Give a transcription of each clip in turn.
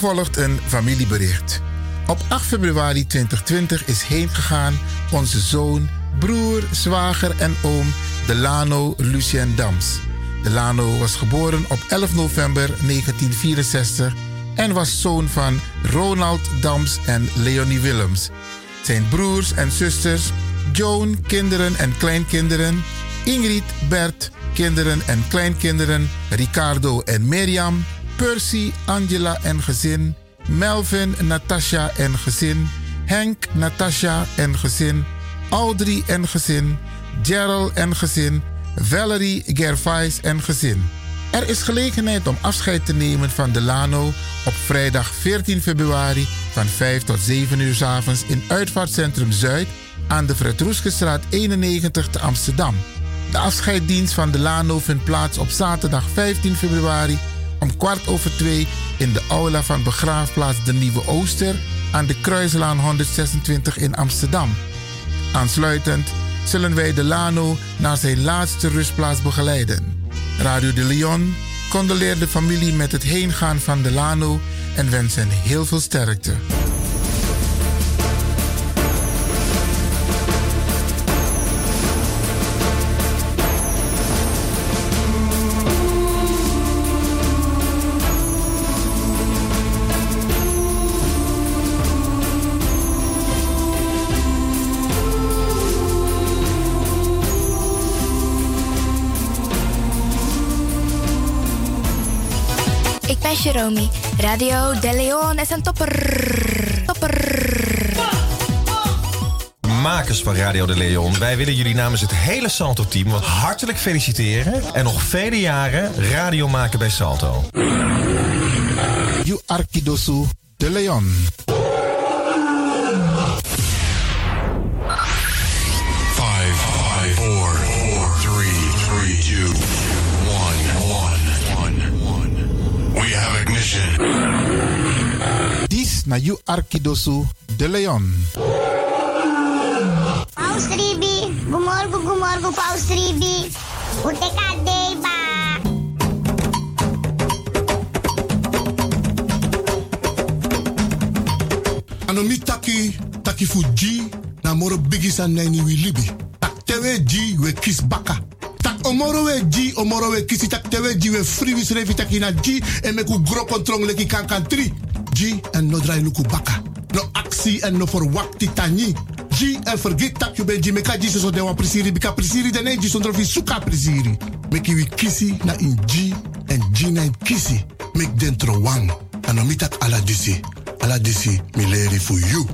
volgt een familiebericht. Op 8 februari 2020 is heengegaan onze zoon, broer, zwager en oom Delano Lucien Dams. Delano was geboren op 11 november 1964 en was zoon van Ronald Dams en Leonie Willems. Zijn broers en zusters, Joan, kinderen en kleinkinderen, Ingrid, Bert, kinderen en kleinkinderen, Ricardo en Mirjam, Percy, Angela en gezin, Melvin, Natasha en gezin, Henk, Natasha en gezin, Audrey en gezin, Gerald en gezin, Valerie, Gervais en gezin. Er is gelegenheid om afscheid te nemen van Delano op vrijdag 14 februari van 5 tot 7 uur 's avonds in Uitvaartcentrum Zuid aan de Fred Roeskestraat 91 te Amsterdam. De afscheidsdienst van Delano vindt plaats op zaterdag 15 februari om 2:15 in de aula van begraafplaats De Nieuwe Ooster aan de Kruislaan 126 in Amsterdam. Aansluitend zullen wij Delano naar zijn laatste rustplaats begeleiden. Radio de Leon condoleert de familie met het heengaan van Delano en wens hen heel veel sterkte. Jerome. Radio De Leon is een topper. Makers van Radio De Leon, wij willen jullie namens het hele Salto-team wat hartelijk feliciteren en nog vele jaren radio maken bij Salto. You Arkidosu De Leon. Dis na you Arkidosu De Leon. Paus Ribi, gumorgo Paus Ribi. Uteka deba. Anomi taki fuji na moro bigisa nani wi libi. Tak tewe ji we kis baka. Tak omoro we kisi tak tewe ji we free wis revi tak ina ji en meku gro kontrong leki kankan 3. Ji en no drai luku baka. No actie en no verwakti tani. Ji en vergeet tak je ben ji meka ji so de wan prisiri bika prisiri de ne ji zonder vi suka prisiri. Meki wi kisi na in ji en ji na in kisi. Mek dentro wang. Anomi tak ala disi mi leri for you.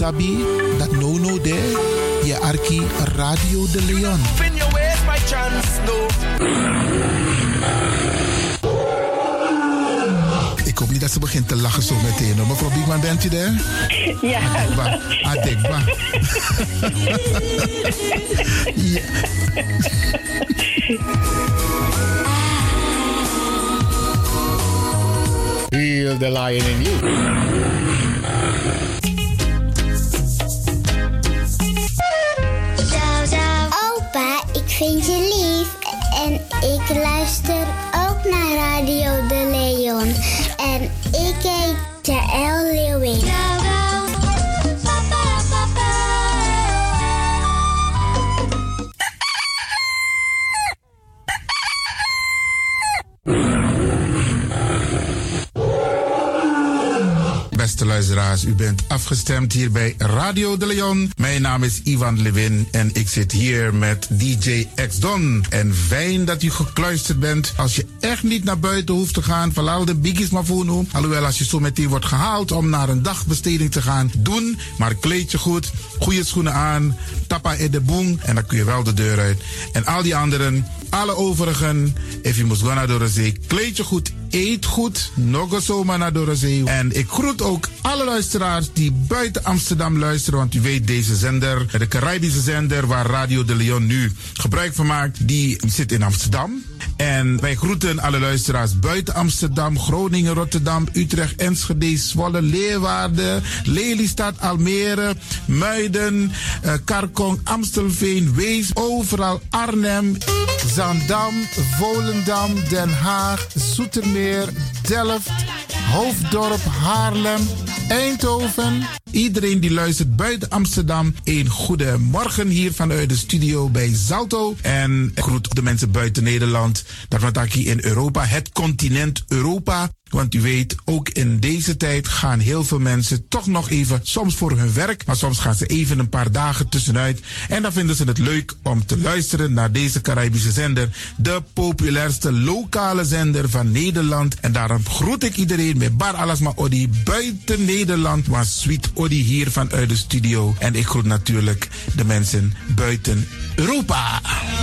Isabi, dat no de, je arki Radio de Leon. Fin your ways by chance, no. Ik hoop niet dat ze begint te lachen zo meteen. Hoor. Mevrouw Biekman, bent u daar? Ja. Adekba. Ja. Heal the lion in you. Opa, ik vind je lief. En ik luister ook naar Radio de Leon. En ik heet Jaël Leeuwin. Beste luisteraars, u bent afgestemd hier bij Radio de Leon. Mijn naam is Ivan Levin en ik zit hier met DJ X-Don. En fijn dat u gekluisterd bent. Als je echt niet naar buiten hoeft te gaan, verlaal de biggies maar voor nu. Alhoewel, als je zo meteen wordt gehaald om naar een dagbesteding te gaan, doen. Maar kleed je goed, goede schoenen aan, tappa in de boom en dan kun je wel de deur uit. En al die anderen, alle overigen, if je moest gaan naar Dorozee, kleed je goed, eet goed, nog zomaar naar Dorozee. En ik groet ook alle luisteraars die buiten Amsterdam luisteren, want u weet, deze zender, de Caribische zender waar Radio de Leon nu gebruik van maakt, die zit in Amsterdam. En wij groeten alle luisteraars buiten Amsterdam, Groningen, Rotterdam, Utrecht, Enschede, Zwolle, Leeuwarden, Lelystad, Almere, Muiden, Karkong, Amstelveen, Wees, overal Arnhem, Zaandam, Volendam, Den Haag, Zoetermeer, Delft, Hoofddorp, Haarlem, Eindhoven. Iedereen die luistert buiten Amsterdam, een goede morgen hier vanuit de studio bij Zalto. En ik groet de mensen buiten Nederland, dat wat ik hier in Europa, het continent Europa. Want u weet, ook in deze tijd gaan heel veel mensen toch nog even, soms voor hun werk, maar soms gaan ze even een paar dagen tussenuit. En dan vinden ze het leuk om te luisteren naar deze Caribische zender, de populairste lokale zender van Nederland. En daarom groet ik iedereen met Bar Alasma Odi buiten Nederland, maar Sweet Odi hier vanuit de studio. En ik groet natuurlijk de mensen buiten Europa.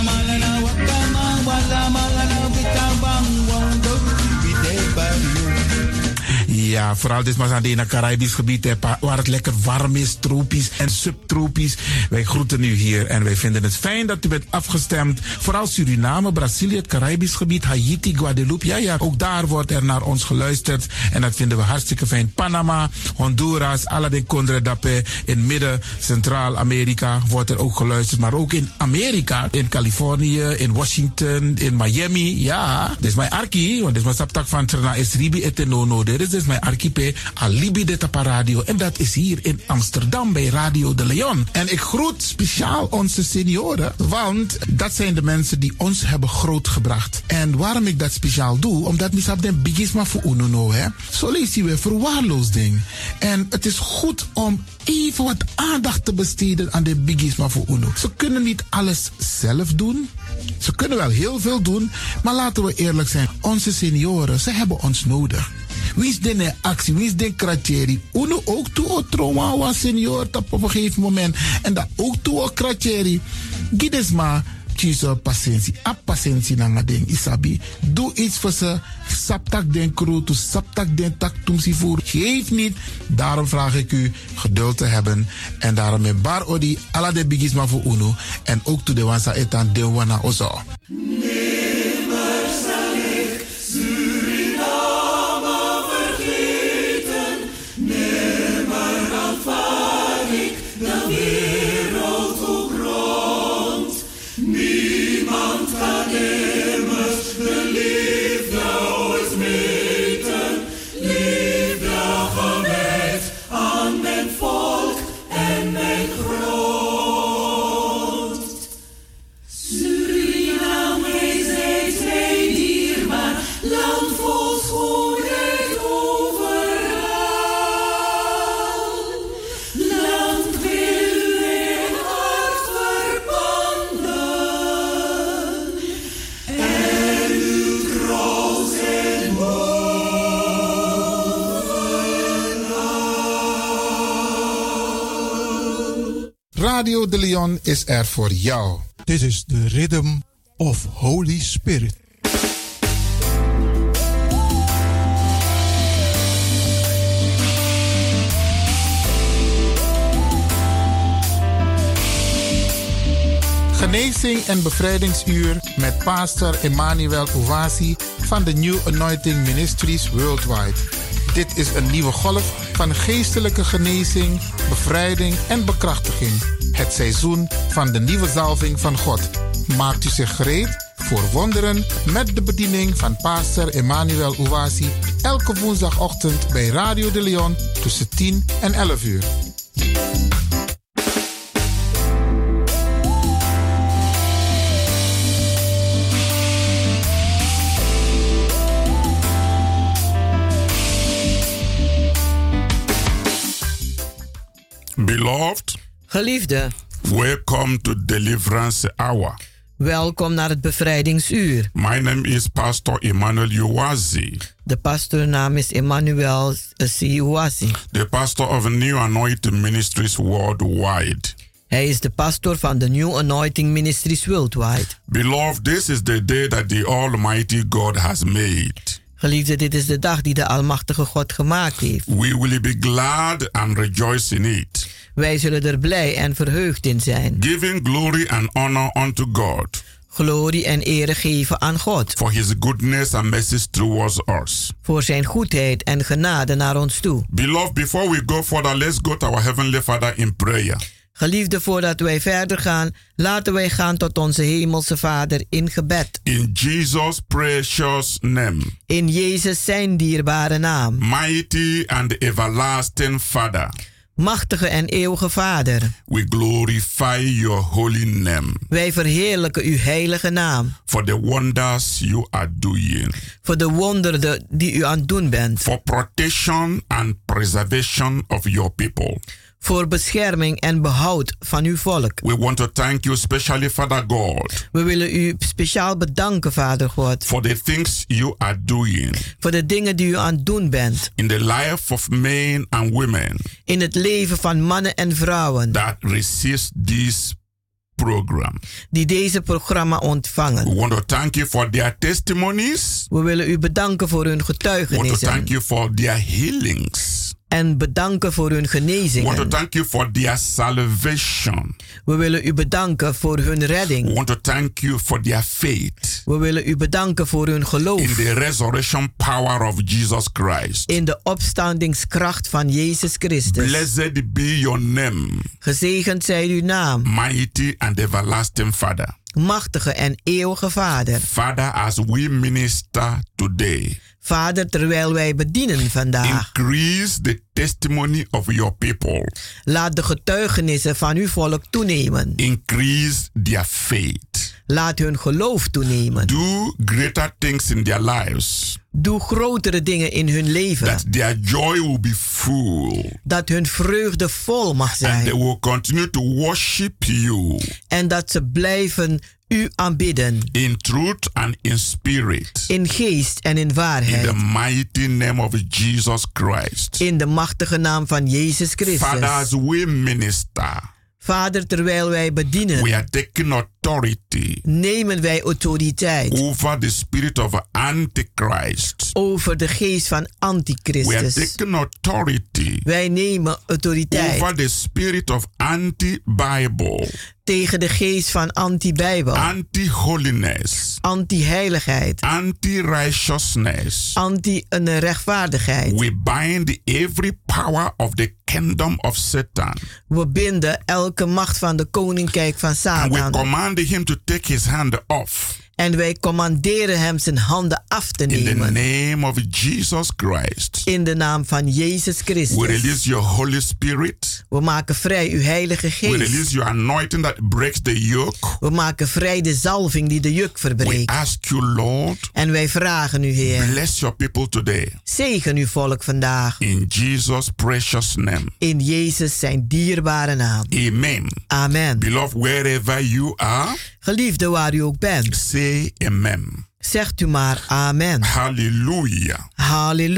Ja, vooral dit maar aan het Caribisch gebied, waar het lekker warm is, tropisch en subtropisch. Wij groeten u hier en wij vinden het fijn dat u bent afgestemd. Vooral Suriname, Brazilië, het Caribisch gebied, Haiti, Guadeloupe. Ja, ook daar wordt er naar ons geluisterd. En dat vinden we hartstikke fijn. Panama, Honduras, Aladdin Condre Dapé. In midden, Centraal-Amerika wordt er ook geluisterd. Maar ook in Amerika, in Californië, in Washington, in Miami. Ja, dit is mijn arki, want dit is mijn saptak van Trena Esribi etenono. Dit is mijn archipel Alibi de Tapa Radio. En dat is hier in Amsterdam bij Radio de Leon. En ik groet speciaal onze senioren, want dat zijn de mensen die ons hebben grootgebracht. En waarom ik dat speciaal doe, omdat misap den bigisma voor uno, hè. Zo lezen we verwaarloosding. En het is goed om even wat aandacht te besteden aan de bigisma voor uno. Ze kunnen niet alles zelf doen. Ze kunnen wel heel veel doen, maar laten we eerlijk zijn. Onze senioren, ze hebben ons nodig. Wie is de actie? Wie is de kratjeri? Uno ook toe o trauma was senior op een gegeven moment. En dat ook toe o kratjeri. Gides maar kiezen patiëntie. A patiëntie na ding isabi. Doe iets voor ze. Saptak den kroto, saptak den tak tumsi voer. Geef niet. Daarom vraag ik u geduld te hebben. En daarom met bar odi ala de bigisma voor uno. En ook toe de wansa etan de wana ozo. Radio De Leon is er voor jou. This is the rhythm of Holy Spirit. Genezing en bevrijdingsuur met pastor Emmanuel Owasi van de New Anointing Ministries Worldwide. Dit is een nieuwe golf van geestelijke genezing, bevrijding en bekrachtiging. Het seizoen van de nieuwe zalving van God. Maakt u zich gereed voor wonderen met de bediening van pastor Emmanuel Owasi elke woensdagochtend bij Radio De Leon tussen 10 en 11 uur. Beloved, geliefde, welcome to Deliverance Hour. Welkom naar het bevrijdingsuur. My name is Pastor Emmanuel Owasi. De pastoornaam is Emmanuel Owasi. The pastor of New Anointing Ministries Worldwide. Hij is de pastor van de New Anointing Ministries Worldwide. Beloved, this is the day that the Almighty God has made. Geliefde, dit is de dag die de Almachtige God gemaakt heeft. We will be glad and rejoice in it. Wij zullen er blij en verheugd in zijn. Giving glory and honor unto God. Glorie en ere geven aan God. For his goodness and mercy towards us. Voor zijn goedheid en genade naar ons toe. Beloved, before we go further, let's go to our Heavenly Father in prayer. Geliefde, voordat wij verder gaan, laten wij gaan tot onze Hemelse Vader in gebed. In Jesus' precious name. In Jezus zijn dierbare naam. Mighty and everlasting Father. Machtige en eeuwige Vader. We glorify your holy name. Wij verheerlijken uw heilige naam. For the wonders you are doing. Voor de wonderen die u aan het doen bent. For protection and preservation of your people. Voor bescherming en behoud van uw volk. We want to thank you specially, Father God. We willen u speciaal bedanken, Vader God. For the things you are doing. Voor de dingen die u aan het doen bent. In the life of men and women. In het leven van mannen en vrouwen. That receives this program. Die deze programma ontvangen. We want to thank you for their testimonies. We willen u bedanken voor hun getuigenissen. We want to thank you for their healings. En bedanken voor hun genezingen. We want to thank you for their salvation. We willen u bedanken voor hun redding. We want to thank you for their faith. We willen u bedanken voor hun geloof. In the resurrection power of Jesus Christ. In de opstandingskracht van Jezus Christus. Blessed be your name. Gezegend zij uw naam. Mighty and everlasting Father. Machtige en eeuwige Vader. Father, as we minister today. Vader, terwijl wij bedienen vandaag. Increase the testimony of your people. Laat de getuigenissen van uw volk toenemen. Increase their faith. Laat hun geloof toenemen. Do greater things in their lives. Doe grotere dingen in hun leven. That their joy will be full. Dat hun vreugde vol mag zijn. And they will continue to worship you. En dat ze blijven u aanbidden. In truth and in spirit. In geest en in waarheid. In the mighty name of Jesus Christ. In de machtige naam van Jezus Christus. Father, as we minister. Vader, terwijl wij bedienen. We are taking authority. Nemen wij autoriteit. Over the spirit of Antichrist. Over de geest van Antichristus. We are taking authority. Wij nemen autoriteit. Over the spirit of anti-Bible. Tegen de geest van anti-Bijbel. Anti-holiness. Anti-heiligheid. Anti-righteousness. Anti-rechtvaardigheid. We bind every power of the kingdom of Satan. We binden elke macht van de koninkrijk van Satan. And we command him to take his hand off. En wij commanderen hem zijn handen af te nemen. In the name of Jesus Christ. In de naam van Jezus Christus. We release your Holy Spirit. We maken vrij uw Heilige Geest. We release your anointing that breaks the yoke. We maken vrij de zalving die de juk verbreekt. We ask you, Lord. En wij vragen u, Heer. Bless your people today. Zegen uw volk vandaag. In Jesus' precious name. In Jezus zijn dierbare naam. Amen. Amen. Beloved, wherever you are. Geliefde, waar u ook bent. Say amen. Zegt u maar amen. Hallelujah.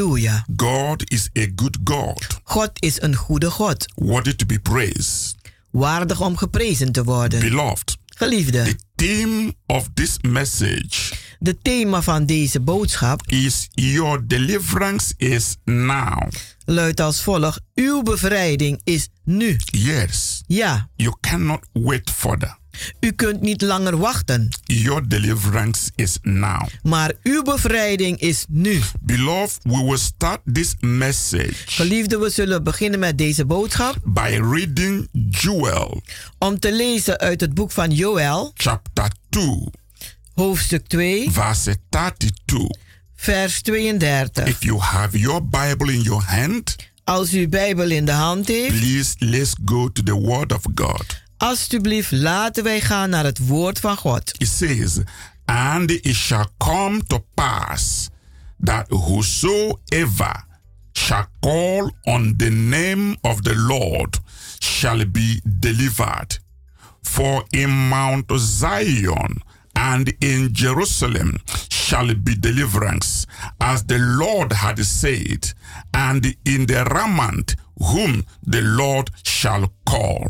Hallelujah. God is a good God. God is een goede God. Worthy to be praised. waardig om geprezen te worden. Beloved, Geliefde, the theme of this message de thema van deze boodschap is your deliverance is now. luidt als volgt: uw bevrijding is nu. Yes, Ja, you cannot wait further. u kunt niet langer wachten, Your deliverance is now. maar uw bevrijding is nu. Beloved, we will start this message Geliefde, we zullen beginnen met deze boodschap by reading Joel om te lezen uit het boek van Joël, chapter 2, hoofdstuk 2, verse 32. vers 32. If you have your Bible in your hand, Als u uw Bijbel in de hand heeft, please let's go to the Word of God. alsjeblieft laten wij gaan naar het woord van God. It says, and it shall come to pass that whosoever shall call on the name of the Lord shall be delivered. For in Mount Zion and in Jerusalem shall be deliverance, as the Lord had said, and in the remnant whom the Lord shall call.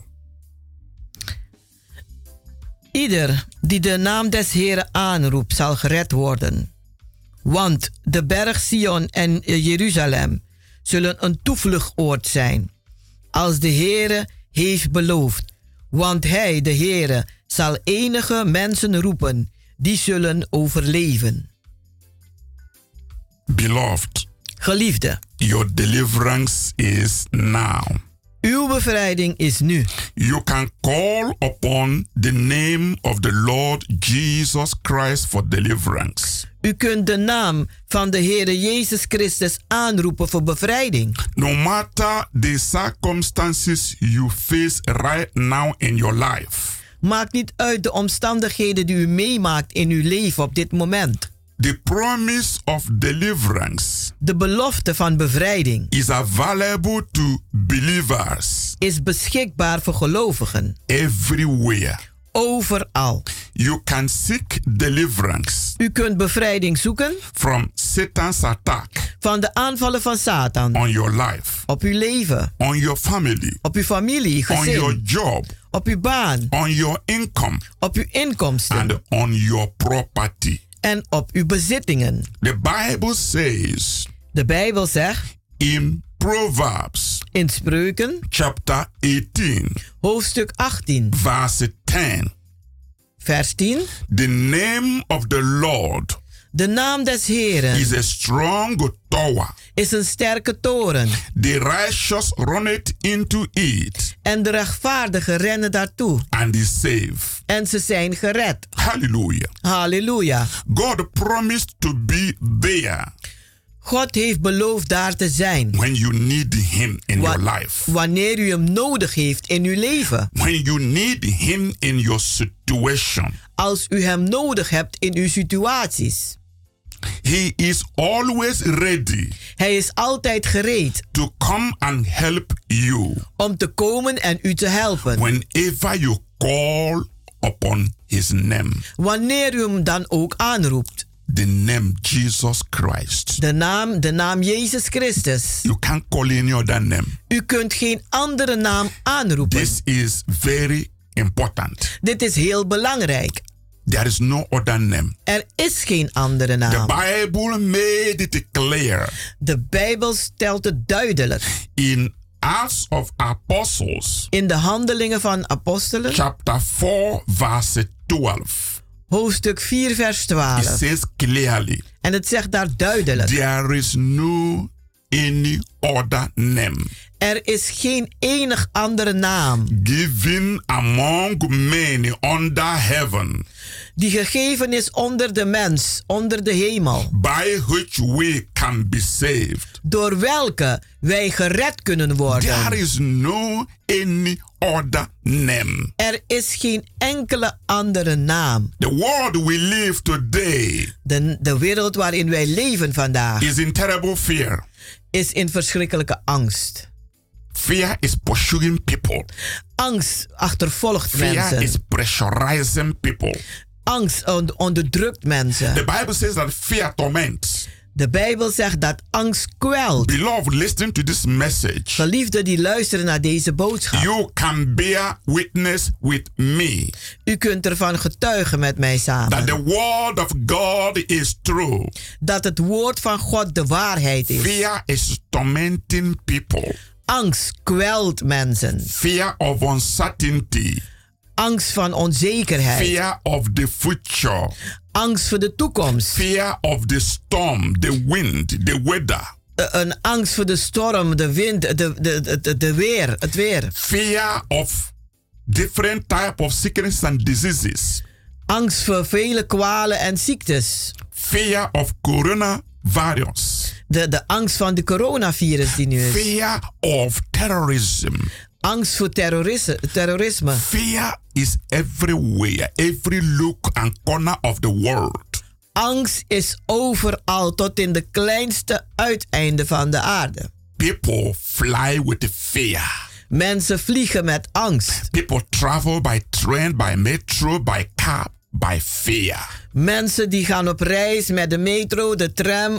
Ieder die de naam des Heeren aanroept, zal gered worden. Want de berg Sion en Jeruzalem zullen een toevluchtoord zijn, als de Heere heeft beloofd. Want hij, de Heere, zal enige mensen roepen, die zullen overleven. Beloved, Geliefde, your deliverance is now. uw bevrijding is nu. You can call upon the name of the Lord Jesus Christ for deliverance. U kunt de naam van de Heere Jezus Christus aanroepen voor bevrijding. No matter the circumstances you face right now in your life, Maakt niet uit de omstandigheden die u meemaakt in uw leven op dit moment. the promise of deliverance De belofte van bevrijding is available to believers is beschikbaar voor gelovigen. everywhere. Overal. You can seek deliverance U kunt bevrijding zoeken from Satan's attack van de aanvallen van Satan. on your life, Op uw leven, on your family, op uw familie, on your gezin, job, op uw baan, on your income, op uw inkomsten and on your property. en op uw bezittingen. The Bible says De Bijbel zegt in Proverbs in Spreuken, chapter 18, hoofdstuk 18, verse 10, vers 10. the name of the Lord De naam des Heeren is a strong tower. is een sterke toren The righteous runneth into it en de rechtvaardigen rennen daartoe and is safe. en ze zijn gered. Hallelujah. Halleluja. God promised to be there God heeft beloofd daar te zijn when you need Him in your life. wanneer u hem nodig heeft in uw leven. When you need Him in your situation. Als u hem nodig hebt in uw situaties. He is always ready Hij is altijd gereed to come and help you om te komen en u te helpen. whenever you call upon His name. Wanneer u hem dan ook aanroept. The name Jesus Christ. De naam Jezus Christus. You can't call any other name. U kunt geen andere naam aanroepen. This is very important. Dit is heel belangrijk. There is no other name. Er is geen andere naam. The Bible made it clear De Bijbel stelt het duidelijk. in Acts of Apostles, In de Handelingen van Apostelen, chapter 4, verse 12. hoofdstuk 4, vers It 12. says clearly, En het zegt daar duidelijk. there is no any other name Er is geen enig andere naam given among men under heaven die gegeven is onder de mens, onder de hemel, by which we can be saved. door welke wij gered kunnen worden. There is no any other name. Er is geen enkele andere naam. The world we live today De wereld waarin wij leven vandaag is in terrible fear. is in verschrikkelijke angst. Fear is pursuing people. Angst achtervolgt Fear mensen. is pressurizing people. Angst onderdrukt mensen. The Bible says that fear torments. De Bijbel zegt dat angst kwelt. Beloved, listen to this message. Geliefden die luisteren naar deze boodschap. You can bear witness with me. U kunt ervan getuigen met mij samen. That the word of God is true. Dat het woord van God de waarheid is. Fear is tormenting people. Angst kwelt mensen. Fear of uncertainty. Angst van onzekerheid. Fear of the future. Angst voor de toekomst. Fear of the storm, the wind, the weather. Een angst voor de storm, de wind, het weer. Fear of different type of sickness and diseases. Angst voor vele kwalen en ziektes. Fear of coronavirus. De angst van de coronavirus die nu is. Fear of terrorism. Angst voor terrorisme. Fear is everywhere, every look and corner of the world. Angst is overal tot in de kleinste uiteinden van de aarde. People fly with fear. Mensen vliegen met angst. People travel by train, by metro, by car, by fear. Mensen die gaan op reis met de metro, de tram,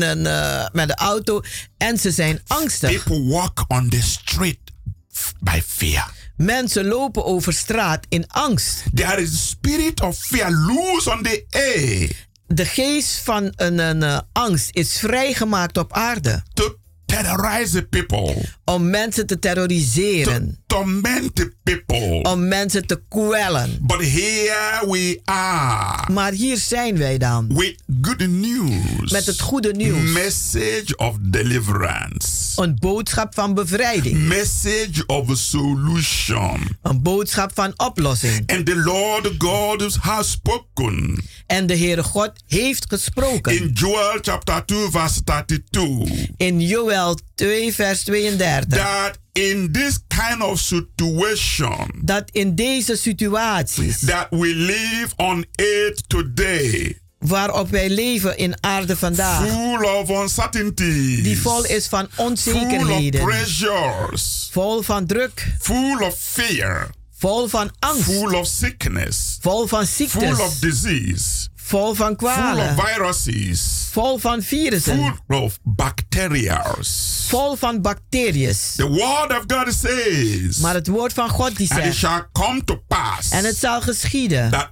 met de auto en ze zijn angstig. People walk on the street by fear. Mensen lopen over straat in angst. There is a spirit of fear loose on the air. De geest van een angst is vrijgemaakt op aarde. To terrorize people. Om mensen te terroriseren. To torment the people. Om mensen te kwellen. But here we are. Maar hier zijn wij dan. With good news. Met het goede nieuws. Message of deliverance. Een boodschap van bevrijding. Message of a solution. Een boodschap van oplossing. And the Lord God has spoken. En de Heere God heeft gesproken. In Joel chapter 2 verse 32. In Joel 2 vers 32. That in this kind of situation. Dat in deze situaties. That we live on earth today. Waarop wij leven in aarde vandaag. Full of uncertainty. Die vol is van onzekerheden. Full of pressures. Vol van druk. Full of fear. Vol van angst. Full of sickness. Vol van ziektes. Full of disease. Vol van kwalen. Full of viruses. Vol van virussen. Full of bacteria. Vol van bacteriën. The word of God says. Maar het woord van God die And it zegt. shall come to pass. En het zal geschieden. That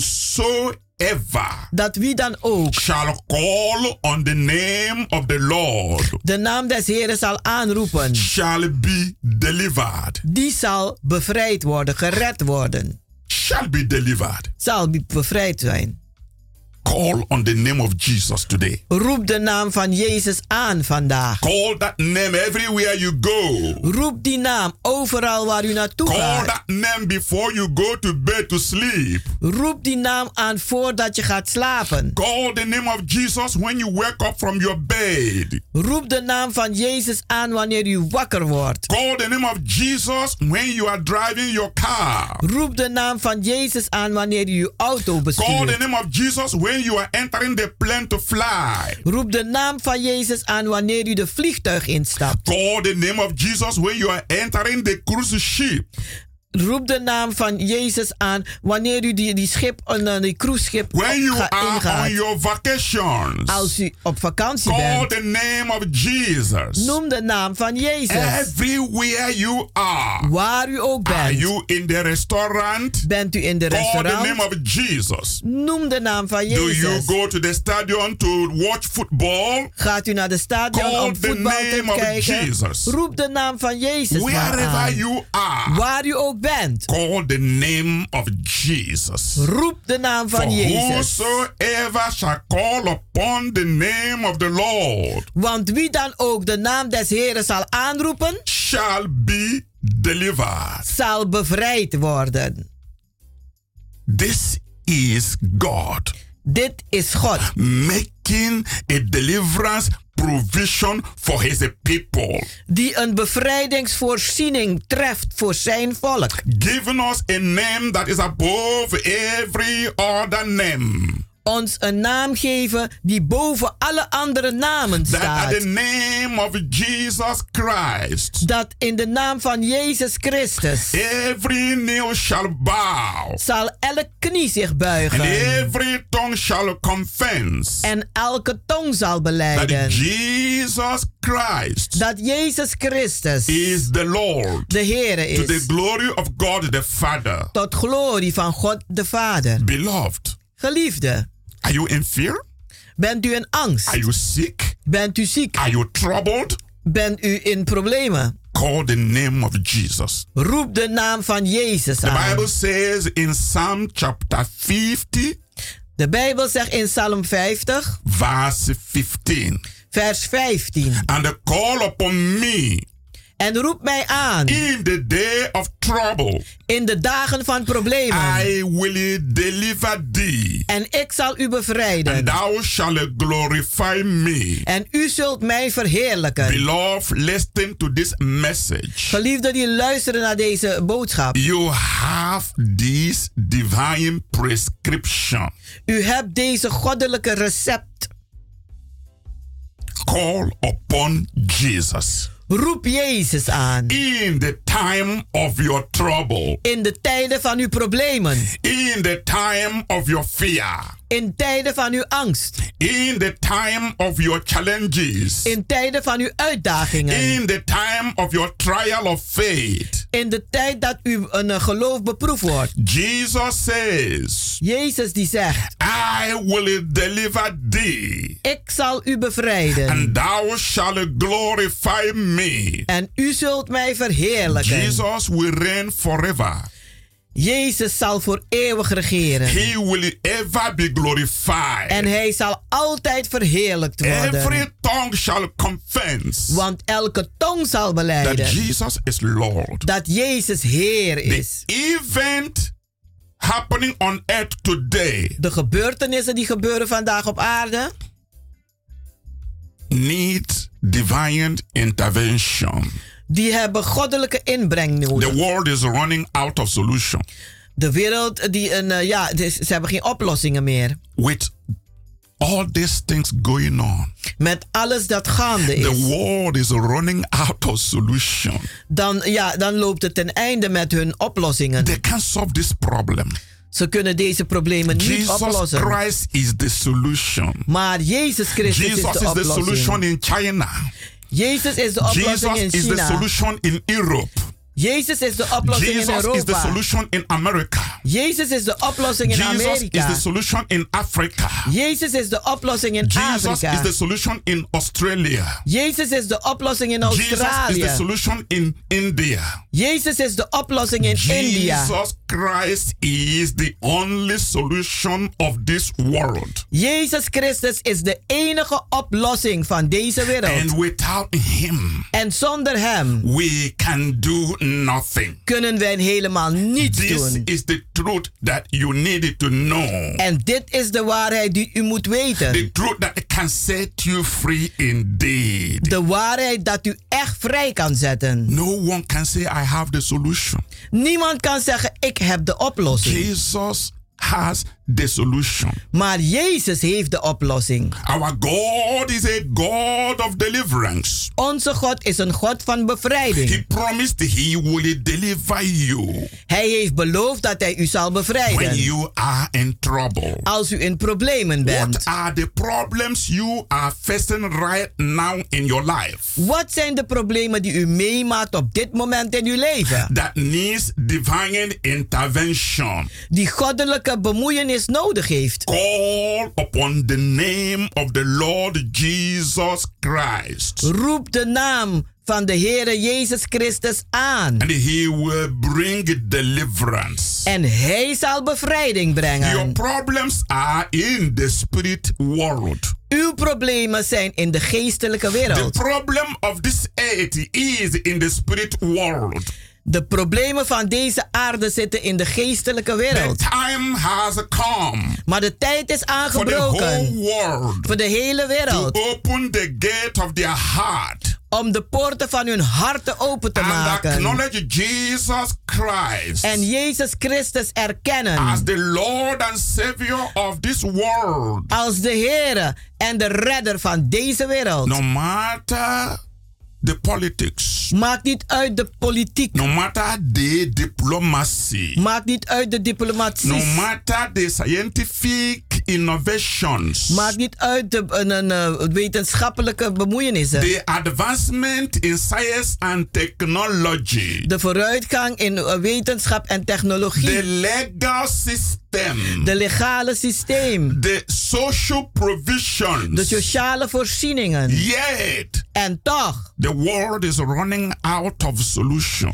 whosoever. Dat wie dan ook. Shall call on the name of the Lord. De naam des Heeren zal aanroepen. Shall be delivered. Die zal bevrijd worden, gered worden. Shall be delivered. Zal bevrijd zijn. Call on the name of Jesus today. Roep de naam van Jezus aan vandaag. Call that name everywhere you go. Roep die naam overal waar u naartoe Call gaat. that name before you go to bed to sleep. Roep die naam aan voordat je gaat slapen. Call the name of Jesus when you wake up from your bed. Roep de naam van Jezus aan wanneer u wakker wordt. Call the name of Jesus when you are driving your car. Roep de naam van Jezus aan wanneer u uw auto bestuurt. Call the name of Jesus when you are entering the plane to fly. Roep de naam van Jezus aan wanneer u de vliegtuig instapt. Call the name of Jesus when you are entering the cruise ship. Roep de naam van Jezus aan wanneer u die cruiseschip when you are ingaat. on your vacations. Als u op vakantie Call bent. the name of Jesus. Noem de naam van Jezus. Everywhere you are. Waar u ook bent. Are you in the restaurant? Bent u in de restaurant? Call the name of Jesus. Noem de naam van Do Jezus. you go to the stadium to watch football? Gaat u naar de stadion Call om voetbal te kijken? Jesus. Roep de naam van Jezus maar Wherever aan. you are. Waar u ook bent. Call the name of Jesus. Roep de naam van For Jezus. whosoever shall call upon the name of the Lord. Want wie dan ook de naam des Heeren zal aanroepen, shall be delivered. Zal bevrijd worden. This is God. Dit is God. Making a deliverance provision for his people. Die een bevrijdingsvoorziening treft voor zijn volk. Giving us a name that is above every other name. ons een naam geven die boven alle andere namen That at staat. the name of Jesus Christ, Dat in de naam van Jezus Christus every knee shall bow, zal elke knie zich and buigen. every tongue shall confess En elke tong zal that belijden. Jesus Christ Dat Jezus Christus is the Lord, de Heere to the is. glory of God the Father. Tot glorie van God de Vader. Beloved, Geliefde, are you in fear? bent u in angst? Are you sick? Bent u ziek? Are you troubled? Bent u in problemen? Call the name of Jesus. Roep de naam van Jezus The aan. Bible says in Psalm chapter 50, De Bijbel zegt in Psalm 50, verse 15, vers 15. and call upon me En roep mij aan in the day of trouble. in de dagen van problemen. I will deliver thee, En ik zal u bevrijden. and thou shalt glorify me. En u zult mij verheerlijken. Beloved, listen to this message. Geliefden die luisteren naar deze boodschap. You have this divine prescription. U hebt deze goddelijke recept. Call upon Jesus Roep Jezus aan. in the time of your trouble, In de tijden van uw problemen. in the time of your fear, In tijden van uw angst. in the time of your challenges, In tijden van uw uitdagingen. in the time of your trial of faith. In de tijd dat u een geloof beproefd wordt. Jesus says, Jezus die zegt, I will deliver thee, ik zal u bevrijden. and thou shalt glorify me. En u zult mij verheerlijken. Jesus will reign forever. Jezus zal voor eeuwig regeren. He will ever be glorified. En hij zal altijd verheerlijkt worden. Every tongue shall confess Want elke tong zal that belijden Jesus is Lord. dat Jezus Heer is. The event happening on earth today De gebeurtenissen die gebeuren vandaag op aarde need divine intervention. die hebben goddelijke inbreng nodig. The world is running out of solution. De wereld, ze hebben geen oplossingen meer. With all these things going on, Met alles dat gaande the is. world is running out of solution. Dan loopt het ten einde met hun oplossingen. They can't solve this problem. Ze kunnen deze problemen niet Jesus oplossen. Christ is the solution. Maar Jezus Christus Jesus is de is the oplossing. solution in China. Jezus is de oplossing Jesus in is the China. solution in Europe. Jezus is de oplossing in Jesus is the Europa. solution in America. Jezus is de oplossing in Jesus is Amerika. the solution in Africa. Jezus is de oplossing in Jesus Afrika. is the solution in Australia. Jezus is de oplossing in Jesus is the Australië. solution in India. Jezus is de oplossing in India. Jesus Christ is the only solution of this world. Jezus Christus is de enige oplossing van deze wereld. And without him, En zonder hem we can do nothing. kunnen wij helemaal niets This doen. is the truth that you need to know. En dit is de waarheid die u moet weten. The truth that can set you free indeed. De waarheid dat u echt vrij kan zetten. No one can say I have the solution. Niemand kan zeggen ik heb de oplossing. Jesus has the solution. Maar Jezus heeft de oplossing. Our God is a God of deliverance. Onze God is een God van bevrijding. He promised he will deliver you Hij heeft beloofd dat hij u zal when bevrijden. you are in trouble. Als u in problemen bent. What are the problems you are facing right now in your life Wat zijn de problemen die u meemaakt op dit moment in uw leven? that needs divine intervention? Die goddelijke bemoeienis nodig heeft. Call upon the name of the Lord Jesus Christ, Roep de naam van de Heere Jezus Christus aan. and he will bring deliverance. En hij zal bevrijding Your brengen. problems are in the spirit world. Uw problemen zijn in de geestelijke The wereld. problem of this earth is in the spirit world. De problemen van deze aarde zitten in de geestelijke The wereld. time has come Maar de tijd is for the aangebroken whole world voor de hele to wereld. open the gate of their heart om de poorten van hun harten open te and maken. acknowledge Jesus Christ En Jezus Christus erkennen as the Lord and Savior of this world. als de Heere en de redder van deze wereld. No matter the politics, Maakt niet uit de politiek. no matter the diplomacy, Maakt niet uit de diplomatie. no matter the scientific innovations, Maakt niet uit de wetenschappelijke bemoeienissen. the advancement in science and technology, De vooruitgang in wetenschap en technologie. the legal system, De legale systeem. the social provisions. De sociale voorzieningen. Yet, En toch the world is running out of solution.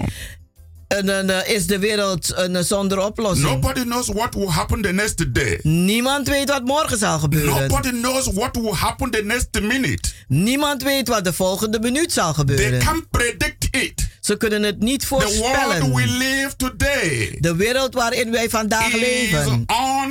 is de wereld zonder oplossing. Nobody knows what will happen the next day. Niemand weet wat morgen zal gebeuren. Nobody knows what will happen the next minute. Niemand weet wat de volgende minuut zal They gebeuren. can't predict it. Ze kunnen het niet The world we voorspellen. live today De wereld waarin wij vandaag is leven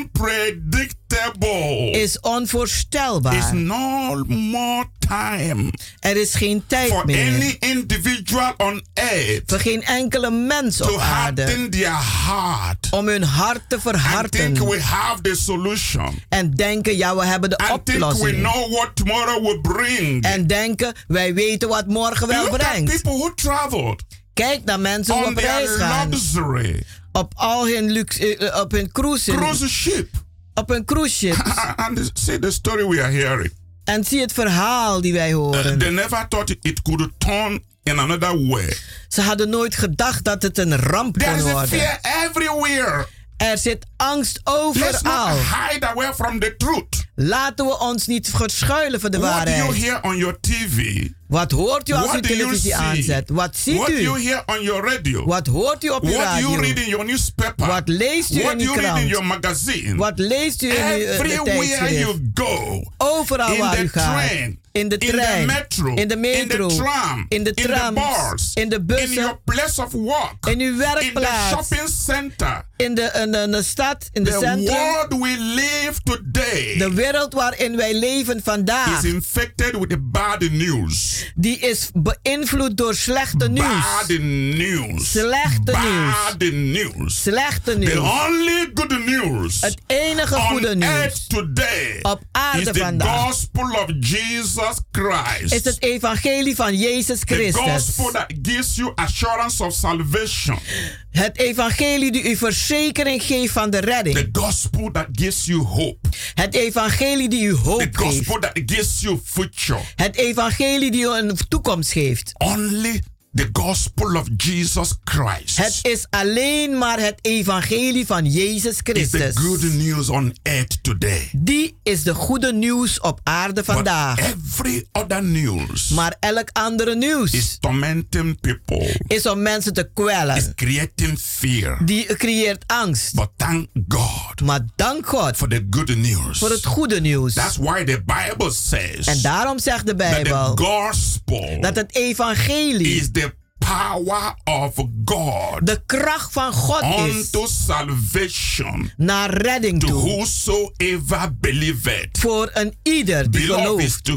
unpredictable. is onvoorstelbaar. It's no more time Er is geen tijd for meer any individual on earth voor geen enkele mens to op aarde harden their heart om hun hart te and verharten think we have the solution en denken, ja, we hebben de and think we oplossing. know what tomorrow will bring. En denken, wij weten wat morgen wel Look at brengt. people who traveled Kijk naar mensen die on op reis their gaan. luxury Op al hun luxe, op hun cruise ship. op hun cruise ship. And see the story we are hearing. En zie het verhaal die wij horen. They never thought it could turn in another way. Ze hadden nooit gedacht dat het een ramp There kon is a worden. fear everywhere. Er zit angst Let's overal. not hide away from the truth. Laten we ons niet verschuilen voor de What do you waarheid. hear on your TV? Wat hoort u als u What do you televisie see? aanzet? Wat ziet What do you u? hear on your radio? Wat hoort u op uw What do you radio? read in your newspaper? Wat leest u What in do uw you read in your krant? magazine? Wat leest u in uw Everywhere tijdschrift? you go. Overal In waar the u gaat. train. In de In the trein. metro. In de metro. In the tram. In de In the trams. bars. In de In bussen. your place of work. In uw In the werkplaats. shopping center. In de stad. In de The centrum. world we live today De wereld waarin wij leven vandaag. is infected with the bad news. Die is beïnvloed door slechte nieuws. Bad news. Slechte Bad news. Slechte The nieuws. only good news Het enige goede on nieuws earth today op is aarde the vandaag gospel of Jesus Christ. is het evangelie van Jezus The Christus. gospel that gives you assurance of salvation. Het evangelie die u verzekering geeft van de redding. The gospel that gives you hope. Het evangelie die u hoop The geeft. gospel that gives you future. Het evangelie die u een toekomst geeft. Only the gospel of Jesus Christ Het is alleen maar het evangelie van Jezus is the Christus. good news on earth today. Die is de goede nieuws op aarde vandaag. But every other news Maar elk andere nieuws is tormenting people, is om mensen te kwellen. is creating fear. Die creëert angst. But thank God Maar dank God for the good news. voor het goede nieuws. That's why the Bible says En daarom zegt de that Bijbel the gospel dat het evangelie is the power of God de kracht van God is unto salvation naar redding to toe. whosoever believeth. Voor een ieder die Beloved is gelooft. to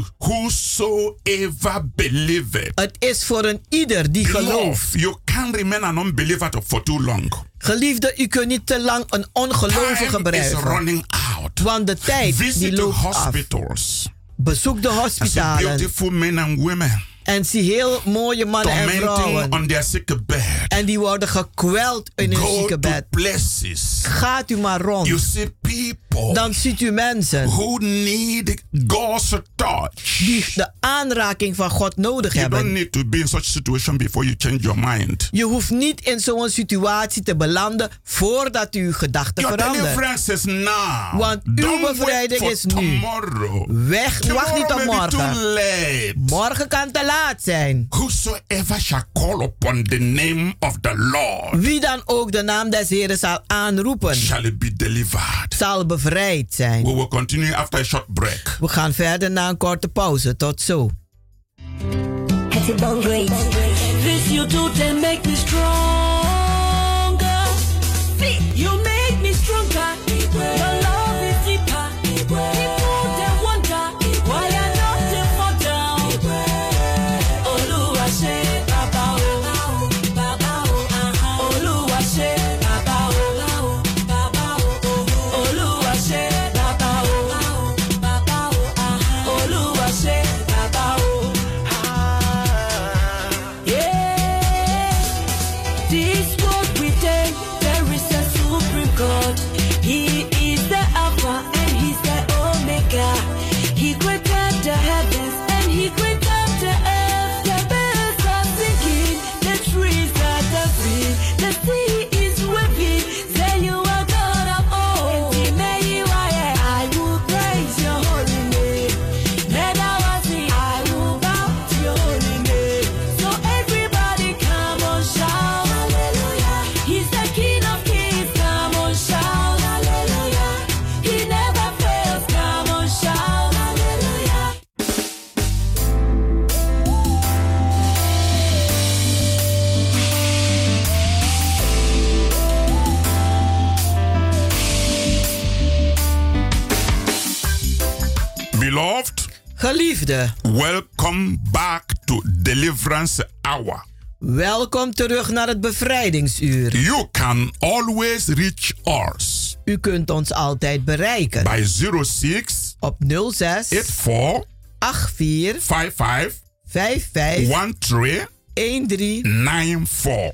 whosoever believeth. Het is voor een ieder die gelooft. Beloved, you can't remain an unbeliever for too long. Geliefde, u kunt niet te lang een ongelovige Time is blijven. running out. Want de tijd die Visit the loopt af. hospitals. Bezoek de I see hospitalen beautiful men and women en zie heel mooie mannen en tormenting vrouwen. on their sick bed. En die worden gekweld in hun Go to ziekenbed. places. Gaat u maar rond. You see people Dan ziet u mensen who need God's touch. die de aanraking van God nodig You don't hebben. need to be in such situation before you change your mind. Je hoeft niet in zo'n situatie te belanden voordat u uw gedachten Your verandert. deliverance is now. Want uw Don't bevrijding wait is for nu. tomorrow. Wacht niet tot Tomorrow may be too morgen. late. Morgen kan te laat zijn. Whosoever shall call upon the name of the Lord Wie dan ook de naam des Heren zal aanroepen, shall be delivered. zal bevrijd zijn. We will continue after a short break. We gaan verder na een korte pauze. Tot zo. This you do to make me stronger. You make me stronger. Your love is deeper. People they wonder why I not to fall down. Oh Lord. Beloved, Geliefde, welcome back to Deliverance Hour. welkom terug naar het bevrijdingsuur. You can always reach us. U kunt ons altijd bereiken. By 06 op 06 84 84 55 55 13 94.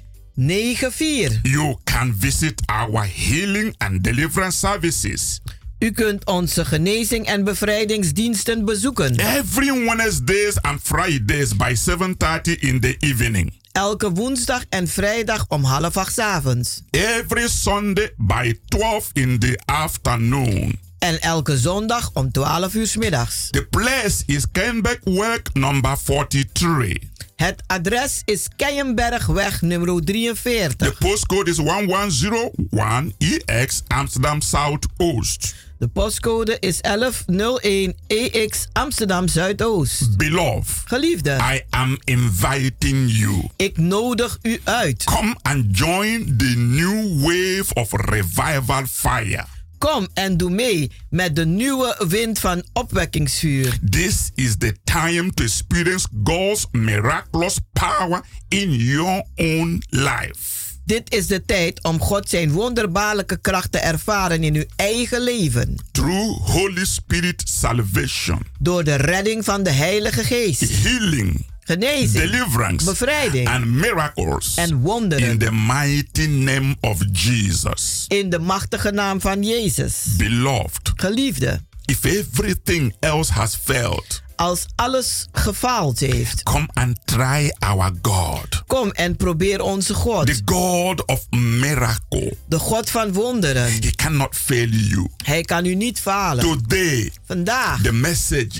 94. You can visit our healing and deliverance services. U kunt onze genezing en bevrijdingsdiensten bezoeken. Every Wednesdays and Fridays by 7:30 in the evening. Elke woensdag en vrijdag om 7:30 avonds. Every Sunday by 12 in the afternoon. En elke zondag om 12 uur 's middags. The place is Kenbergweg number 43. Het adres is Keienbergweg nummer 43. The postcode is 1101 EX Amsterdam Zuidoost. De postcode is 1101 EX Amsterdam Zuidoost. Beloved, Geliefde, I am inviting you. ik nodig u uit. Come and join the new wave of revival fire. Kom en doe mee met de nieuwe wind van opwekkingsvuur. This is the time to experience God's miraculous power in your own life. Dit is de tijd om God zijn wonderbaarlijke kracht te ervaren in uw eigen leven. Through Holy Spirit salvation. Door de redding van de Heilige Geest. Healing. Genezing, deliverance, bevrijding and miracles en wonderen. In the mighty name of Jesus. In de machtige naam van Jezus. Beloved, geliefde, if everything else has failed, als alles gefaald heeft, come and try our God. Kom en probeer onze God. The God of miracle. De God van wonderen. He cannot fail you. Hij kan u niet falen. Today, vandaag, the message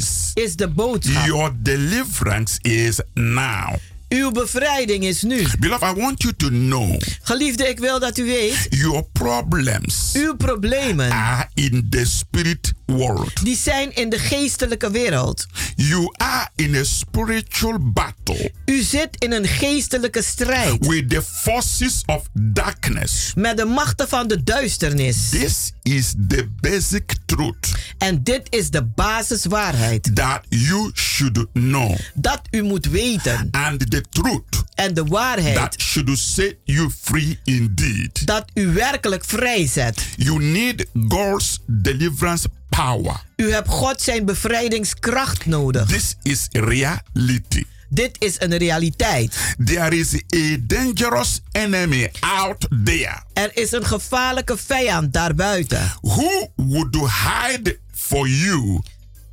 is de boodschap. Your deliverance is now. Uw bevrijding is nu. Beloved, I want you to know. Geliefde, ik wil dat u weet. Your problems. Uw problemen. Are in the spirit world. Die zijn in de geestelijke wereld. You are in a spiritual battle. U zit in een geestelijke strijd. With the forces of darkness. Met de machten van de duisternis. This is the basic truth. En dit is de basiswaarheid. That you should know. Dat u moet weten. And the truth. En de waarheid. That should set you free indeed. Dat u werkelijk vrij zet. You need God's deliverance power. U hebt God zijn bevrijdingskracht nodig. This is reality. Dit is een realiteit. There is a dangerous enemy out there. Er is een gevaarlijke vijand daarbuiten. Who would hide for you?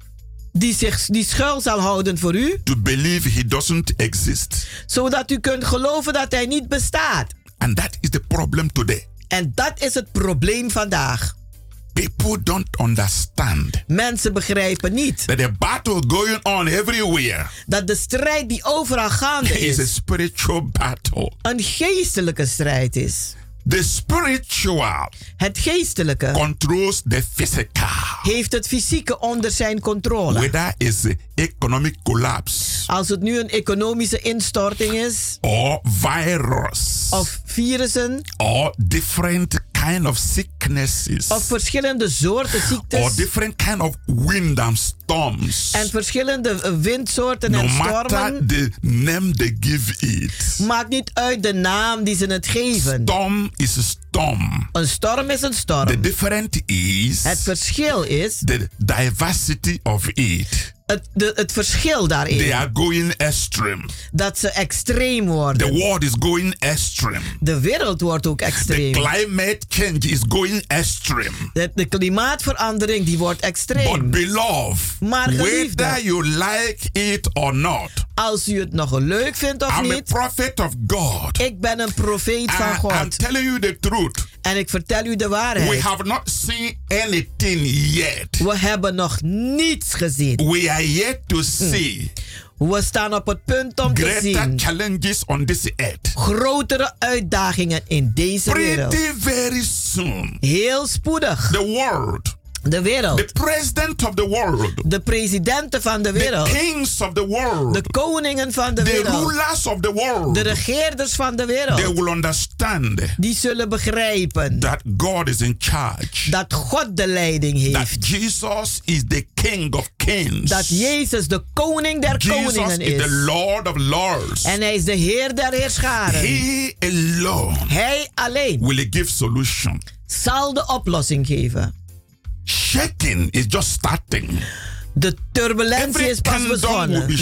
Die schuil zal houden voor u. To believe he doesn't exist. Zodat u kunt geloven dat hij niet bestaat. And that is the problem today. En dat is het probleem vandaag. People don't understand. Mensen begrijpen niet. That the battle going on everywhere. Dat de strijd die overal gaande is a spiritual battle. Een geestelijke strijd is. The spiritual. Het geestelijke. Controls the physical. Heeft het fysieke onder zijn controle. Whether it's economic collapse. Als het nu een economische instorting is. Or virus. Of virussen. Or different kind of sicknesses. Of verschillende soorten ziektes. Or different kind of wind and storms. En verschillende windsoorten no en stormen. Matter the name they give it. Maakt niet uit de naam die ze het geven. Storm is a storm. Een storm is een storm. The difference is. Het verschil is. The diversity of it. Het verschil daarin. They are going extreme. Dat ze extreem worden. The world is going extreme. De wereld wordt ook extreem. The climate change is going extreme. De klimaatverandering die wordt extreem. But beloved, maar geliefde, whether you like it or not. Als u het nog leuk vindt of I'm niet. A prophet of God. Ik ben een profeet van God. I'm telling you the truth. En ik vertel u de waarheid. We have not seen anything yet. We hebben nog niets gezien. We are yet to see. We staan op het punt om te zien. Greater challenges on this earth. Grotere uitdagingen in deze wereld. Pretty very soon. Heel spoedig. The world. De wereld. The president of the world. De presidenten van de wereld. The kings of the world. De koningen van de The wereld. rulers of the world. De regeerders van de wereld. They will understand. Die zullen begrijpen. That God is in charge. Dat God de leiding heeft. That Jesus is the King of kings. Dat Jezus de koning der koningen is. Jesus is the Lord of lords. En hij is de Heer der heerscharen. He alone. Hij alleen. Will give solution. Zal de oplossing geven. Shaking is just starting. De turbulentie is pas begonnen.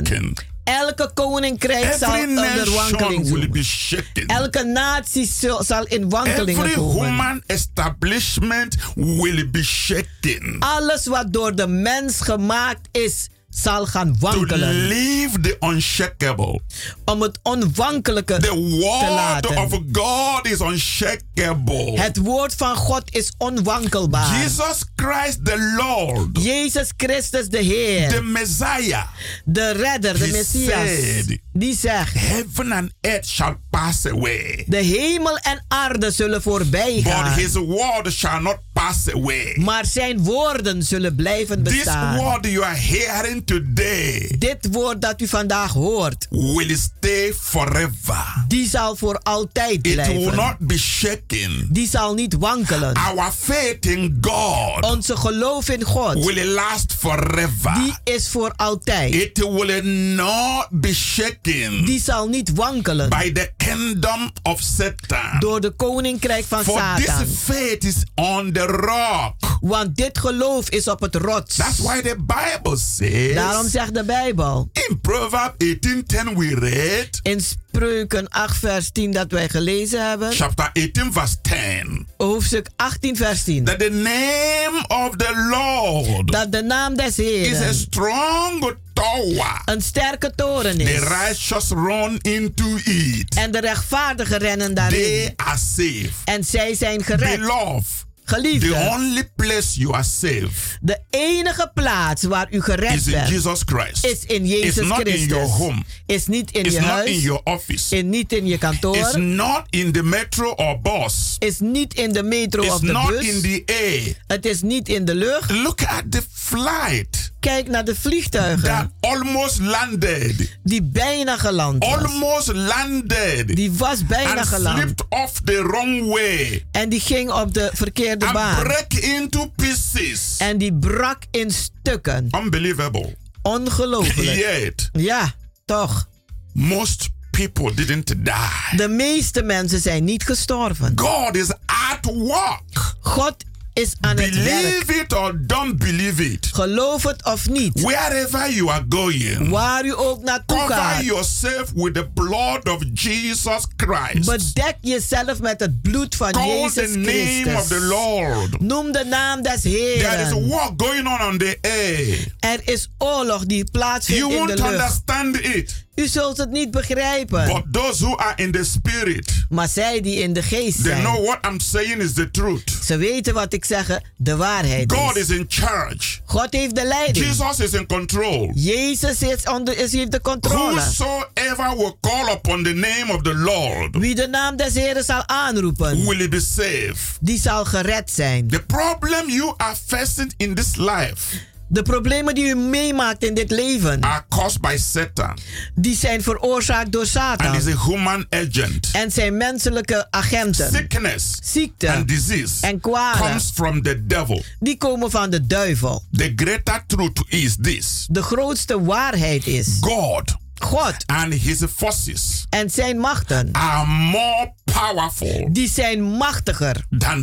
Elke koninkrijk zal onder wankeling zijn. Elke natie zal in wankelingen komen. Human establishment will be shaken. Alles wat door de mens gemaakt is, zal gaan wankelen. To leave the unshakable. Om het onwankelijke the te laten. word of God is unshakable. Het woord van God is onwankelbaar. Jesus Christ the Lord. Jezus Christus de Heer. The Messiah. De redder, de Messias. Said, die zegt: Heaven and earth shall pass away. De hemel en aarde zullen voorbij gaan. But his word shall not pass away. Maar zijn woorden zullen blijven bestaan. This word you are hearing today. Dit woord dat u vandaag hoort. Will stay forever. Die zal voor altijd blijven. It will not be shaken. Die zal niet wankelen. Our faith in God. Onze geloof in God. Will last forever. Die is voor altijd. It will not be shaken. Die zal niet wankelen. By the kingdom of Satan. Door de koninkrijk van For Satan. This faith is on the rock. Want dit geloof is op het rots. That's why the Bible says. Daarom zegt de Bijbel. In Proverbs 18:10 we read. In Spreuken 8 vers 10 dat wij gelezen hebben. Chapter 18 verse 10. Hoofdstuk 18 vers 10. That the name of the Lord. Dat de naam des Heeren. Is a strong tower. Een sterke toren is. The righteous run into it. En de rechtvaardigen rennen daarin. They are safe. En zij zijn gered. Beloved. Geliefde, the only place you are safe. De enige plaats waar u gered is in bent. Jesus Christ. Is in Jezus It's not Christus. In your home. Is niet in It's je not huis. In your office. Niet in je kantoor. It's not in the metro or bus. Is niet in de metro It's of de not bus. In the air. Het is niet in de lucht. Look at the flight. Kijk naar de vliegtuigen. That almost landed. Die bijna geland was. Almost landed. Die was bijna and geland. Slipped off the wrong way. En die ging op de verkeerde and baan. Break into pieces. En die brak in stukken. Unbelievable. Ongelooflijk. Yet. Ja, toch. Most people didn't die. De meeste mensen zijn niet gestorven. God is at work. God is aan het werk. Believe it or don't believe it. Geloof het of niet. Wherever you are going. Waar u ook naartoe gaat. Cover yourself with the blood of Jesus Christ. Bedek jezelf met het bloed van Call Jezus the name Christus. of the Lord. Noem de naam des Heeren. There is war going on the air. Er is oorlog die plaatsvindt you in de won't lucht. Understand it. U zult het niet begrijpen. But those who are in the spirit. Maar zij die in de geest they zijn. know what I'm saying is the truth. Ze weten wat ik zeg, de waarheid God is. is in charge. God heeft de leiding. Jesus is in control. Jezus heeft de controle. Whosoever will call upon the name of the Lord. Wie de naam des Heeren zal aanroepen. Will be safe. Die zal gered zijn. The problem you are facing in this life. De problemen die u meemaakt in dit leven. Are caused by Satan. Die zijn veroorzaakt door Satan. And is a human agent. En zijn menselijke agenten. Sickness. Ziekte. And disease. En kwade. Comes from the devil. Die komen van de duivel. The greater truth is this. De grootste waarheid is. God. And his forces. En zijn machten. Are more powerful. Die zijn machtiger.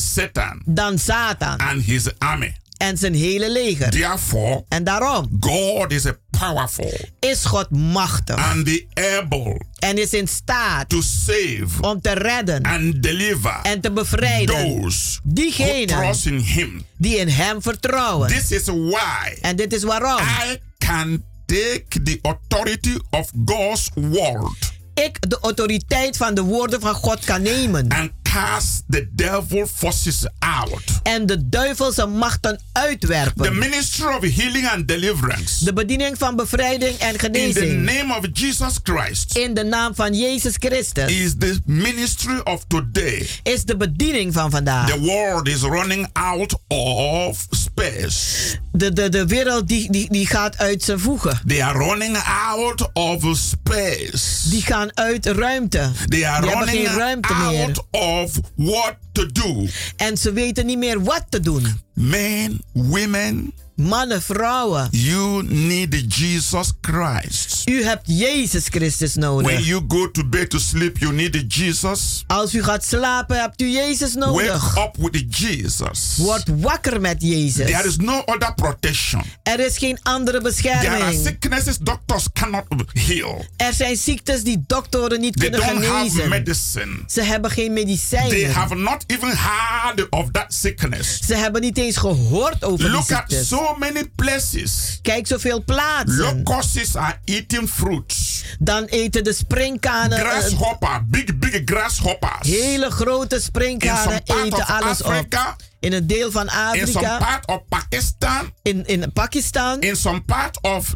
Dan Satan. And his army. En zijn hele leger. Therefore, en daarom. God is a powerful. Is God machtig. And the able. En is in staat. To save. Om te redden. And deliver. En te bevrijden. Those. Diegenen. Who trust in him. Die in hem vertrouwen. This is why. En dit is waarom. I can take the authority of God's word. Ik de autoriteit van de woorden van God kan nemen. And cast the devil forces out. En de duivelse machten uitwerpen. The ministry of healing and deliverance. De bediening van bevrijding en genezing. In the name of Jesus Christ. In de naam van Jezus Christus. Is the ministry of today. Is de bediening van vandaag. The world is running out of space. De wereld die gaat uit zijn voegen. They are running out of space. Die gaan uit ruimte. They are die running hebben geen ruimte meer. Out of what to do. En ze weten niet meer wat te doen. Men, women. Mannen, vrouwen. You need Jesus Christ. U hebt Jezus Christus nodig. When you go to bed to sleep, you need Jesus. Als u gaat slapen, hebt u Jezus nodig. Wake up with Jesus. Word wakker met Jezus. There is no other protection. Er is geen andere bescherming. There are sicknesses doctors cannot heal. Er zijn ziektes die doktoren niet kunnen genezen. Have medicine. Ze hebben geen medicijnen. They have not even heard of that sickness. Ze hebben niet eens gehoord over die ziektes. Look at so many places. Kijk zoveel plaatsen. Locusts are eating fruits. Dan eten de sprinkhanen. Grasshopper, big grasshoppers. Hele grote sprinkhanen eten alles Africa, op. In een deel van Afrika. In some part of Pakistan. In Pakistan. In some part of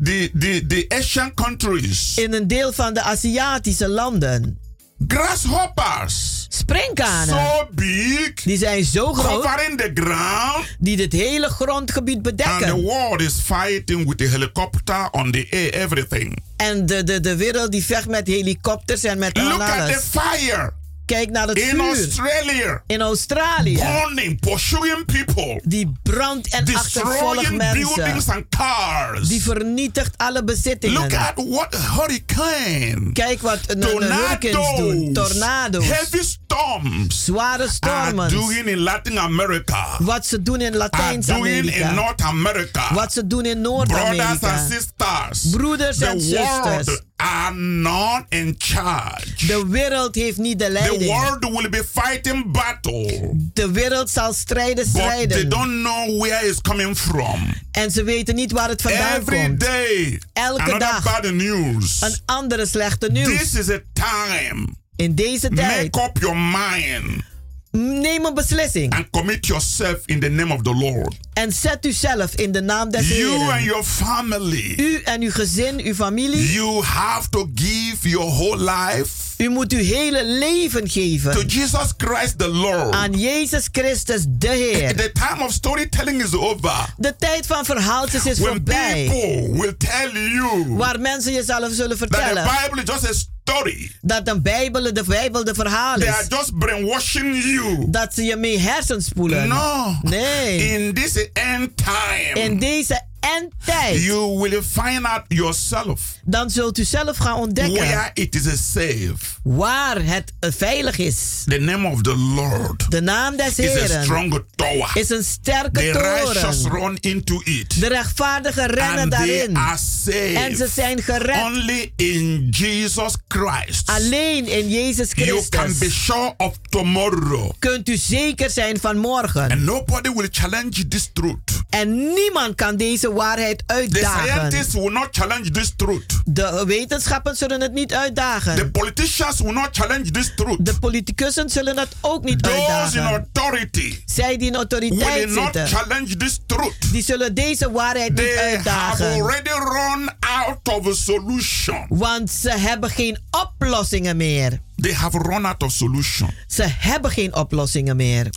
the Asian countries. In een deel van de Aziatische landen. Grasshoppers. Sprinkhanen. So big. Die zijn zo groot. Covering the ground. Die het hele grondgebied bedekken. And the world is fighting with the helicopter on the air, everything. En de wereld die vecht met helikopters en met Look alles. at the fire. Kijk naar het vuur. Australia. In Australië. Burning, pursuing people. Die brandt en achtervolgt mensen. Buildings and cars. Die vernietigt alle bezittingen. Look at what hurricane. Kijk wat hurricanes doen. Tornado's. Heavy storms. Zware stormen. Are doing in Latin America. Wat ze doen in Latijns-Amerika. Doing in North America. Wat ze doen in Noord-Amerika. Brothers and sisters. Broeders en zusters. Are not in charge. De wereld heeft niet de leiding. The world will be fighting battle. De wereld zal strijden. But they don't know where it's coming from. En ze weten niet waar het vandaan komt. Every day. Elke dag. Bad news. Een andere slechte nieuws. This is a time. In deze tijd. Make up your mind. Neem een beslissing. And commit yourself in the name of the Lord. En zet u zelf in de naam des Heren. You and your family. U en uw gezin, uw familie. You have to give your whole life. U moet uw hele leven geven. To Jesus Christ the Lord. Aan Jezus Christus de Heer. The time of storytelling is over. De tijd van verhaaltjes is voorbij. People will tell you. Waar mensen jezelf zullen vertellen. That the Bible is just a story. Dat de Bijbel de verhaal is. They are just brainwashing you. Dat ze je mee hersenspoelen. No. Nee. In this end time. In deze endtijd. You will find out yourself. Dan zult u zelf gaan ontdekken. Where it is a safe. Waar het veilig is. The name of the Lord. De naam des Heren. Is a strong tower. Is een sterke the toren. Righteous run into it. De rechtvaardigen rennen and daarin. They are saved. En ze zijn gered. Only in Jesus Christ. Alleen in Jezus Christus. You can be sure of tomorrow. Kunt u zeker zijn van morgen. And nobody will challenge this truth. En niemand kan deze waarheid uitdagen. The scientists will not challenge this truth. De wetenschappers zullen het niet uitdagen. The politicians will not challenge this truth. De politicussen zullen het ook niet Those uitdagen. In authority zij die in autoriteit will not zitten, challenge this truth. Die zullen deze waarheid niet uitdagen. They have already run out of a solution. Want ze hebben geen oplossingen meer. They have run out of solution. Ze hebben geen oplossingen meer.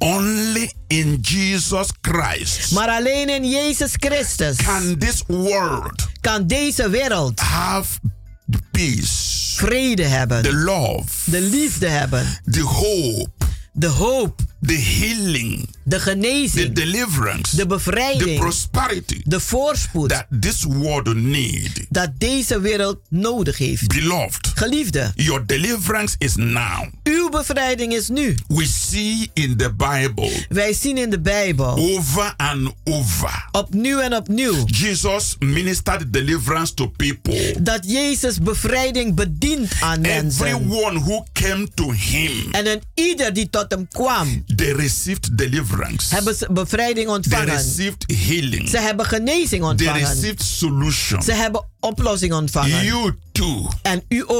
Only in Jesus Christ. Maar alleen in Jezus Christus. Can this world. Kan deze wereld. Have peace. Vrede hebben. The love. De liefde hebben. The hope. De hoop. The healing. De genezing. The deliverance. De bevrijding. The prosperity. De voorspoed. That this world need. Dat deze wereld nodig heeft. Beloved. Geliefde. Your deliverance is now. Uw bevrijding is nu. We see in the Bible. Wij zien in de Bijbel. Over and over. Opnieuw en opnieuw. Jesus ministered deliverance to people. Dat Jezus bevrijding bedient aan mensen. Everyone who came to him. En een ieder die tot hem kwam. They received deliverance. Hebben ze bevrijding ontvangen. They received healing. Ze hebben genezing ontvangen. They received solution. Ze hebben oplossing ontvangen. You too. En u ook.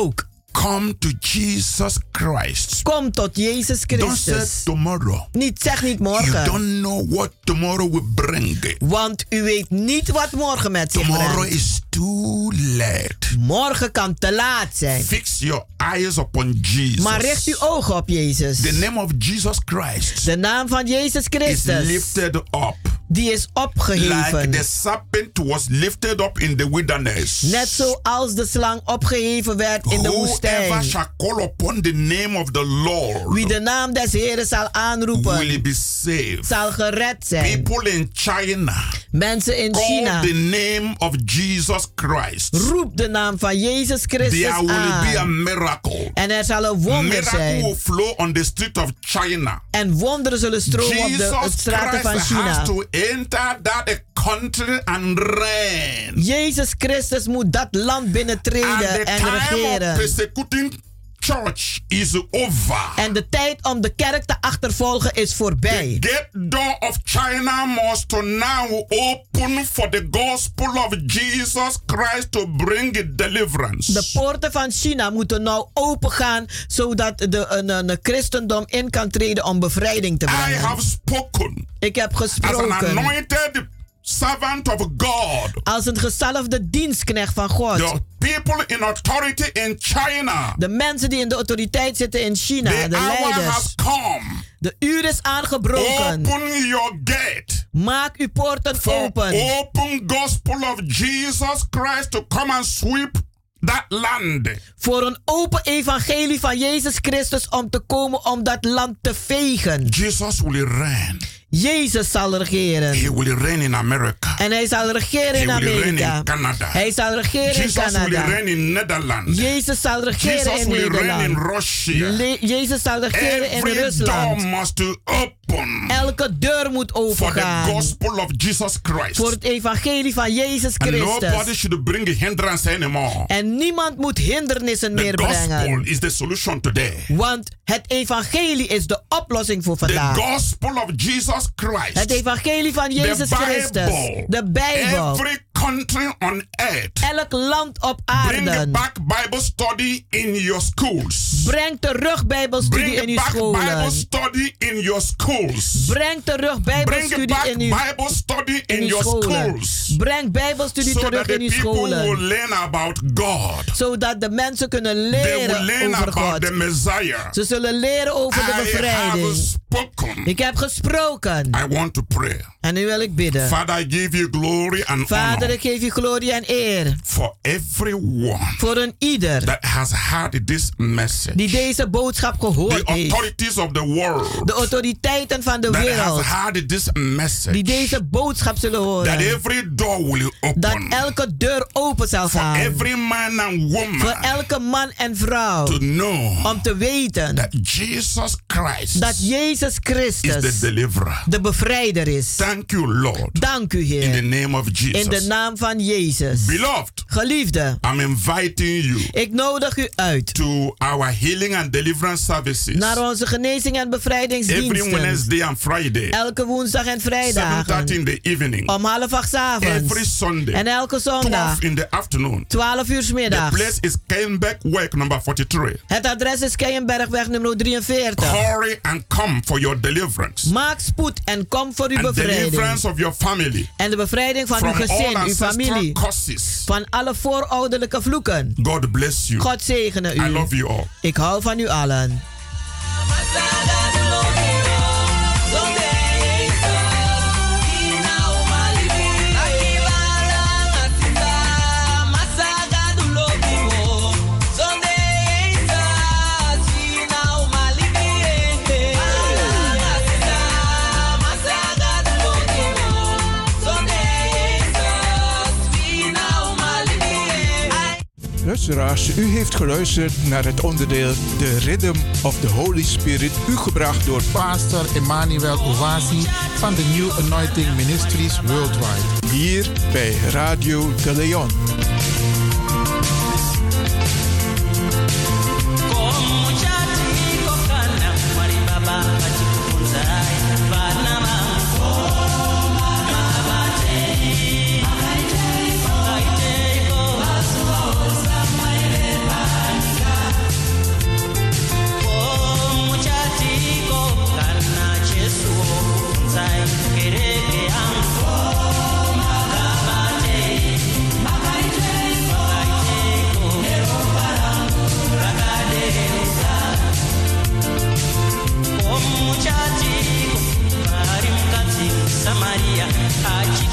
Come to Jesus Christ. Kom tot Jezus Don't say Christus. tomorrow. Zeg niet You morgen. don't know what tomorrow will bring. Want u weet niet wat morgen met zich Tomorrow brengt. is too late. Morgen kan te laat zijn. Fix your eyes upon Jesus. Maar richt uw ogen op Jezus. The name of Jesus Christ De naam van Jezus is Christus. lifted up. Die is opgeheven. Like the serpent was lifted up in the wilderness. Net zoals de slang opgeheven werd in de Whoever woestijn. shall call upon the name of the Lord Wie de naam des Heren zal aanroepen, will be saved. zal gered zijn. People in China Mensen in call China, the name of Jesus Christ. roep de naam van Jezus Christus There will be a aan. miracle. En er zal een wonder Miracle will zijn. flow on the street of China. En wonderen zullen stromen op de Jesus straten van Christ China. has to enter that country and reign. Jezus Christus moet dat land And binnentreden the en time of regeren. persecuting church is over. En de tijd om de kerk te achtervolgen is voorbij. The gate door of China must now open for the gospel of Jesus Christ to bring deliverance. De poorten van China moeten nou open gaan, zodat de christendom in kan treden om bevrijding te I brengen. have spoken Ik heb as an gesproken anointed servant of God. als een gezalfde dienstknecht van God. The people in authority in China. De mensen die in de autoriteit zitten in China, The de hour leiders. has come. De uur is aangebroken. Open your gate. Maak uw poorten For open. open gospel of Jesus Christ to come and sweep that land. Voor een open evangelie van Jezus Christus om te komen om dat land te vegen. Jesus will reign. Jezus zal regeren. He will reign in America. En hij zal regeren in He will reign Amerika. in Canada. Hij zal regeren in Jesus will Canada. reign in Netherlands. Jezus zal regeren Jesus in will reign in Nederland. Russia. Jezus zal regeren in Every door Rusland. must open Elke deur moet for the overgaan. gospel of Jesus Christ. Voor het evangelie van Jezus And nobody Christus. should bring a hindrance anymore. En niemand moet hindernissen The meer gospel brengen. is the solution today. Want het evangelie is de oplossing voor The vandaag. gospel of Jesus Christ. Het evangelie van Jezus The Christus. Bible. De Bijbel. Every country on earth. Elk land op Bring aarde. back Bible study in your schools. Breng terug Bijbelstudie in Bring uw back Bible scholen. study in your schools. Breng terug Bring Bijbelstudie back in uw, Bible study in in uw your scholen. schools. Breng Bijbelstudie So terug that the in uw people will scholen. learn about God. Zodat de mensen kunnen They will leren learn over about God. the Messiah. Ze zullen leren over de I have bevrijding. spoken. Ik heb gesproken. I want to pray. En nu wil ik bidden. Father, I give you glory and Vader, honor ik geef je glorie en eer. for everyone Voor een ieder that has heard this message. die deze boodschap gehoord The heeft. authorities of the world De autoriteiten van de that has wereld heard this die message. deze boodschap zullen That horen. every door will Dat open elke deur open zal for gaan. every man and Voor woman elke man en vrouw. to know Om te weten that Jesus Christ dat Jezus is the Christus deliverer. de bevrijder is. Thank you, Lord, Dank u, in the Heer. name of In de Jesus. naam van Jezus. Beloved, Geliefde, I'm inviting you ik nodig u uit to our healing and deliverance services naar onze genezing en every bevrijdingsdiensten. Wednesday and Friday, Elke woensdag en 7:30 vrijdagen. in the evening, Om 7:30 every avonds. Sunday, En elke zondag. 12 in the afternoon. 12 uur 's The middags. place is Keienberg Work number 43. Het adres is Keienbergweg nummer 43. Hurry and come for your deliverance Maak spoed en kom voor uw and bevrijding. deliverance of your family En de bevrijding van uw from all gezin, uw ancestral familie. curses. Van alle voorouderlijke vloeken. God bless you. God zegene I u. love you all. Ik hou van u allen. Luisteraars, u heeft geluisterd naar het onderdeel The Rhythm of the Holy Spirit, u gebracht door Pastor Emmanuel Owasi van de New Anointing Ministries Worldwide. hier bij Radio de Leon.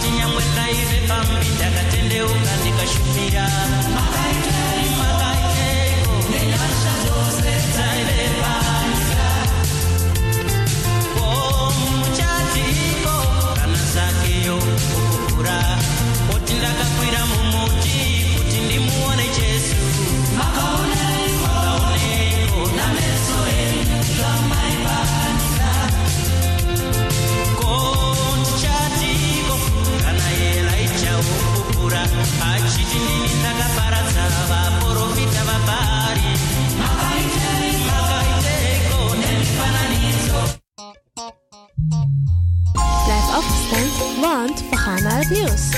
Blijf afgestemd, want we gaan naar het nieuws.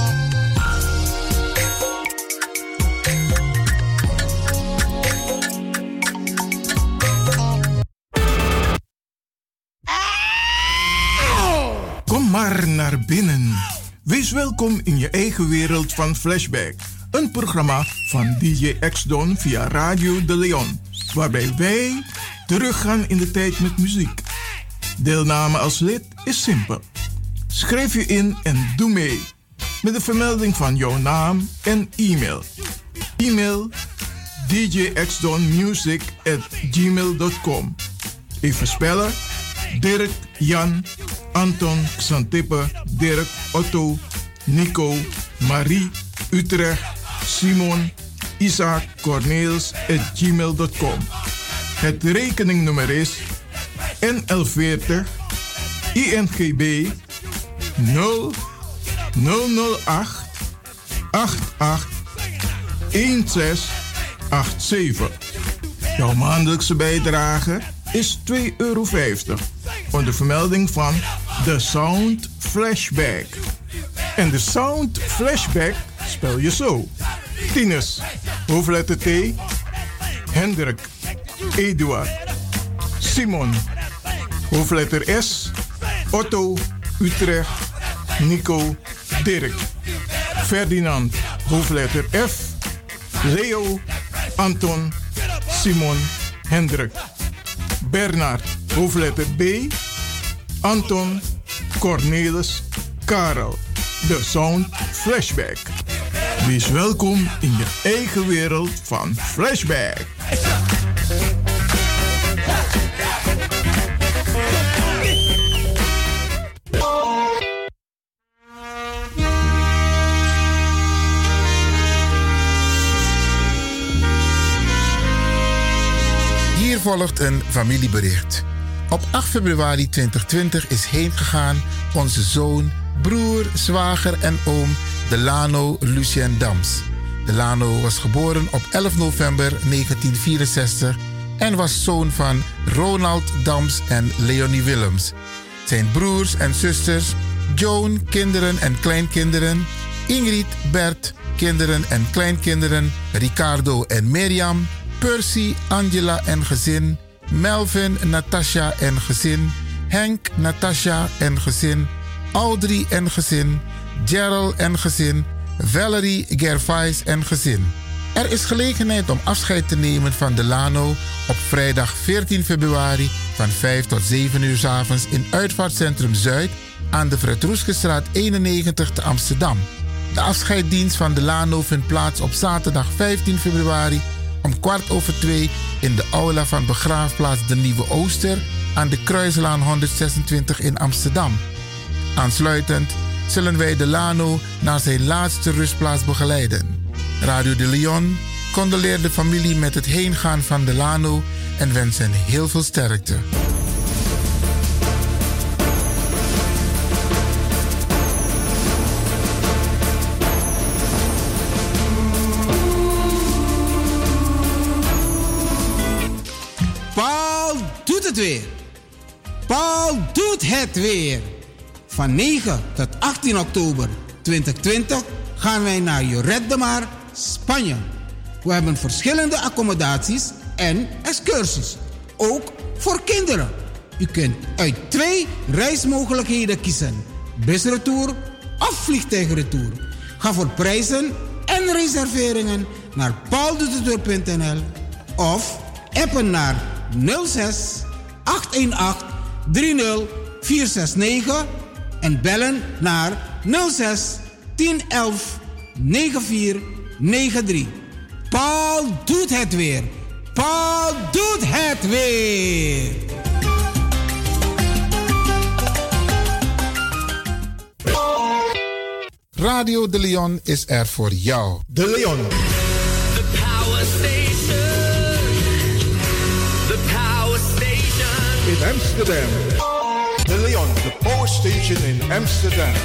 Kom maar naar binnen. Wees welkom in je eigen wereld van Flashback. Een programma van DJ X-Don via Radio De Leon. Waarbij wij teruggaan in de tijd met muziek. Deelname als lid is simpel. Schrijf je in en doe mee. Met de vermelding van jouw naam en e-mail. E-mail djxdonmusic@gmail.com. Even spellen. Dirk, Jan, Anton, Xantippe, Dirk, Otto, Nico, Marie, Utrecht, Simon, Isaac, Corneels@gmail.com. Het rekeningnummer is NL40 INGB 0008 88 1687. Jouw maandelijkse bijdrage is €2,50 onder vermelding van The Sound Flashback. En de Sound Flashback spel je zo: Tinus, hoofdletter T, Hendrik, Eduard, Simon, hoofdletter S, Otto, Utrecht, Nico, Dirk, Ferdinand, hoofdletter F, Leo, Anton, Simon, Hendrik, Bernard, hoofdletter B, Anton, Cornelis, Karel. De Sound Flashback. Wees welkom in je eigen wereld van Flashback. Hier volgt een familiebericht. Op 8 februari 2020 is heengegaan onze zoon, broer, zwager en oom Delano Lucien Dams. Delano was geboren op 11 november 1964 en was zoon van Ronald Dams en Leonie Willems. Zijn broers en zusters, Joan, kinderen en kleinkinderen, Ingrid, Bert, kinderen en kleinkinderen, Ricardo en Mirjam, Percy, Angela en gezin, Melvin, Natasha en gezin, Henk, Natasha en gezin, Audrey en gezin, Gerald en gezin, Valerie, Gervais en gezin. Er is gelegenheid om afscheid te nemen van Delano op vrijdag 14 februari van 5 tot 7 uur 's avonds in Uitvaartcentrum Zuid aan de Fred Roeskestraat 91 te Amsterdam. De afscheidsdienst van Delano vindt plaats op zaterdag 15 februari om 2:15 in de aula van begraafplaats De Nieuwe Ooster aan de Kruislaan 126 in Amsterdam. Aansluitend zullen wij Delano naar zijn laatste rustplaats begeleiden. Radio De Leon condoleert de familie met het heengaan van Delano en wens hen heel veel sterkte. Paul doet het weer. Paul doet het weer. Van 9 tot 18 oktober 2020 gaan wij naar Lloret de Mar, Spanje. We hebben verschillende accommodaties en excursies. Ook voor kinderen. U kunt uit 2 reismogelijkheden kiezen. Busretour of vliegtuigretour. Ga voor prijzen en reserveringen naar pauldoetetour.nl of appen naar 06 818 30 469 en bellen naar 06 1011 9493. Paul doet het weer. Paul doet het weer. Radio De Leon is er voor jou. De Leon. The power station. The power station. In Amsterdam. De Leon, the power station in Amsterdam.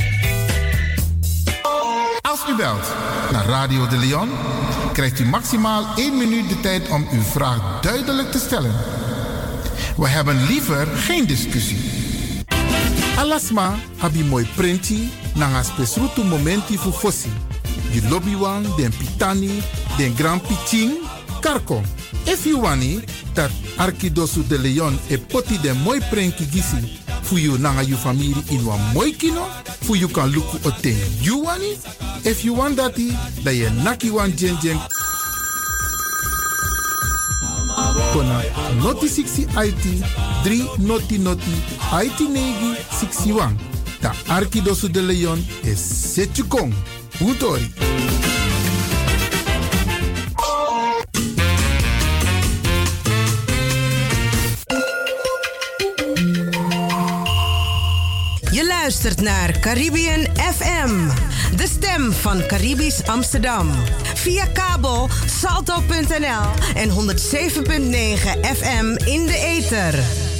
Als u belt naar Radio De Leon, krijgt u maximaal 1 minuut de tijd om uw vraag duidelijk te stellen. We hebben liever geen discussie. Alasma abi mooi printi nanga spesrutu momenti fu fossi. You lobby wan, den pitani, den grand pitching, karko. If you wani, dat Arkidosu De Leon e poti den mooi prenki gisi. Fu you nanga you familie in wan mooi kino. Fu you kan luku oten you wani. If you want dati, da ye naki wan jen jen. Kona noti 60 IT 3 noti IT negi 61. Ta Arkidosu De Leon is Setjukong. Utori. Je luistert naar Caribbean FM, de stem van Caribisch Amsterdam. Via kabel salto.nl en 107.9 FM in de ether.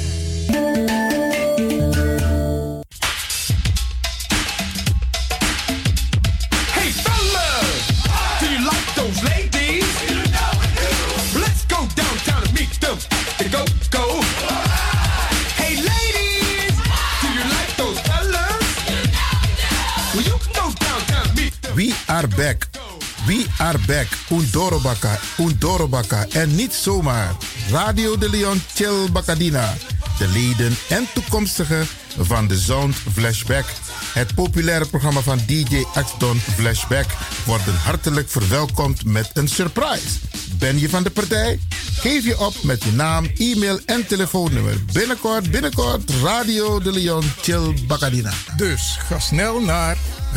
Hey fellas, do you like those ladies? Let's go downtown and meet them. Go, go. Hey ladies, do you like those fellas? Well, you can go downtown and meet them. We are back. We are back. Undorobaka. En niet zomaar. Radio De Leon Chill Bacadina. De leden en toekomstigen van de Sound Flashback. Het populaire programma van DJ X-Don Flashback worden hartelijk verwelkomd met een surprise. Ben je van de partij? Geef je op met je naam, e-mail en telefoonnummer. Binnenkort Radio De Leon Chill Bacadina. Dus ga snel naar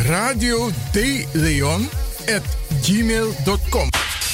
radiodeleon@gmail.com.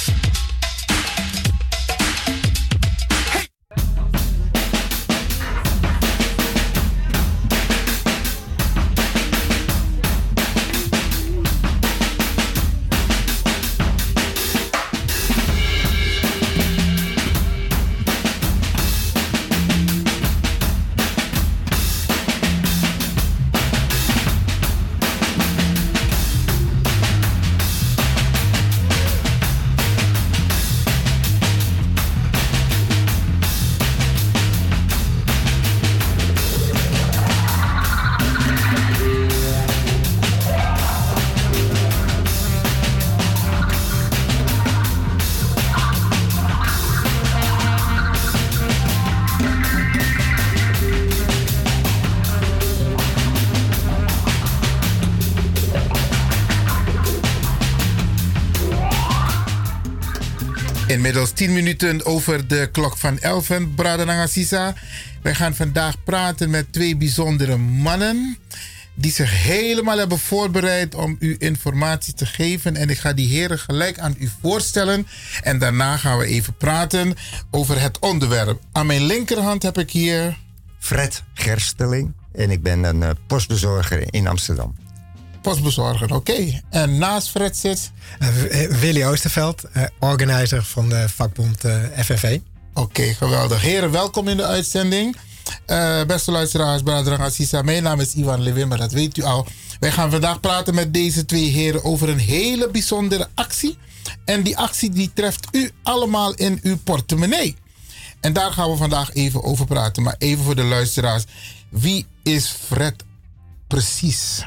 Inmiddels 10 minuten over de klok van 11, Brada Nangasisa. Wij gaan vandaag praten met 2 bijzondere mannen die zich helemaal hebben voorbereid om u informatie te geven. En ik ga die heren gelijk aan u voorstellen. En daarna gaan we even praten over het onderwerp. Aan mijn linkerhand heb ik hier Fred Gersteling en ik ben een postbezorger in Amsterdam. Postbezorger, oké. En naast Fred zit Willy Oosterveld, organizer van de vakbond FNV. Oké, geweldig. Heren, welkom in de uitzending. Beste luisteraars, Brada Assisa, mijn naam is Ivan Lewin, maar dat weet u al. Wij gaan vandaag praten met deze 2 heren over een hele bijzondere actie. En die actie die treft u allemaal in uw portemonnee. En daar gaan we vandaag even over praten. Maar even voor de luisteraars. Wie is Fred precies?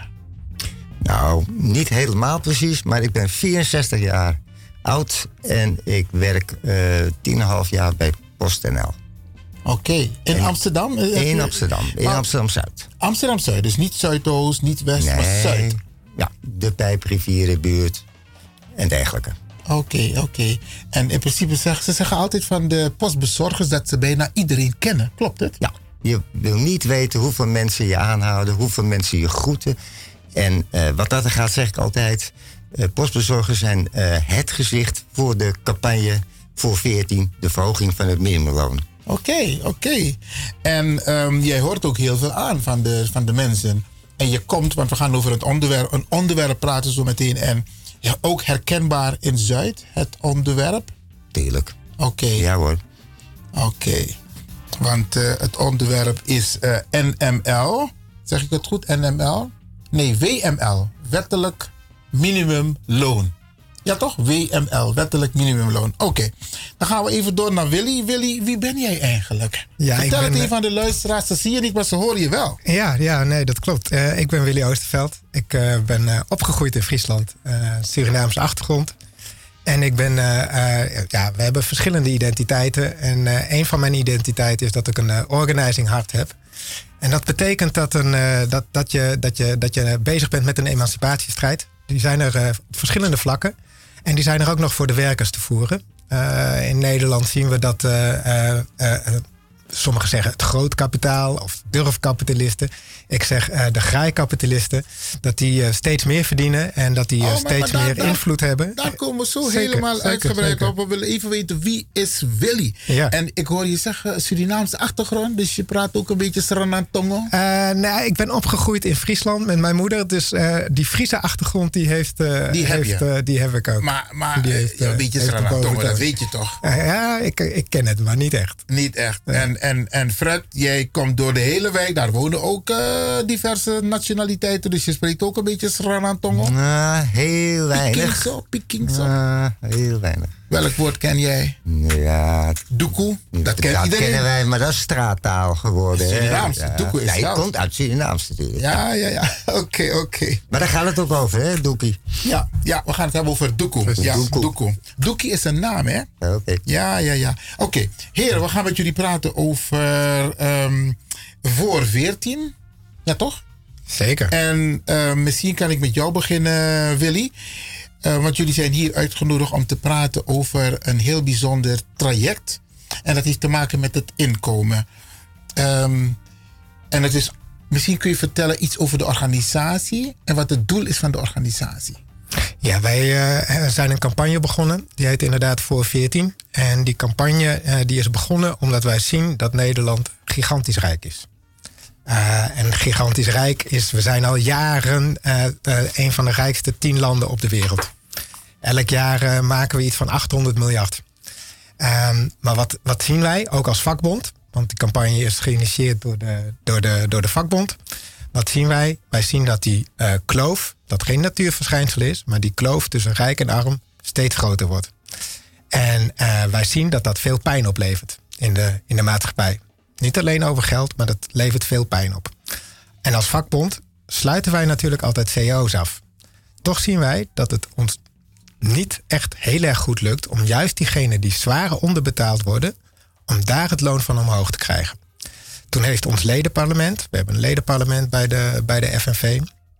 Nou, niet helemaal precies, maar ik ben 64 jaar oud en ik werk 10,5 jaar bij PostNL. Oké, in Amsterdam? In Amsterdam, in Amsterdam-Zuid. Amsterdam-Zuid, dus niet Zuidoost, niet West, maar Zuid. Ja, de Pijprivierenbuurt en dergelijke. Oké. En in principe ze zeggen altijd van de postbezorgers dat ze bijna iedereen kennen. Klopt het? Ja, Je wil niet weten hoeveel mensen je aanhouden, hoeveel mensen je groeten. En wat dat er gaat, zeg ik altijd... postbezorgers zijn het gezicht voor de campagne voor 14... de verhoging van het minimumloon. Oké. En jij hoort ook heel veel aan van de mensen. En je komt, want we gaan over een onderwerp praten zo meteen. En ja, ook herkenbaar in Zuid, het onderwerp? Tuurlijk. Oké. Ja hoor. Oké. Want het onderwerp is NML. Zeg ik het goed? NML? Nee, WML. Wettelijk minimumloon. Ja toch? WML. Wettelijk minimumloon. Oké. Dan gaan we even door naar Willy. Willy, wie ben jij eigenlijk? Ja, Vertel het even aan de luisteraars. Ze zie je niet, maar ze horen je wel. Ja, nee, dat klopt. Ik ben Willy Oosterveld. Ik ben opgegroeid in Friesland. Surinaamse achtergrond. En ik ben... we hebben verschillende identiteiten. En een van mijn identiteiten is dat ik een organizing hart heb. En dat betekent dat je bezig bent met een emancipatiestrijd. Die zijn er op verschillende vlakken. En die zijn er ook nog voor de werkers te voeren. In Nederland zien we dat sommigen zeggen het grootkapitaal of durfkapitalisten. Ik zeg de graaikapitalisten. Dat die steeds meer verdienen en dat die steeds meer invloed hebben. Daar komen we zo helemaal uitgebreid op. We willen even weten wie is Willy. Ja. En ik hoor je zeggen Surinaamse achtergrond. Dus je praat ook een beetje Sranantongo. Nee, ik ben opgegroeid in Friesland met mijn moeder. Dus die Friese achtergrond die heb ik ook. Maar een beetje Sranantongo, dat weet je toch? Ja, ik ken het, maar niet echt. Niet echt. En Fred, jij komt door de hele wijk. Daar wonen ook diverse nationaliteiten. Dus je spreekt ook een beetje Sranantongo? Heel weinig. Pikingso. Heel weinig. Welk woord ken jij? Ja. Doekoe? Dat kent iedereen. Kennen wij, maar dat is straattaal geworden. Surinaams. Doekoe is je komt uit Surinaams natuurlijk. Ja. Oké. Maar daar gaat het ook over, hè, Doekie? Ja, we gaan het hebben over Doekoe. Ja, Doekoe. Doekie is een naam, hè? Oké. Ja. Oké. Heren, we gaan met jullie praten over voor 14. Ja, toch? Zeker. En misschien kan ik met jou beginnen, Willy. Want jullie zijn hier uitgenodigd om te praten over een heel bijzonder traject. En dat heeft te maken met het inkomen. En het is, misschien kun je vertellen iets over de organisatie en wat het doel is van de organisatie. Ja, wij zijn een campagne begonnen. Die heet inderdaad Voor 14. En die campagne die is begonnen omdat wij zien dat Nederland gigantisch rijk is. En gigantisch rijk is, we zijn al jaren een van de rijkste 10 landen op de wereld. Elk jaar maken we iets van 800 miljard. Maar wat zien wij, ook als vakbond? Want die campagne is geïnitieerd door de vakbond. Wat zien wij? Wij zien dat die kloof, dat geen natuurverschijnsel is, maar die kloof tussen rijk en arm steeds groter wordt. En wij zien dat dat veel pijn oplevert in de maatschappij. Niet alleen over geld, maar dat levert veel pijn op. En als vakbond sluiten wij natuurlijk altijd CEO's af. Toch zien wij dat het ons niet echt heel erg goed lukt om juist diegenen die zwaar onderbetaald worden, om daar het loon van omhoog te krijgen. Toen heeft ons ledenparlement, we hebben een ledenparlement bij de FNV,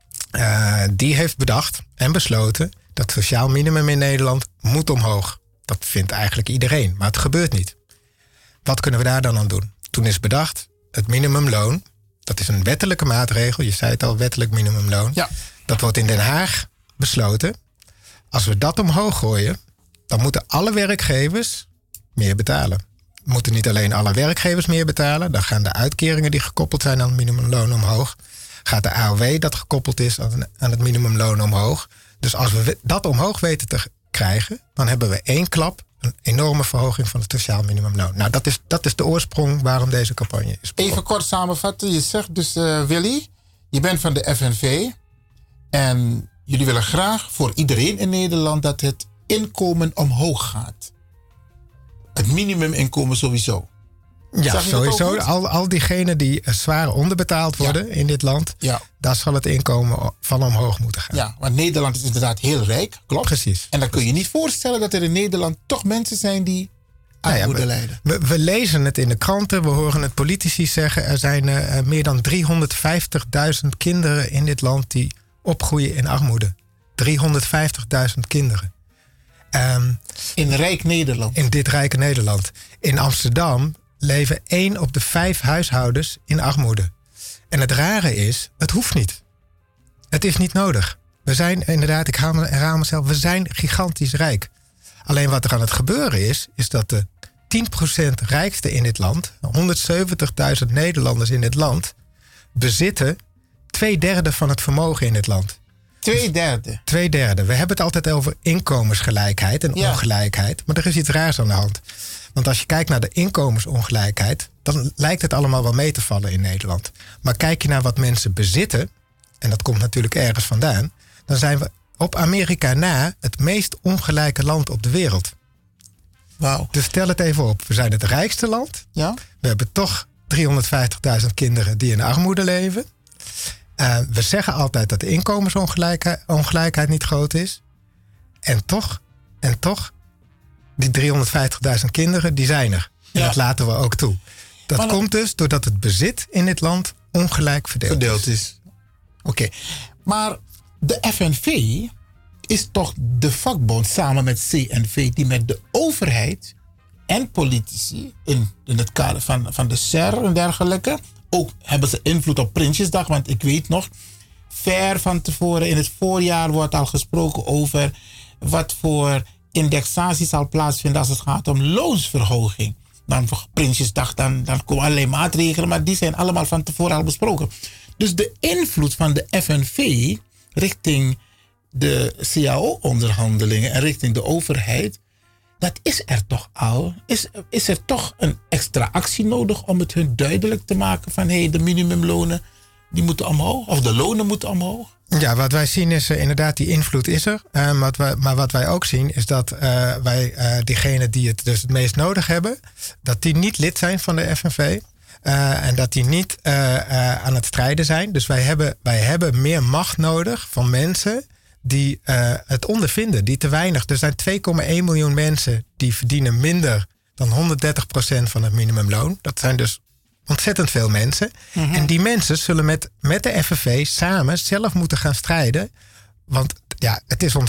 die heeft bedacht en besloten dat het sociaal minimum in Nederland moet omhoog. Dat vindt eigenlijk iedereen, maar het gebeurt niet. Wat kunnen we daar dan aan doen? Toen is bedacht, het minimumloon, dat is een wettelijke maatregel. Je zei het al, wettelijk minimumloon. Ja. Dat wordt in Den Haag besloten. Als we dat omhoog gooien, dan moeten alle werkgevers meer betalen. Moeten niet alleen alle werkgevers meer betalen. Dan gaan de uitkeringen die gekoppeld zijn aan het minimumloon omhoog. Gaat de AOW dat gekoppeld is aan het minimumloon omhoog. Dus als we dat omhoog weten te krijgen, dan hebben we één klap een enorme verhoging van het sociaal minimumloon. Nou, dat is de oorsprong waarom deze campagne is begonnen. Even kort samenvatten. Je zegt dus, Willy, je bent van de FNV. En jullie willen graag voor iedereen in Nederland dat het inkomen omhoog gaat. Het minimuminkomen sowieso. Ja, sowieso. Al diegenen die zwaar onderbetaald worden in dit land, daar zal het inkomen van omhoog moeten gaan. Ja, want Nederland is inderdaad heel rijk, klopt. Precies. En dan kun je niet voorstellen dat er in Nederland toch mensen zijn die armoede lijden. We lezen het in de kranten, we horen het politici zeggen. Er zijn meer dan 350.000 kinderen in dit land die opgroeien in armoede. 350.000 kinderen. In rijk Nederland. In dit rijke Nederland. In Amsterdam leven 1 op de 5 huishoudens in armoede. En het rare is, het hoeft niet. Het is niet nodig. We zijn inderdaad, ik herhaal mezelf, we zijn gigantisch rijk. Alleen wat er aan het gebeuren is dat de 10% rijkste in dit land, 170.000 Nederlanders in dit land, bezitten 2/3 van het vermogen in dit land. 2/3? 2/3. We hebben het altijd over inkomensgelijkheid en ongelijkheid. Maar er is iets raars aan de hand. Want als je kijkt naar de inkomensongelijkheid, dan lijkt het allemaal wel mee te vallen in Nederland. Maar kijk je naar wat mensen bezitten, en dat komt natuurlijk ergens vandaan, dan zijn we op Amerika na het meest ongelijke land op de wereld. Wauw. Dus stel het even op. We zijn het rijkste land. Ja. We hebben toch 350.000 kinderen die in armoede leven. We zeggen altijd dat de inkomensongelijkheid niet groot is. En toch, die 350.000 kinderen, die zijn er. En dat laten we ook toe. Dat komt dus doordat het bezit in dit land ongelijk verdeeld is. Oké. Maar de FNV is toch de vakbond samen met CNV die met de overheid en politici in het kader van de SER en dergelijke, ook hebben ze invloed op Prinsjesdag, want ik weet nog, ver van tevoren in het voorjaar wordt al gesproken over wat voor indexatie zal plaatsvinden als het gaat om loonsverhoging. Dan voor Prinsjesdag, dan komen allerlei maatregelen, maar die zijn allemaal van tevoren al besproken. Dus de invloed van de FNV richting de CAO-onderhandelingen en richting de overheid, dat is er toch al. Is er toch een extra actie nodig om het hun duidelijk te maken van de minimumlonen die moeten omhoog, of de lonen moeten omhoog? Ja, wat wij zien is inderdaad, die invloed is er. Maar wat wij ook zien is dat wij diegenen die het dus het meest nodig hebben, dat die niet lid zijn van de FNV. En dat die niet aan het strijden zijn. Dus wij hebben meer macht nodig van mensen die het ondervinden, die te weinig. Er zijn 2,1 miljoen mensen die verdienen minder dan 130% van het minimumloon. Dat zijn dus ontzettend veel mensen. Mm-hmm. En die mensen zullen met de FNV samen zelf moeten gaan strijden. Want ja, het is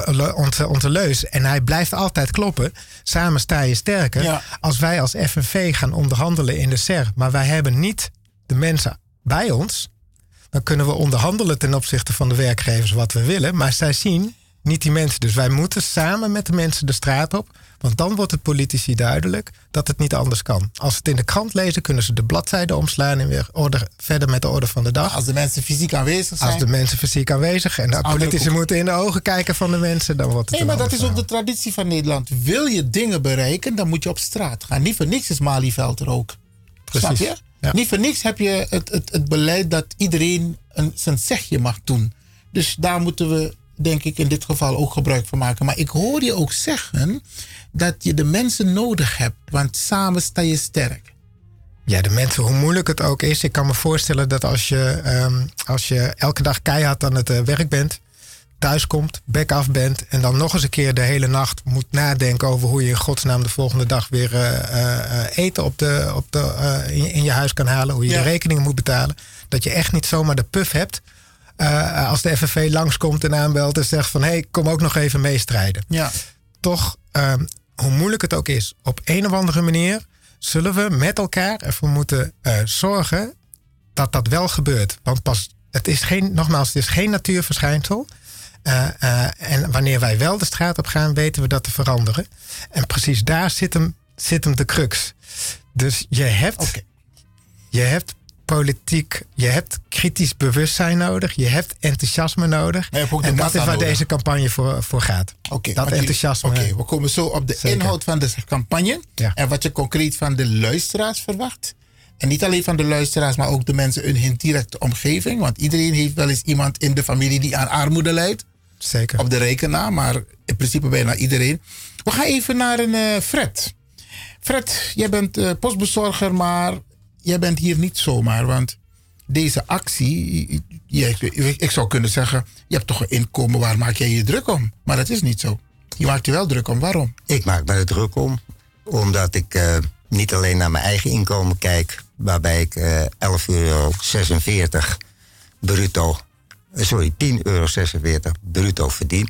onze leus. En hij blijft altijd kloppen. Samen sta je sterker. Ja. Als wij als FNV gaan onderhandelen in de SER, maar wij hebben niet de mensen bij ons, dan kunnen we onderhandelen ten opzichte van de werkgevers wat we willen. Maar zij zien niet die mensen. Dus wij moeten samen met de mensen de straat op. Want dan wordt het politici duidelijk dat het niet anders kan. Als ze het in de krant lezen, kunnen ze de bladzijde omslaan en weer verder met de orde van de dag. Als de mensen fysiek aanwezig zijn. Als de mensen fysiek aanwezig en de politici moeten in de ogen kijken van de mensen, dan wordt het maar dat is ook de traditie van Nederland. Wil je dingen bereiken, dan moet je op straat gaan. Niet voor niks is Malieveld er ook. Precies. Snap je? Ja. Niet voor niks heb je het beleid dat iedereen zijn zegje mag doen. Dus daar moeten we, denk ik, in dit geval ook gebruik van maken. Maar ik hoor je ook zeggen dat je de mensen nodig hebt, want samen sta je sterk. Ja, de mensen, hoe moeilijk het ook is. Ik kan me voorstellen dat als je elke dag keihard aan het werk bent, thuis komt, bek af bent en dan nog eens een keer de hele nacht moet nadenken over hoe je in godsnaam de volgende dag weer eten in je huis kan halen, hoe je de rekeningen moet betalen. Dat je echt niet zomaar de puff hebt als de FNV langskomt en aanbelt en zegt van hey, kom ook nog even meestrijden. Ja. Toch, hoe moeilijk het ook is, op een of andere manier zullen we met elkaar ervoor moeten zorgen dat dat wel gebeurt. Want het is geen natuurverschijnsel. En wanneer wij wel de straat op gaan, weten we dat te veranderen. En precies daar zit hem de crux. Dus je hebt politiek, je hebt kritisch bewustzijn nodig, je hebt enthousiasme nodig. En dat is waar deze campagne voor gaat. Dat enthousiasme. We komen zo op de inhoud van de campagne. Ja. En wat je concreet van de luisteraars verwacht. En niet alleen van de luisteraars, maar ook de mensen in hun directe omgeving. Want iedereen heeft wel eens iemand in de familie die aan armoede lijdt. Zeker. Op de rekenaar, maar in principe bijna iedereen. We gaan even naar een Fred. Fred, jij bent postbezorger, maar jij bent hier niet zomaar. Want deze actie, ik zou kunnen zeggen, je hebt toch een inkomen, waar maak jij je druk om? Maar dat is niet zo. Je maakt je wel druk om. Waarom? Ik maak me er druk om, omdat ik niet alleen naar mijn eigen inkomen kijk, waarbij ik €11,46 bruto, €10,46 bruto verdien.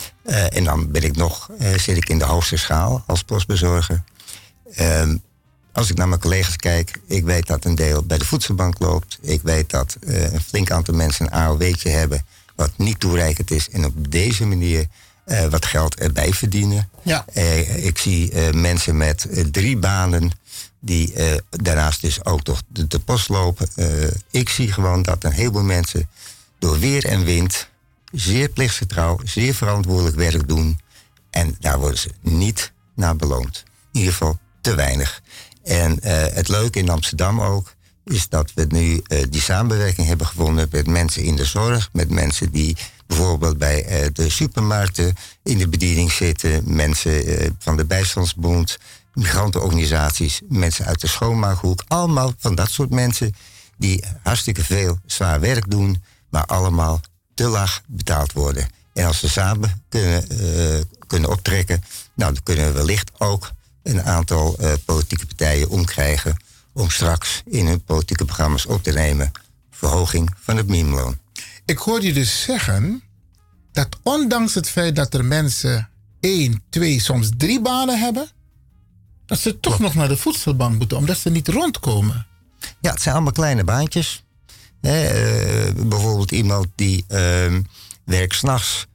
En dan ben ik zit ik in de hoogste schaal als postbezorger. als ik naar mijn collega's kijk, ik weet dat een deel bij de voedselbank loopt. Ik weet dat een flink aantal mensen een AOW'tje hebben wat niet toereikend is. En op deze manier wat geld erbij verdienen. Ja. Ik zie mensen met 3 banen die daarnaast dus ook toch de post lopen. Ik zie gewoon dat een heleboel mensen door weer en wind zeer plichtsgetrouw, zeer verantwoordelijk werk doen. En daar worden ze niet naar beloond. In ieder geval te weinig. En het leuke in Amsterdam ook is dat we nu die samenwerking hebben gevonden met mensen in de zorg, met mensen die bijvoorbeeld bij de supermarkten in de bediening zitten, mensen van de Bijstandsbond, migrantenorganisaties, mensen uit de schoonmaakhoek. Allemaal van dat soort mensen die hartstikke veel zwaar werk doen, maar allemaal te laag betaald worden. En als we samen kunnen optrekken, nou, dan kunnen we wellicht ook een aantal politieke partijen omkrijgen om straks in hun politieke programma's op te nemen verhoging van het minimumloon. Ik hoor je dus zeggen dat ondanks het feit dat er mensen 1, 2, soms 3 banen hebben, dat ze toch nog naar de voedselbank moeten, omdat ze niet rondkomen. Ja, het zijn allemaal kleine baantjes. Bijvoorbeeld iemand die werkt 's nachts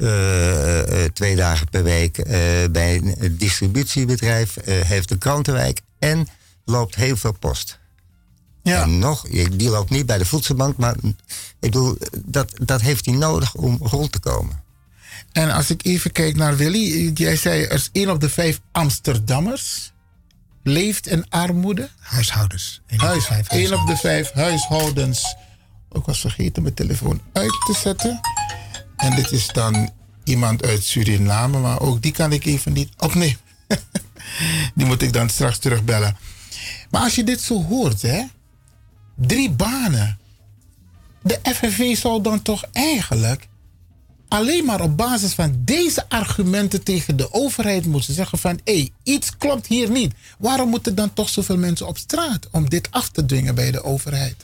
2 dagen per week bij een distributiebedrijf, heeft een krantenwijk en loopt heel veel post. Ja. En nog, die loopt niet bij de voedselbank, maar ik bedoel, dat heeft hij nodig om rond te komen. En als ik even kijk naar Willy, jij zei er is 1 op de 5 Amsterdammers leeft in armoede. Huishoudens. 1 op de 5 huishoudens. Ik was vergeten mijn telefoon uit te zetten. En dit is dan iemand uit Suriname, maar ook die kan ik even niet opnemen. Die moet ik dan straks terugbellen. Maar als je dit zo hoort, hè, 3 banen. De FNV zou dan toch eigenlijk alleen maar op basis van deze argumenten tegen de overheid moeten zeggen van iets klopt hier niet. Waarom moeten dan toch zoveel mensen op straat om dit af te dwingen bij de overheid?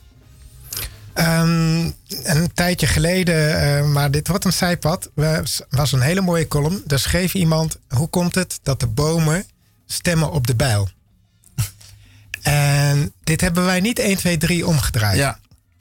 Een tijdje geleden, maar dit wordt een zijpad, was een hele mooie column. Daar schreef iemand, hoe komt het dat de bomen stemmen op de bijl? En dit hebben wij niet 1, 2, 3 omgedraaid. Ja.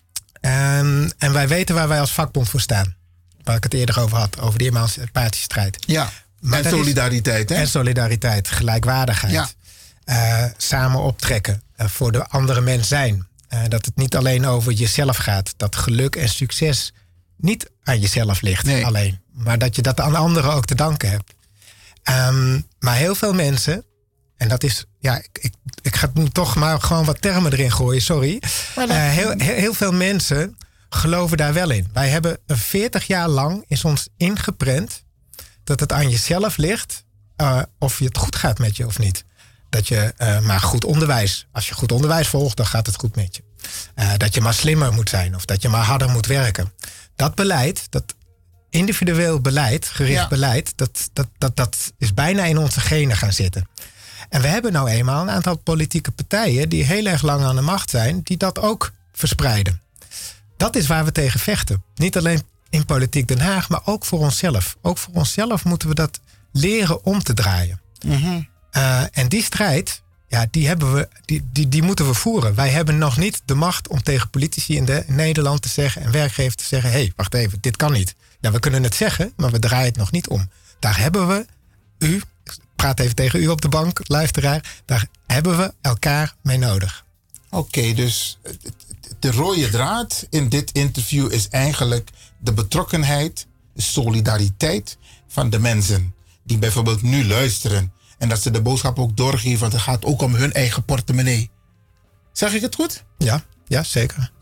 En wij weten waar wij als vakbond voor staan. Waar ik het eerder over had, over die emancipatiestrijd. Ja, maar en solidariteit, hè? En solidariteit, gelijkwaardigheid. Ja. Samen optrekken, voor de andere mens zijn. Dat het niet alleen over jezelf gaat. Dat geluk en succes niet aan jezelf ligt alleen. Maar dat je dat aan anderen ook te danken hebt. Maar heel veel mensen, en dat is, ja, ik ga nu toch maar gewoon wat termen erin gooien, sorry. Heel veel mensen geloven daar wel in. Wij hebben 40 jaar lang is ons ingeprent dat het aan jezelf ligt of je het goed gaat met je of niet. Dat je maar goed onderwijs, als je goed onderwijs volgt, dan gaat het goed met je. Dat je maar slimmer moet zijn of dat je maar harder moet werken. Dat beleid, dat individueel beleid, gericht beleid, dat is bijna in onze genen gaan zitten. En we hebben nou eenmaal een aantal politieke partijen die heel erg lang aan de macht zijn, die dat ook verspreiden. Dat is waar we tegen vechten. Niet alleen in politiek Den Haag, maar ook voor onszelf. Ook voor onszelf moeten we dat leren om te draaien. Mm-hmm. En die strijd, ja, die moeten we voeren. Wij hebben nog niet de macht om tegen politici in Nederland te zeggen en werkgevers te zeggen, hé, wacht even, dit kan niet. Ja, we kunnen het zeggen, maar we draaien het nog niet om. Daar hebben we ik praat even tegen u op de bank, luisteraar, daar hebben we elkaar mee nodig. Oké, dus de rode draad in dit interview is eigenlijk de betrokkenheid, de solidariteit van de mensen die bijvoorbeeld nu luisteren. En dat ze de boodschap ook doorgeven, want het gaat ook om hun eigen portemonnee. Zeg ik het goed? Ja, zeker.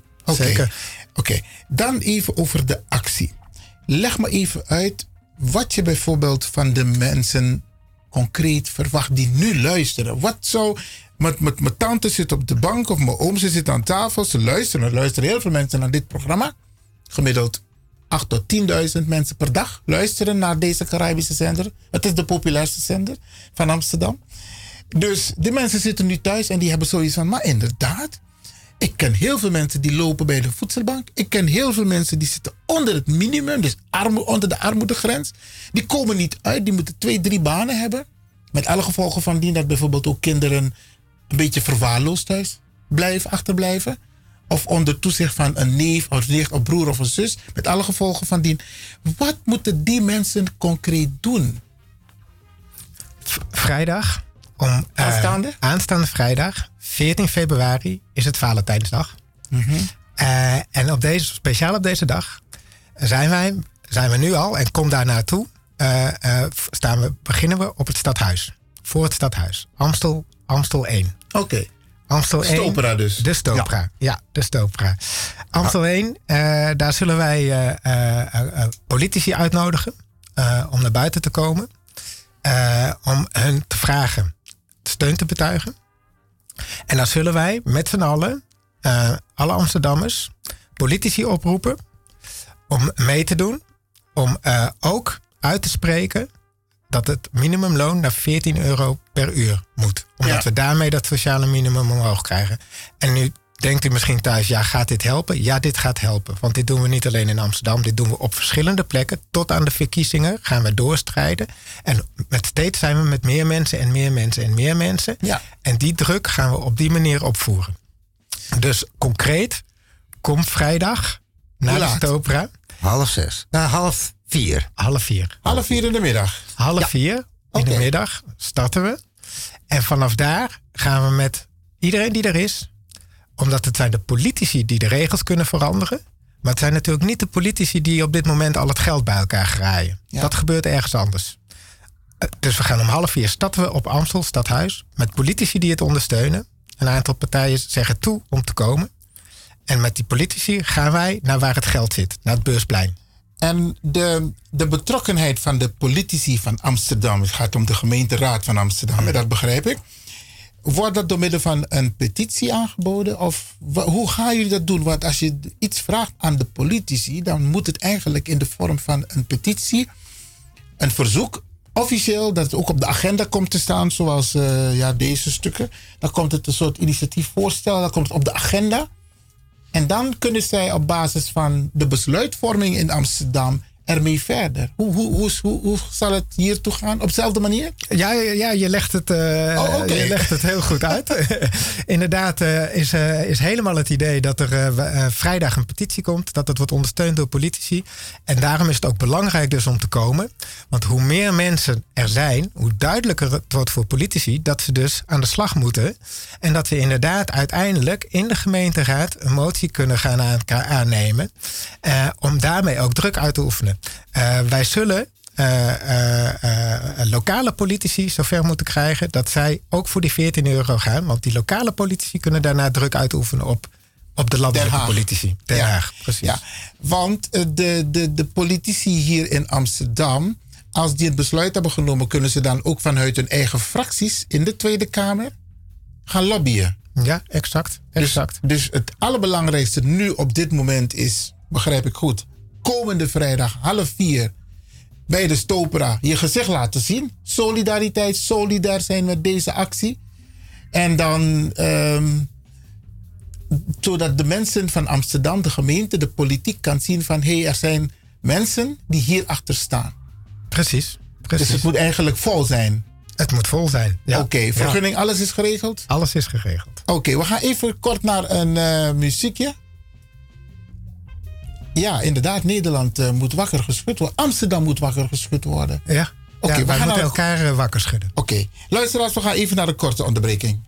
Oké, dan even over de actie. Leg me even uit wat je bijvoorbeeld van de mensen concreet verwacht die nu luisteren. Wat zou... Mijn tante zit op de bank of mijn oom zit aan tafel. Ze luisteren. Er luisteren heel veel mensen naar dit programma. Gemiddeld 8.000 tot 10.000 mensen per dag luisteren naar deze Caribische zender. Het is de populairste zender van Amsterdam. Dus die mensen zitten nu thuis en die hebben zoiets van, maar inderdaad, ik ken heel veel mensen die lopen bij de voedselbank. Ik ken heel veel mensen die zitten onder het minimum, dus onder de armoedegrens. Die komen niet uit, die moeten 2, 3 banen hebben. Met alle gevolgen van die dat bijvoorbeeld ook kinderen een beetje verwaarloosd thuis achterblijven? Of onder toezicht van een neef of nicht of broer of een zus, met alle gevolgen van dien. Wat moeten die mensen concreet doen? Vrijdag, aanstaande vrijdag, 14 februari, is het Valentijnsdag. En speciaal op deze dag zijn we nu al, en kom daar naartoe, beginnen we op het stadhuis. Voor het stadhuis. Amstel 1. Oké. Amstel 1. Stopera dus. De Stopera. Ja, de Stopera. Amstel 1, daar zullen wij politici uitnodigen om naar buiten te komen. Om hen te vragen steun te betuigen. En dan zullen wij met z'n allen, alle Amsterdammers, politici oproepen om mee te doen. Om ook uit te spreken dat het minimumloon naar €14 per uur moet. Omdat we daarmee dat sociale minimum omhoog krijgen. En nu denkt u misschien thuis, gaat dit helpen? Ja, dit gaat helpen. Want dit doen we niet alleen in Amsterdam. Dit doen we op verschillende plekken. Tot aan de verkiezingen gaan we doorstrijden. En steeds zijn we met meer mensen en meer mensen en meer mensen. Ja. En die druk gaan we op die manier opvoeren. Dus concreet, kom vrijdag naar de Stopera. 5:30. 4:30. 3:30. 4:30 in de middag. 3:30 in de middag starten we. En vanaf daar gaan we met iedereen die er is. Omdat het zijn de politici die de regels kunnen veranderen. Maar het zijn natuurlijk niet de politici die op dit moment al het geld bij elkaar graaien. Ja. Dat gebeurt ergens anders. Dus we gaan om 3:30 starten we op Amstel, stadhuis. Met politici die het ondersteunen. Een aantal partijen zeggen toe om te komen. En met die politici gaan wij naar waar het geld zit. Naar het Beursplein. En de betrokkenheid van de politici van Amsterdam. Het gaat om de gemeenteraad van Amsterdam. Dat begrijp ik. Wordt dat door middel van een petitie aangeboden? Of hoe gaan jullie dat doen? Want als je iets vraagt aan de politici, dan moet het eigenlijk in de vorm van een petitie, een verzoek, officieel, dat het ook op de agenda komt te staan, zoals deze stukken. Dan komt het een soort initiatiefvoorstel, dan komt het op de agenda. En dan kunnen zij op basis van de besluitvorming in Amsterdam ermee verder. Hoe zal het hier toe gaan? Op dezelfde manier? Ja, je legt je legt het heel goed uit. Inderdaad is helemaal het idee dat er vrijdag een petitie komt. Dat het wordt ondersteund door politici. En daarom is het ook belangrijk dus om te komen. Want hoe meer mensen er zijn, hoe duidelijker het wordt voor politici dat ze dus aan de slag moeten. En dat we inderdaad uiteindelijk in de gemeenteraad een motie kunnen gaan aannemen. Om daarmee ook druk uit te oefenen. Wij zullen lokale politici zover moeten krijgen dat zij ook voor die €14 gaan. Want die lokale politici kunnen daarna druk uitoefenen op de landelijke politici. Den Haag, precies. Ja, want de politici hier in Amsterdam, als die het besluit hebben genomen, kunnen ze dan ook vanuit hun eigen fracties in de Tweede Kamer gaan lobbyen. Ja, exact. Dus het allerbelangrijkste nu op dit moment is, begrijp ik goed, komende vrijdag 3:30 bij de Stopera je gezicht laten zien. Solidariteit, solidair zijn met deze actie. En dan zodat de mensen van Amsterdam, de gemeente, de politiek kan zien van er zijn mensen die hierachter staan. Precies. Dus het moet eigenlijk vol zijn. Het moet vol zijn. Ja. Oké, vergunning, alles is geregeld? Alles is geregeld. Oké, we gaan even kort naar een muziekje. Ja, inderdaad, Nederland moet wakker geschud worden. Amsterdam moet wakker geschud worden. Ja, we gaan moeten elkaar wakker schudden. Oké, luisteraars, we gaan even naar een korte onderbreking.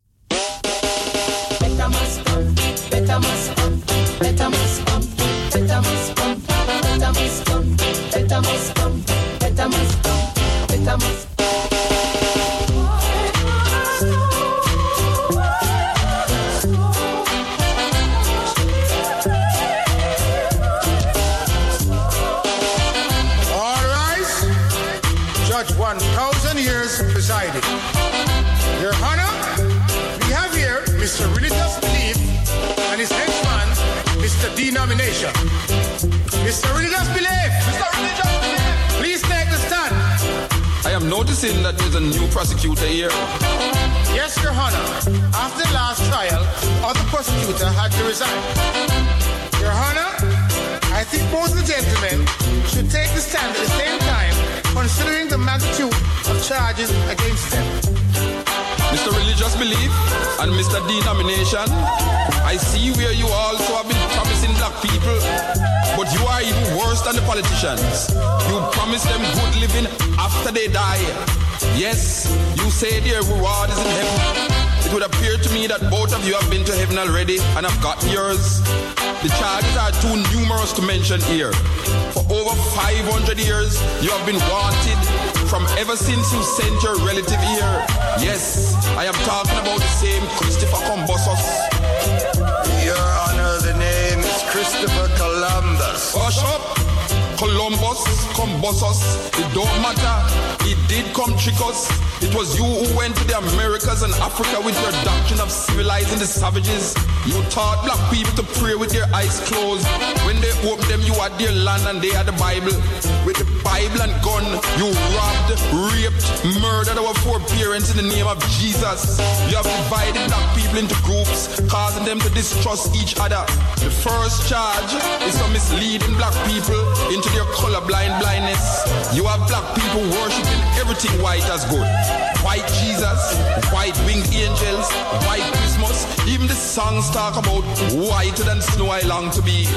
Judge 1,000 years presiding. Your Honor, we have here Mr. Religious Belief and his henchman, Mr. Denomination. Mr. Religious Belief! Mr. Religious Belief! Please take the stand. I am noticing that there's a new prosecutor here. Yes, Your Honor. After the last trial, other prosecutor had to resign. Your Honor, I think both the gentlemen should take the stand at the same time, considering the magnitude of charges against them. Mr. Religious Belief and Mr. Denomination, I see where you also have been promising black people, but you are even worse than the politicians. You promise them good living after they die. Yes, you say their reward is in heaven. It would appear to me that both of you have been to heaven already and have gotten yours. The charges are too numerous to mention here. For over 500 years, you have been wanted from ever since you sent your relative here. Yes, I am talking about the same Christopher Columbus. Your Honor, the name is Christopher Columbus. Hush up! Columbus, it don't matter. He did come trick us. It was you who went to the Americas and Africa with your doctrine of civilizing the savages. You taught black people to pray with their eyes closed. When they opened them, you had their land and they had the Bible. With the Bible and gun, you robbed, raped, murdered our foreparents in the name of Jesus. You have divided black people into groups, causing them to distrust each other. The first charge is for misleading black people into their colorblind blindness. You have black people worshiping everything white as good. White Jesus, white winged angels, white Christmas. Even the songs talk about whiter than snow I long to be.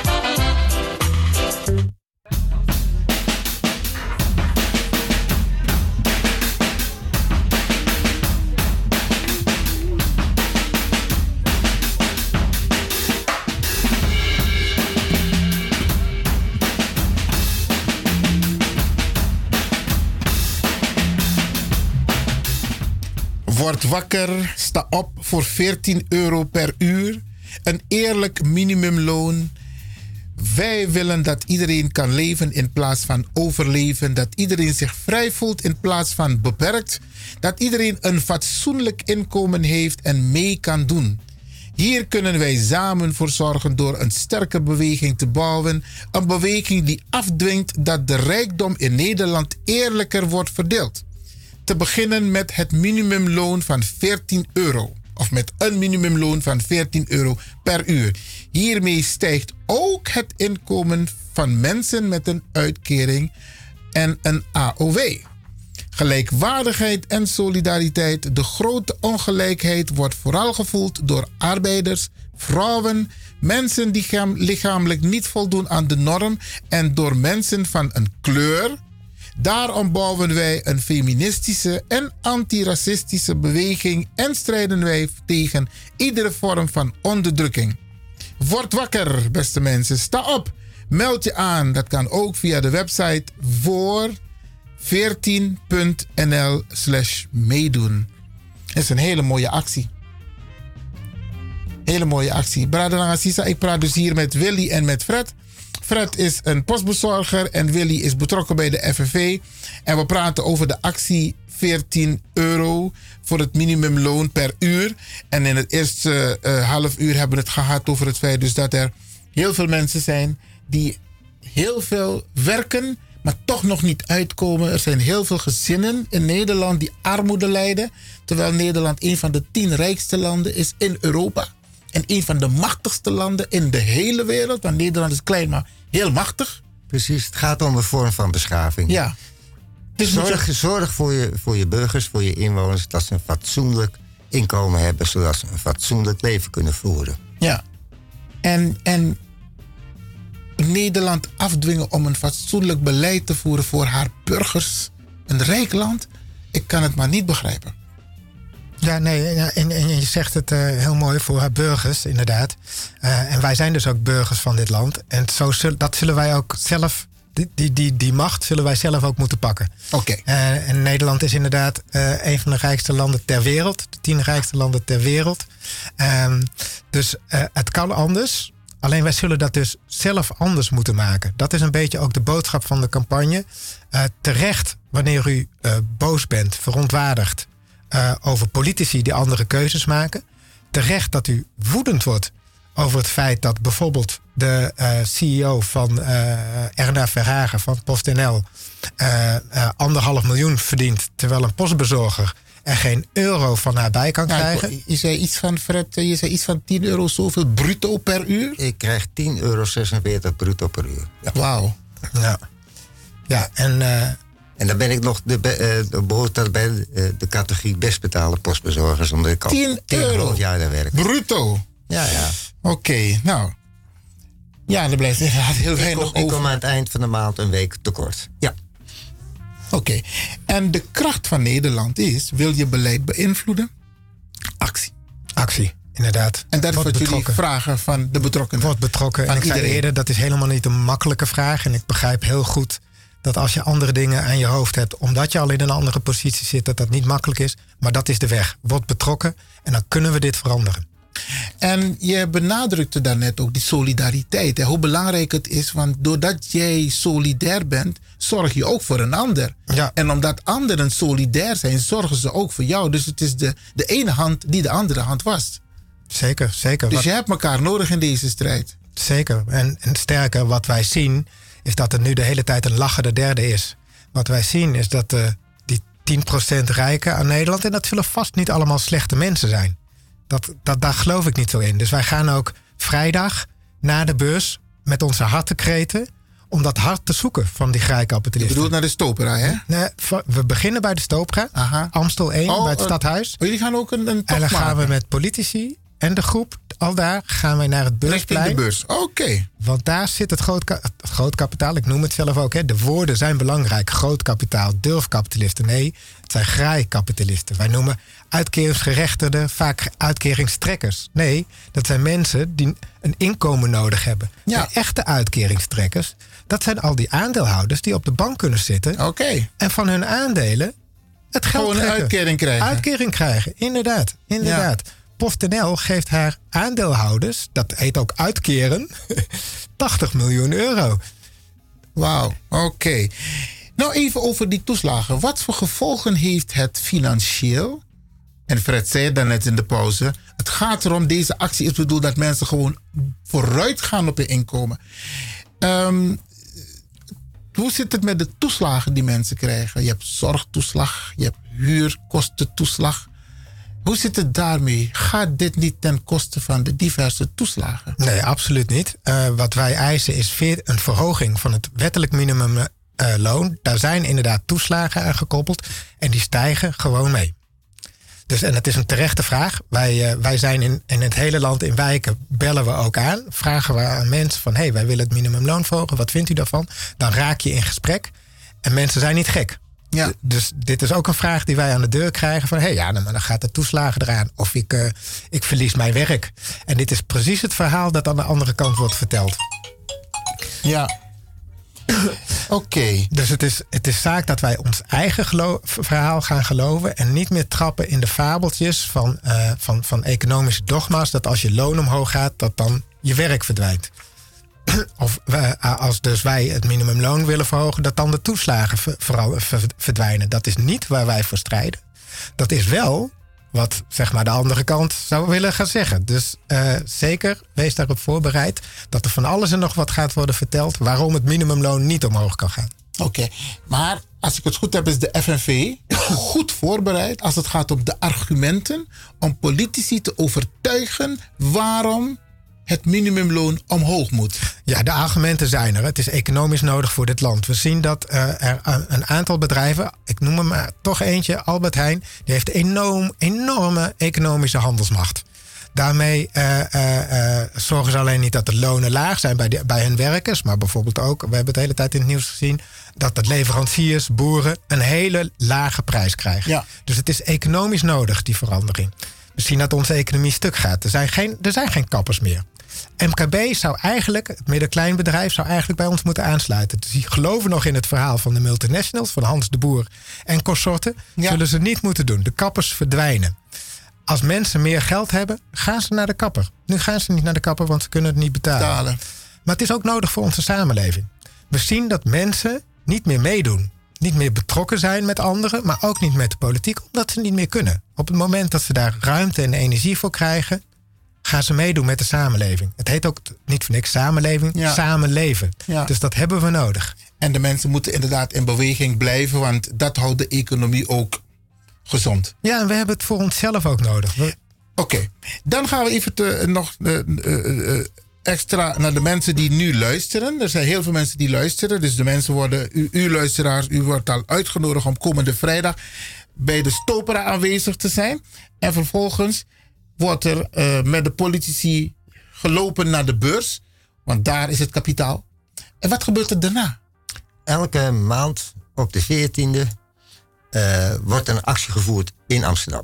Word wakker, sta op voor €14 per uur. Een eerlijk minimumloon. Wij willen dat iedereen kan leven in plaats van overleven. Dat iedereen zich vrij voelt in plaats van beperkt. Dat iedereen een fatsoenlijk inkomen heeft en mee kan doen. Hier kunnen wij samen voor zorgen door een sterke beweging te bouwen. Een beweging die afdwingt dat de rijkdom in Nederland eerlijker wordt verdeeld. Te beginnen met het minimumloon van €14. Of met een minimumloon van €14 per uur. Hiermee stijgt ook het inkomen van mensen met een uitkering en een AOW. Gelijkwaardigheid en solidariteit. De grote ongelijkheid wordt vooral gevoeld door arbeiders, vrouwen, mensen die lichamelijk niet voldoen aan de norm en door mensen van een kleur. Daarom bouwen wij een feministische en antiracistische beweging en strijden wij tegen iedere vorm van onderdrukking. Word wakker, beste mensen. Sta op. Meld je aan. Dat kan ook via de website voor14.nl/meedoen. Dat is een hele mooie actie. Hele mooie actie. Brada Sisa, ik praat dus hier met Willy en met Fred. Fred is een postbezorger en Willy is betrokken bij de FNV. En we praten over de actie €14 voor het minimumloon per uur. En in het eerste half uur hebben we het gehad over het feit dus dat er heel veel mensen zijn die heel veel werken, maar toch nog niet uitkomen. Er zijn heel veel gezinnen in Nederland die armoede lijden. Terwijl Nederland een van de 10 rijkste landen is in Europa. En een van de machtigste landen in de hele wereld. Want Nederland is klein, maar heel machtig. Precies, het gaat om een vorm van beschaving. Ja. Dus zorg voor je burgers, voor je inwoners, dat ze een fatsoenlijk inkomen hebben, zodat ze een fatsoenlijk leven kunnen voeren. Ja. En Nederland afdwingen om een fatsoenlijk beleid te voeren voor haar burgers. Een rijk land. Ik kan het maar niet begrijpen. Ja, nee, en je zegt het heel mooi voor haar burgers, inderdaad. En wij zijn dus ook burgers van dit land. En dat zullen wij ook zelf, die macht zullen wij zelf ook moeten pakken. Oké. En Nederland is inderdaad een van de rijkste landen ter wereld. De 10 rijkste landen ter wereld. Dus het kan anders. Alleen wij zullen dat dus zelf anders moeten maken. Dat is een beetje ook de boodschap van de campagne. Terecht, wanneer u boos bent, verontwaardigd over politici die andere keuzes maken. Terecht dat u woedend wordt over het feit dat bijvoorbeeld de CEO van Erna Verhagen van PostNL 1,5 miljoen verdient, terwijl een postbezorger er geen euro van haar bij kan krijgen. Je zei iets van, Fred, je zei iets van €10 zoveel bruto per uur? Ik krijg €10,46 bruto per uur. Ja. Wauw. Ja, en En dan ben ik nog behoort dat bij de categorie best betaalde postbezorgers. Omdat ik al 10,5 jaar daar werk. Bruto? Ja. Oké, nou. Ja, er blijft inderdaad heel weinig over. Ik kom aan het eind van de maand een week tekort. Ja. Oké. En de kracht van Nederland is, wil je beleid beïnvloeden? Actie, inderdaad. En dat is wat jullie vragen van de betrokkenen. Wordt betrokken. En ik zei eerder, dat is helemaal niet een makkelijke vraag. En ik begrijp heel goed dat als je andere dingen aan je hoofd hebt, omdat je al in een andere positie zit, dat dat niet makkelijk is. Maar dat is de weg. Word betrokken en dan kunnen we dit veranderen. En je benadrukte daarnet ook die solidariteit. Hè? Hoe belangrijk het is, want doordat jij solidair bent, zorg je ook voor een ander. Ja. En omdat anderen solidair zijn, zorgen ze ook voor jou. Dus het is de ene hand die de andere hand wast. Zeker. Dus je hebt elkaar nodig in deze strijd. Zeker. En sterker, wat wij zien, is dat er nu de hele tijd een lachende derde is. Wat wij zien is dat die 10% rijken aan Nederland, en dat zullen vast niet allemaal slechte mensen zijn. Daar geloof ik niet zo in. Dus wij gaan ook vrijdag naar de beurs met onze hartenkreten om dat hart te zoeken van die grijkapitalisten. Je bedoelt naar de Stopera, hè? Nee, we beginnen bij de Stopera. Amstel 1, bij het stadhuis. Jullie gaan ook een tocht en dan gaan maken. we met politici en de groep, al daar gaan wij naar het beursplein. Richting de beurs, oké. Want daar zit het groot kapitaal. Ik noem het zelf ook. Hè. De woorden zijn belangrijk. Groot kapitaal, durfkapitalisten. Nee, het zijn graaikapitalisten. Wij noemen uitkeringsgerechtigden vaak uitkeringstrekkers. Nee, dat zijn mensen die een inkomen nodig hebben. Ja. De echte uitkeringstrekkers, dat zijn al die aandeelhouders die op de bank kunnen zitten. Oké. En van hun aandelen het geld gewoon een trekken. uitkering krijgen. Uitkering krijgen, inderdaad. Ja. PostNL geeft haar aandeelhouders, dat heet ook uitkeren, 80 miljoen euro. Wauw, oké. Nou, even over die toeslagen. Wat voor gevolgen heeft het financieel? En Fred zei het daarnet in de pauze. Het gaat erom, deze actie is bedoeld dat mensen gewoon vooruit gaan op hun inkomen. Hoe zit het met de toeslagen die mensen krijgen? Je hebt zorgtoeslag, je hebt huurkostentoeslag. Hoe zit het daarmee? Gaat dit niet ten koste van de diverse toeslagen? Nee, absoluut niet. Wat wij eisen is een verhoging van het wettelijk minimumloon. Daar zijn inderdaad toeslagen aan gekoppeld en die stijgen gewoon mee. Dus, en het is een terechte vraag. Wij zijn in het hele land in wijken, bellen we ook aan. Vragen we aan mensen van, wij willen het minimumloon verhogen. Wat vindt u daarvan? Dan raak je in gesprek. En mensen zijn niet gek. Ja. Dus dit is ook een vraag die wij aan de deur krijgen. Van, maar dan gaat de toeslagen eraan. Of ik verlies mijn werk. En dit is precies het verhaal dat aan de andere kant wordt verteld. Ja. Oké. Dus het is zaak dat wij ons eigen verhaal gaan geloven en niet meer trappen in de fabeltjes van economische dogma's, dat als je loon omhoog gaat, dat dan je werk verdwijnt. Of als dus wij het minimumloon willen verhogen, dat dan de toeslagen verdwijnen. Dat is niet waar wij voor strijden. Dat is wel wat zeg maar de andere kant zou willen gaan zeggen. Dus zeker, wees daarop voorbereid dat er van alles en nog wat gaat worden verteld waarom het minimumloon niet omhoog kan gaan. Oké, maar als ik het goed heb, is de FNV goed voorbereid als het gaat om de argumenten om politici te overtuigen waarom het minimumloon omhoog moet. Ja, de argumenten zijn er. Het is economisch nodig voor dit land. We zien dat er een aantal bedrijven, ik noem er maar toch eentje, Albert Heijn, die heeft enorme economische handelsmacht. Daarmee zorgen ze alleen niet dat de lonen laag zijn bij hun werkers, maar bijvoorbeeld ook, we hebben het de hele tijd in het nieuws gezien, dat de leveranciers, boeren een hele lage prijs krijgen. Ja. Dus het is economisch nodig, die verandering. We zien dat onze economie stuk gaat. Er zijn geen kappers meer. MKB zou eigenlijk, het middenkleinbedrijf, zou eigenlijk bij ons moeten aansluiten. Dus die geloven nog in het verhaal van de multinationals, van Hans de Boer en consorten. Ja. Zullen ze niet moeten doen. De kappers verdwijnen. Als mensen meer geld hebben, gaan ze naar de kapper. Nu gaan ze niet naar de kapper, want ze kunnen het niet betalen. Maar het is ook nodig voor onze samenleving. We zien dat mensen niet meer meedoen. Niet meer betrokken zijn met anderen, maar ook niet met de politiek, omdat ze niet meer kunnen. Op het moment dat ze daar ruimte en energie voor krijgen, gaan ze meedoen met de samenleving. Het heet ook niet voor niks samenleving, samenleven. Ja. Dus dat hebben we nodig. En de mensen moeten inderdaad in beweging blijven, want dat houdt de economie ook gezond. Ja, en we hebben het voor onszelf ook nodig. Oké, dan gaan we even extra naar de mensen die nu luisteren. Er zijn heel veel mensen die luisteren. Dus de mensen worden, u luisteraars, u wordt al uitgenodigd om komende vrijdag bij de Stopera aanwezig te zijn. En vervolgens wordt er met de politici gelopen naar de beurs. Want daar is het kapitaal. En wat gebeurt er daarna? Elke maand op de 14e wordt een actie gevoerd in Amsterdam.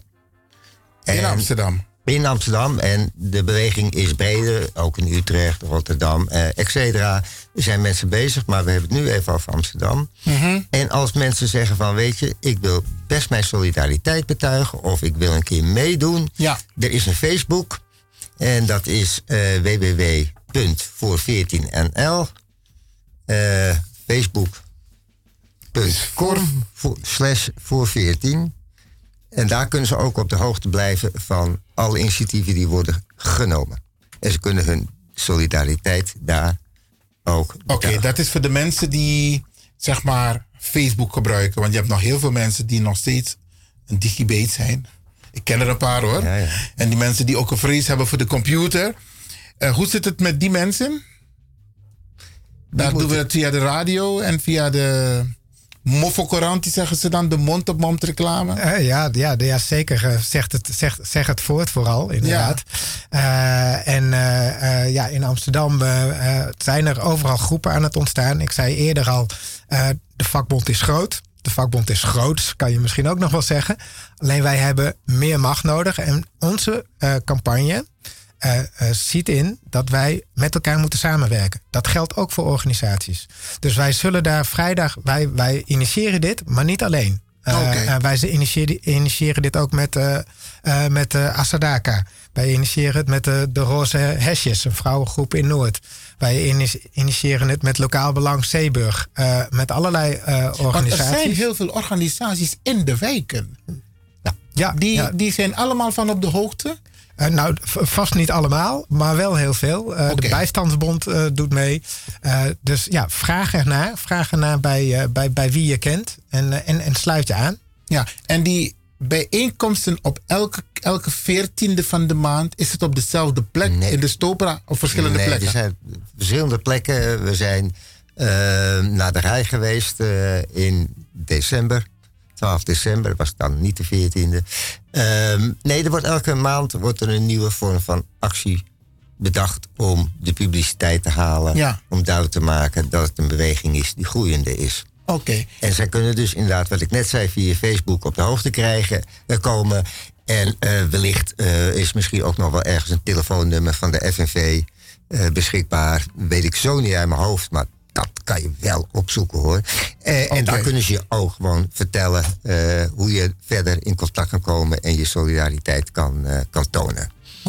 In Amsterdam. En de beweging is breder. Ook in Utrecht, Rotterdam, et cetera. Er zijn mensen bezig, maar we hebben het nu even over Amsterdam. Mm-hmm. En als mensen zeggen van, weet je, ik wil best mijn solidariteit betuigen. Of ik wil een keer meedoen. Ja. Er is een Facebook. En dat is www.voor14nl. Facebook.com/voor14. En daar kunnen ze ook op de hoogte blijven van alle initiatieven die worden genomen. En ze kunnen hun solidariteit daar ook. Oké, dat is voor de mensen die zeg maar Facebook gebruiken. Want je hebt nog heel veel mensen die nog steeds een digibate zijn. Ik ken er een paar hoor. Ja, ja. En die mensen die ook een vrees hebben voor de computer. Hoe zit het met die mensen? Daar doen we het via de radio en via de moffocorantie, zeggen ze dan, de mond-op-mond reclame. Ja, zeker. Zeg het voort vooral, inderdaad. Ja. In Amsterdam zijn er overal groepen aan het ontstaan. Ik zei eerder al, de vakbond is groot. De vakbond is groot, kan je misschien ook nog wel zeggen. Alleen wij hebben meer macht nodig. En onze campagne ziet in dat wij met elkaar moeten samenwerken. Dat geldt ook voor organisaties. Dus wij zullen daar vrijdag, wij initiëren dit, maar niet alleen. Wij initiëren dit ook met Asadaka. Wij initiëren het met de Roze Hesjes, een vrouwengroep in Noord. Wij initiëren het met Lokaal Belang Zeeburg. Met allerlei organisaties. Want er zijn heel veel organisaties in de wijken. Die zijn allemaal van op de hoogte? Vast niet allemaal, maar wel heel veel. De Bijstandsbond doet mee. Dus ja, vraag ernaar bij wie je kent en sluit je aan. Ja, en die bijeenkomsten op elke 14e van de maand, is het op dezelfde plek in de Stopera of verschillende plekken? Er zijn verschillende plekken. We zijn naar de Rij geweest in december. 12 december, was dan niet de 14e. Er wordt elke maand een nieuwe vorm van actie bedacht om de publiciteit te halen. Ja. Om duidelijk te maken dat het een beweging is die groeiende is. Oké. En zij kunnen dus inderdaad, wat ik net zei, via Facebook op de hoogte komen. En wellicht is misschien ook nog wel ergens een telefoonnummer van de FNV beschikbaar. Weet ik zo niet uit mijn hoofd, maar dat kan je wel opzoeken hoor. En daar kunnen ze je ook gewoon vertellen hoe je verder in contact kan komen en je solidariteit kan tonen.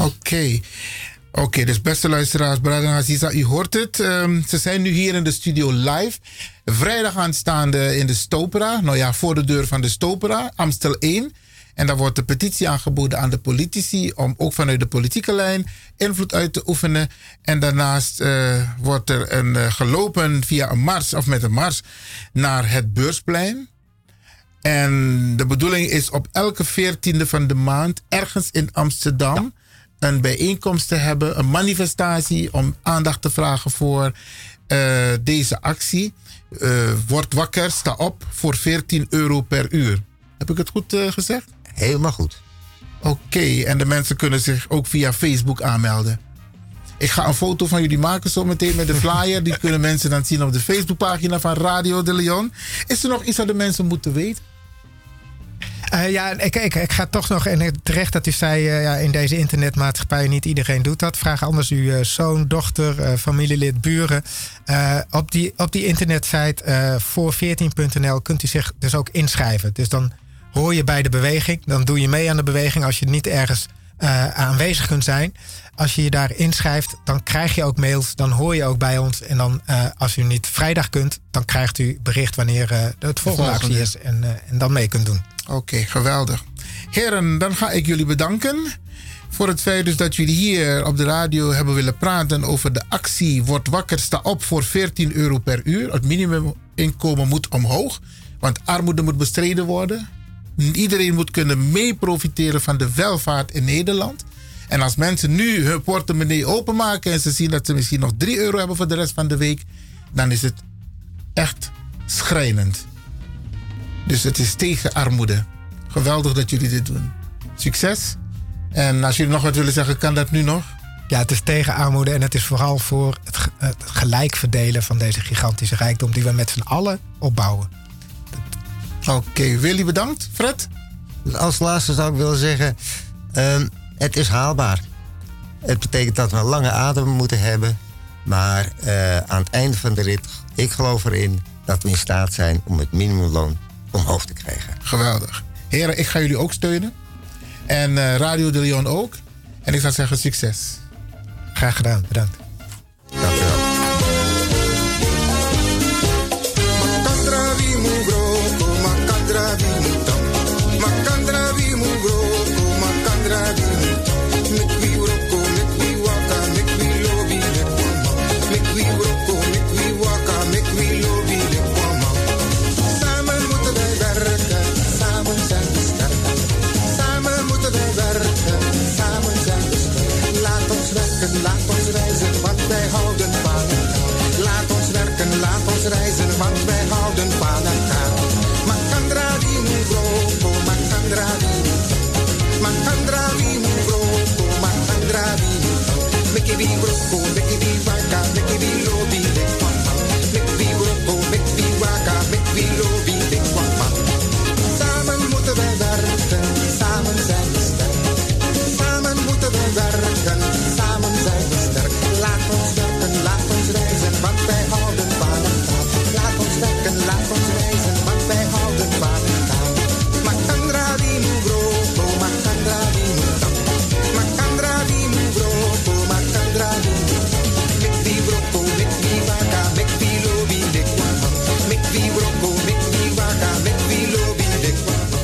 Oké, dus beste luisteraars, Brada Aziza, u hoort het. Ze zijn nu hier in de studio live. Vrijdag aanstaande in de Stopera. Nou ja, voor de deur van de Stopera, Amstel 1. En daar wordt de petitie aangeboden aan de politici om ook vanuit de politieke lijn invloed uit te oefenen. En daarnaast wordt er gelopen via een mars of met een mars naar het Beursplein. En de bedoeling is op elke 14e van de maand ergens in Amsterdam een bijeenkomst te hebben, een manifestatie om aandacht te vragen voor deze actie. Word wakker, sta op voor €14 per uur. Heb ik het goed gezegd? Helemaal goed. Oké, en de mensen kunnen zich ook via Facebook aanmelden. Ik ga een foto van jullie maken zo meteen met de flyer. Die kunnen mensen dan zien op de Facebookpagina van Radio de Leon. Is er nog iets wat de mensen moeten weten? Ik ga toch nog, en terecht dat u zei, in deze internetmaatschappij niet iedereen doet dat. Vraag anders uw zoon, dochter, familielid, buren. Op die internetsite voor14.nl kunt u zich dus ook inschrijven. Dus dan hoor je bij de beweging, dan doe je mee aan de beweging als je niet ergens aanwezig kunt zijn. Als je je daar inschrijft, dan krijg je ook mails, dan hoor je ook bij ons. En dan, als u niet vrijdag kunt, dan krijgt u bericht wanneer het volgende actie is en dan mee kunt doen. Oké, geweldig. Heren, dan ga ik jullie bedanken voor het feit dus dat jullie hier op de radio hebben willen praten over de actie Word wakker, sta op voor €14 per uur. Het minimuminkomen moet omhoog, want armoede moet bestreden worden. Iedereen moet kunnen mee profiteren van de welvaart in Nederland. En als mensen nu hun portemonnee openmaken en ze zien dat ze misschien nog €3 hebben voor de rest van de week, dan is het echt schrijnend. Dus het is tegen armoede. Geweldig dat jullie dit doen. Succes. En als jullie nog wat willen zeggen, kan dat nu nog? Ja, het is tegen armoede en het is vooral voor het gelijk verdelen van deze gigantische rijkdom die we met z'n allen opbouwen. Oké, Willy bedankt. Fred? Als laatste zou ik willen zeggen, het is haalbaar. Het betekent dat we een lange adem moeten hebben. Maar aan het einde van de rit, ik geloof erin dat we in staat zijn om het minimumloon omhoog te krijgen. Geweldig. Heren, ik ga jullie ook steunen. En Radio de Leon ook. En ik zou zeggen succes. Graag gedaan, bedankt. Dank u wel. Laat ons reizen, want wij houden van elkaar. Laat ons werken, laat ons reizen, want wij houden van elkaar. Makandra di mugroko, makandra di mugroko, makandra di mugroko, makandra di mugroko. Meki di broko, meki di waka, meki di lobi de kwamba. Meki di broko, meki di waka, meki di lobi de kwamba. Samen moeten wij werken, samen zijn we sterk. Samen moeten wij werken, samen zijn we sterk. Laat ons werken, laat ons reizen, want wij houden van elkaar. Laat ons werken, laat ons reizen, want wij houden van elkaar. Makandra di mugroko, makandra di mugroko, makandra di mugroko, makandra di mugroko. Mek di broko, mek di waka, mek di lobi de kwamba. Mek di broko, mek di waka, mek di lobi de kwamba.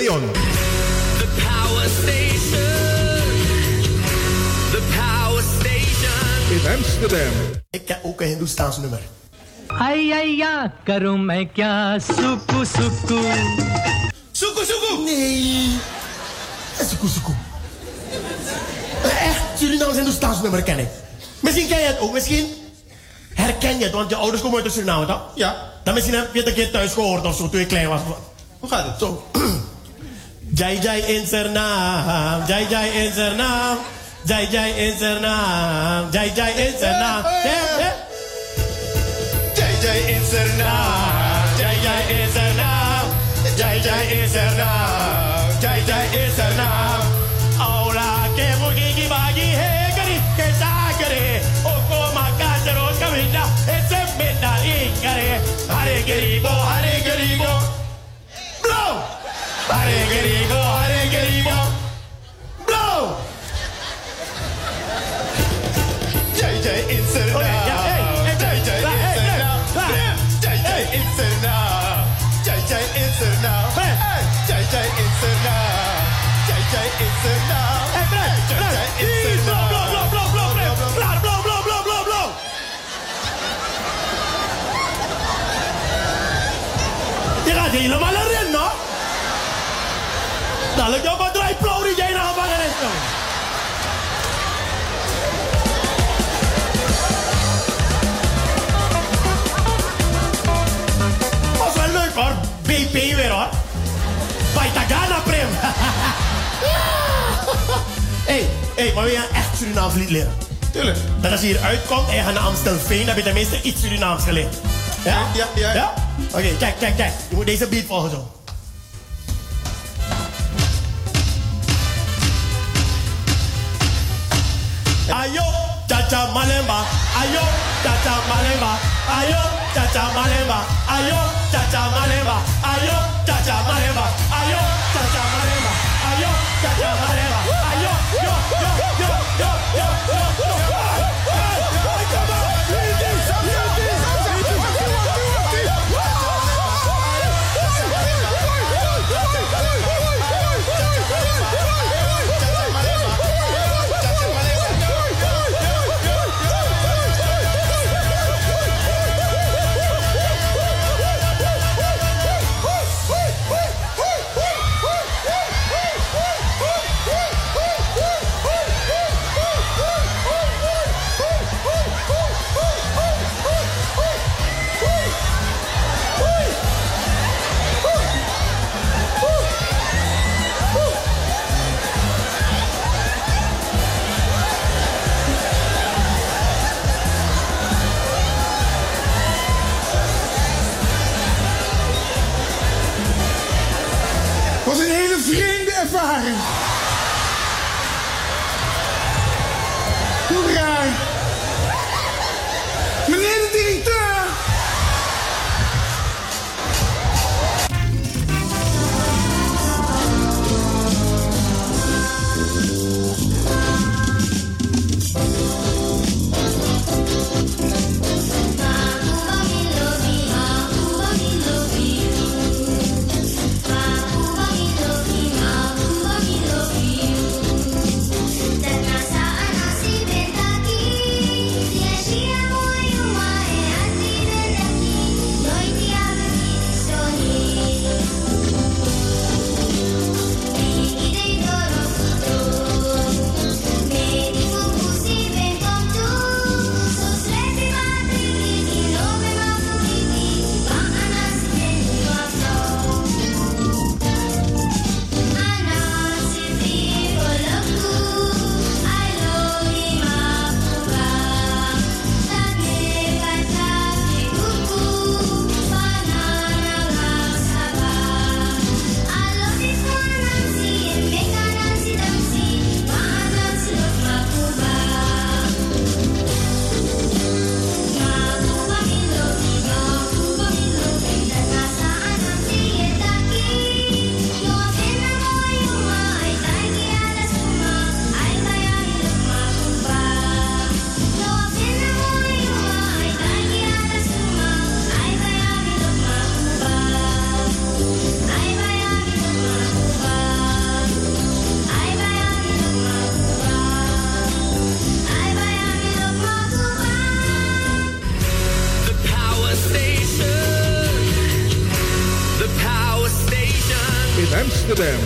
Leon. The Power Station. The Power Station. In Amsterdam. Ik ken ook een Hindoestaans nummer. Ayaya, karo main kya suku suku. Suku suku! Nee. Suku suku. Echt, Surinaams Hindoestaans nummer ken ik. Misschien ken je het ook, misschien herken je het, want je ouders komen uit de Suriname, toch? Ja. Dan misschien heb je het een keer thuis gehoord of zo, toen je klein was. Hoe gaat het? Zo. Jai Jai in Suriname, Jai Jai in Suriname, Jai Jai in Suriname, Jai Jai in Suriname. Jai Jai in Suriname, Jai Jai in Suriname, Jai Jai in Suriname, Jai Jai in Suriname. Aula ke mugi bagi he kari ke sagare oko makasero kamina ese mena ingare hare garibo blow hare garibo blow Jai Jai in Suriname Jai Jai in Suriname Jai Jai in Suriname Jai Jai in Suriname Jai Jai in Suriname Jai Jai in Suriname Je gaat helemaal erin, no? Dadelijk jou wat draai plauw die jij naar gevangenis komt. Was wel leuk hoor, BP weer hoor. Baitagana Prim. Hey, maar wil je een echt Surinaams lied leren? Tuurlijk. Dat als je hier uitkomt en je gaat naar Amstelveen, dan heb je tenminste iets Surinaams geleerd. Ja? Ja? Oké, kijk. Je moet deze beat volgen zo. Ayo, chacha malemba. Ayo, chacha malemba. Ayo, chacha malemba. Ayo, chacha malemba. Ayo, chacha malemba. Ayo, chacha malemba. Ayo, chacha malemba. Ayo, yo. Was een hele vreemde ervaring. Hoe raar. Meneer de directeur. Bye. stem.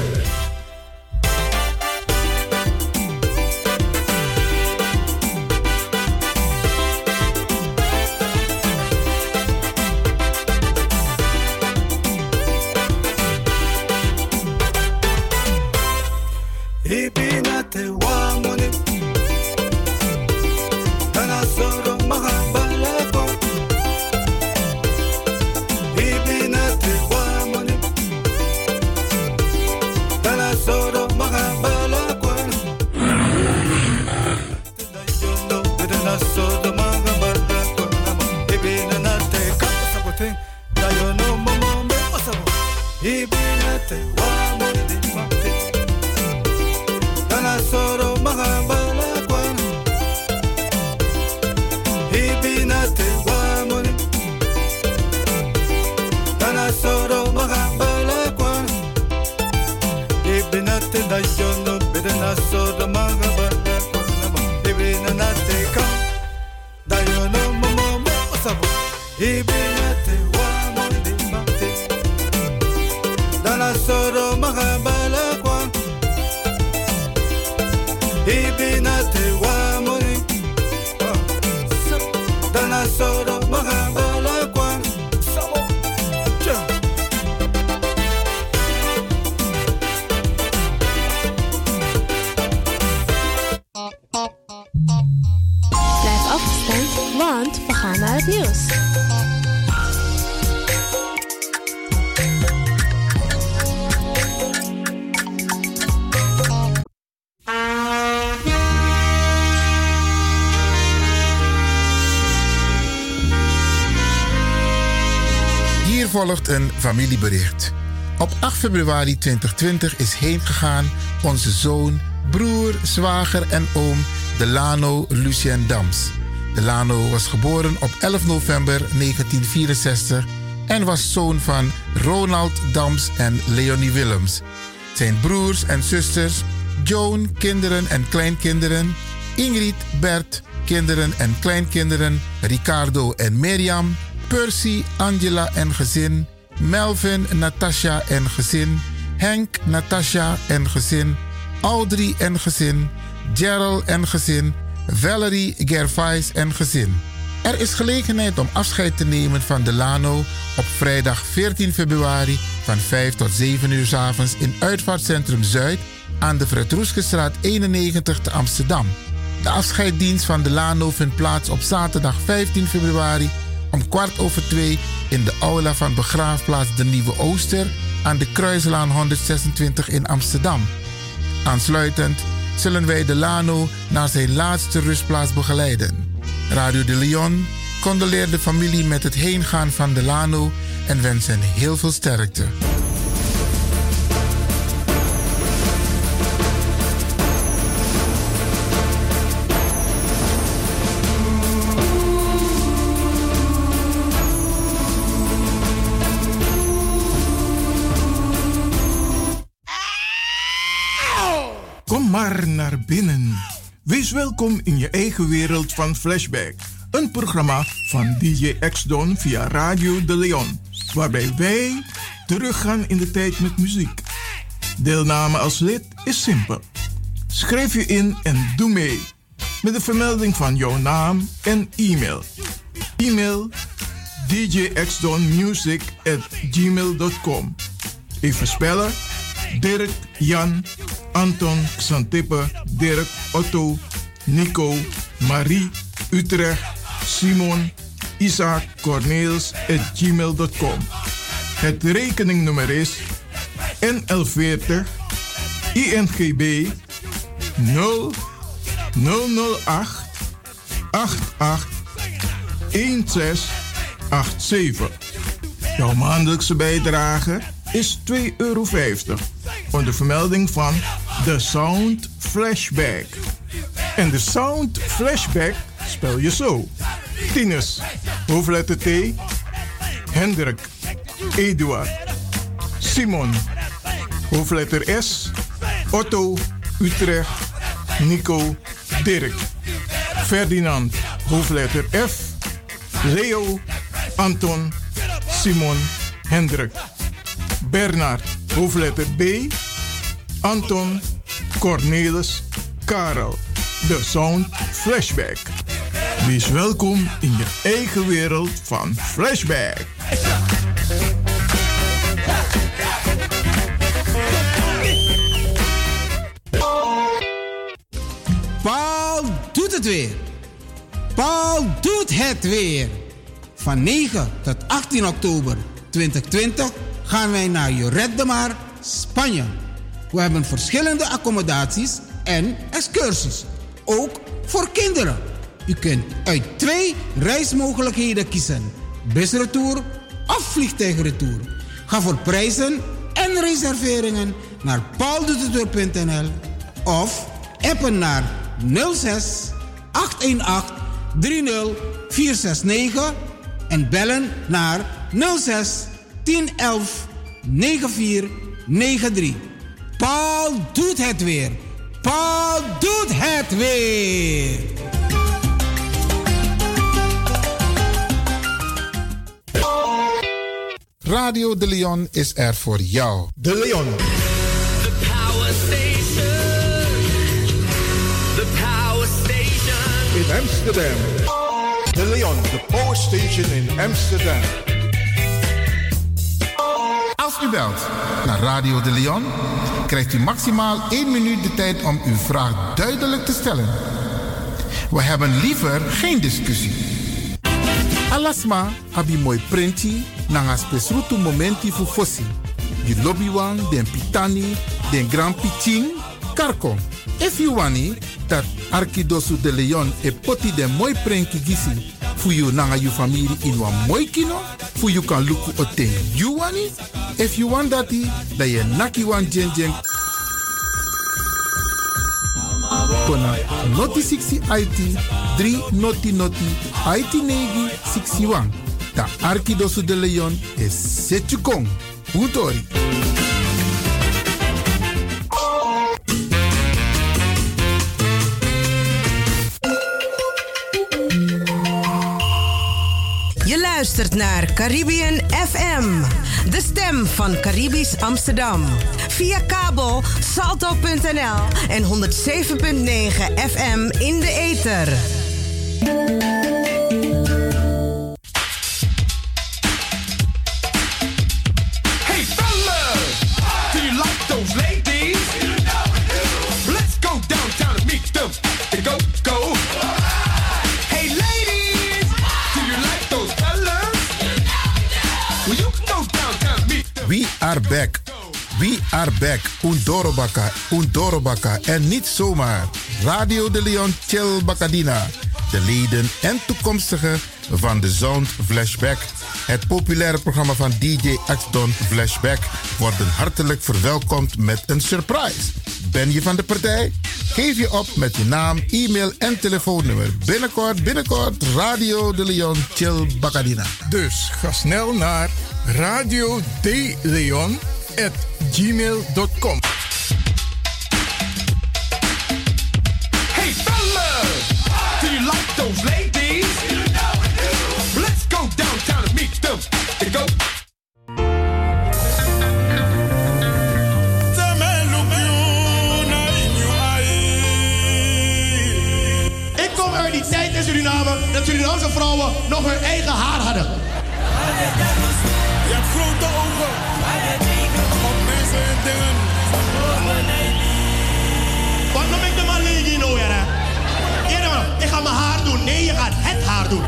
Ibinate wamone Dana soro mahabalako Ibinate wamone Dana soro mahabalako Dana soro mahabalako Ibinate kasabote Dayono momome osabo Ibinate wamone Soro mahabala kwan Ibinate wamone Dana soro mahabala kwan Ibinate dayono bidana soro mahabala kwan Ibinate ka dayono momo osabo Ibinate wamone Dana soro mahabala kwan Ibinate wamone Dana soro mahabala kwan Sabo Cha Blijf afgestemd, want we gaan naar het nieuws. Hier volgt een familiebericht. Op 8 februari 2020 is heengegaan onze zoon, broer, zwager en oom Delano Lucien Dams. Delano was geboren op 11 november 1964 en was zoon van Ronald Dams en Leonie Willems. Zijn broers en zusters, Joan, kinderen en kleinkinderen, Ingrid, Bert, kinderen en kleinkinderen, Ricardo en Mirjam, Percy, Angela en gezin, Melvin, Natasha en gezin, Henk, Natasha en gezin, Audrey en gezin, Gerald en gezin, Valerie, Gervais en gezin. Er is gelegenheid om afscheid te nemen van Delano op vrijdag 14 februari van 5 tot 7 uur 's avonds in Uitvaartcentrum Zuid aan de Fred-Roeskestraat 91 te Amsterdam. De afscheidsdienst van Delano vindt plaats op zaterdag 15 februari om 2:15 in de aula van begraafplaats De Nieuwe Ooster aan de Kruislaan 126 in Amsterdam. Aansluitend zullen wij Delano naar zijn laatste rustplaats begeleiden. Radio de Leon condoleert de familie met het heengaan van Delano en wens hen heel veel sterkte. Kom maar naar binnen. Wees welkom in je eigen wereld van Flashback. Een programma van DJ X-Don via Radio de Leon. Waarbij wij teruggaan in de tijd met muziek. Deelname als lid is simpel. Schrijf je in en doe mee. Met de vermelding van jouw naam en e-mail. E-mail djxdonmusic@gmail.com. Even spellen. Dirk, Jan, Anton, Xantippe, Dirk, Otto, Nico, Marie, Utrecht, Simon, Isaac, Corneels@gmail.com. Het rekeningnummer is NL40 INGB 0008 88 1687. Jouw maandelijkse bijdrage is €2,50 onder vermelding van The Sound Flashback. En de Sound Flashback spel je zo. Tinus, hoofdletter T, Hendrik, Eduard, Simon, hoofdletter S, Otto, Utrecht, Nico, Dirk, Ferdinand, hoofdletter F, Leo, Anton, Simon, Hendrik, Bernard, Hoofdletter B, Anton, Cornelis, Karel. De Sound Flashback. Wees welkom in je eigen wereld van Flashback. Paul doet het weer. Paul doet het weer. Van 9 tot 18 oktober 2020 gaan wij naar Lloret de Mar, Spanje. We hebben verschillende accommodaties en excursies. Ook voor kinderen. U kunt uit 2 reismogelijkheden kiezen. Busretour of vliegtuigretour. Ga voor prijzen en reserveringen naar pauldoetetweer.nl of appen naar 06 818 30 469 en bellen naar 06 1011 9493. Paul doet het weer. Paul doet het weer. Radio De Leon is er voor jou. De Leon. The Power Station. The Power Station. In Amsterdam. De Leon, the Power Station in Amsterdam. Als u belt naar Radio De Leon, krijgt u maximaal 1 minuut de tijd om uw vraag duidelijk te stellen. We hebben liever geen discussie. Alasma abi mooi printi nanga spesrutu momenti fu fossi. You lobby wan, den pitani, den grand pitching, karko. If you wani, dat Arkidosu de Leon e poti den mooi prenki gisi fu you nanga you familie in wan mooi kino, fu you kan luku oten you wani. If you want dati, da ye naki wan jen jen. Kona noti 60 IT 3 noti IT negi 61. Da Arkidosu de Leon is Setjukong. Utori. Je luistert naar Caribbean FM, de stem van Caribisch Amsterdam. Via kabel salto.nl en 107.9 FM in de ether. Hey fellas, do you like those ladies? Let's go downtown and meet them. Go, go. Hey ladies, do you like those fellas? Well, you can go downtown and meet them. We are back. We are back. Undorobaka. En niet zomaar. Radio De Leon Chill Bacadina. De leden en toekomstigen van de Sound Flashback. Het populaire programma van DJ X-Don Flashback worden hartelijk verwelkomd met een surprise. Ben je van de partij? Geef je op met je naam, e-mail en telefoonnummer. Binnenkort Radio De Leon Chill Bacadina. Dus ga snel naar radiodeleon@gmail.com. Hey fellas, do you like those ladies? Let's go downtown and meet them. Go. Ik kom uit die tijd in Suriname dat Surinaamse vrouwen nog hun eigen haar hadden. Je hebt grote ogen. Op mensen en dingen. Wat noem ik de man lady nou weer, hè? Ik ga mijn haar doen. Nee, je gaat het haar doen.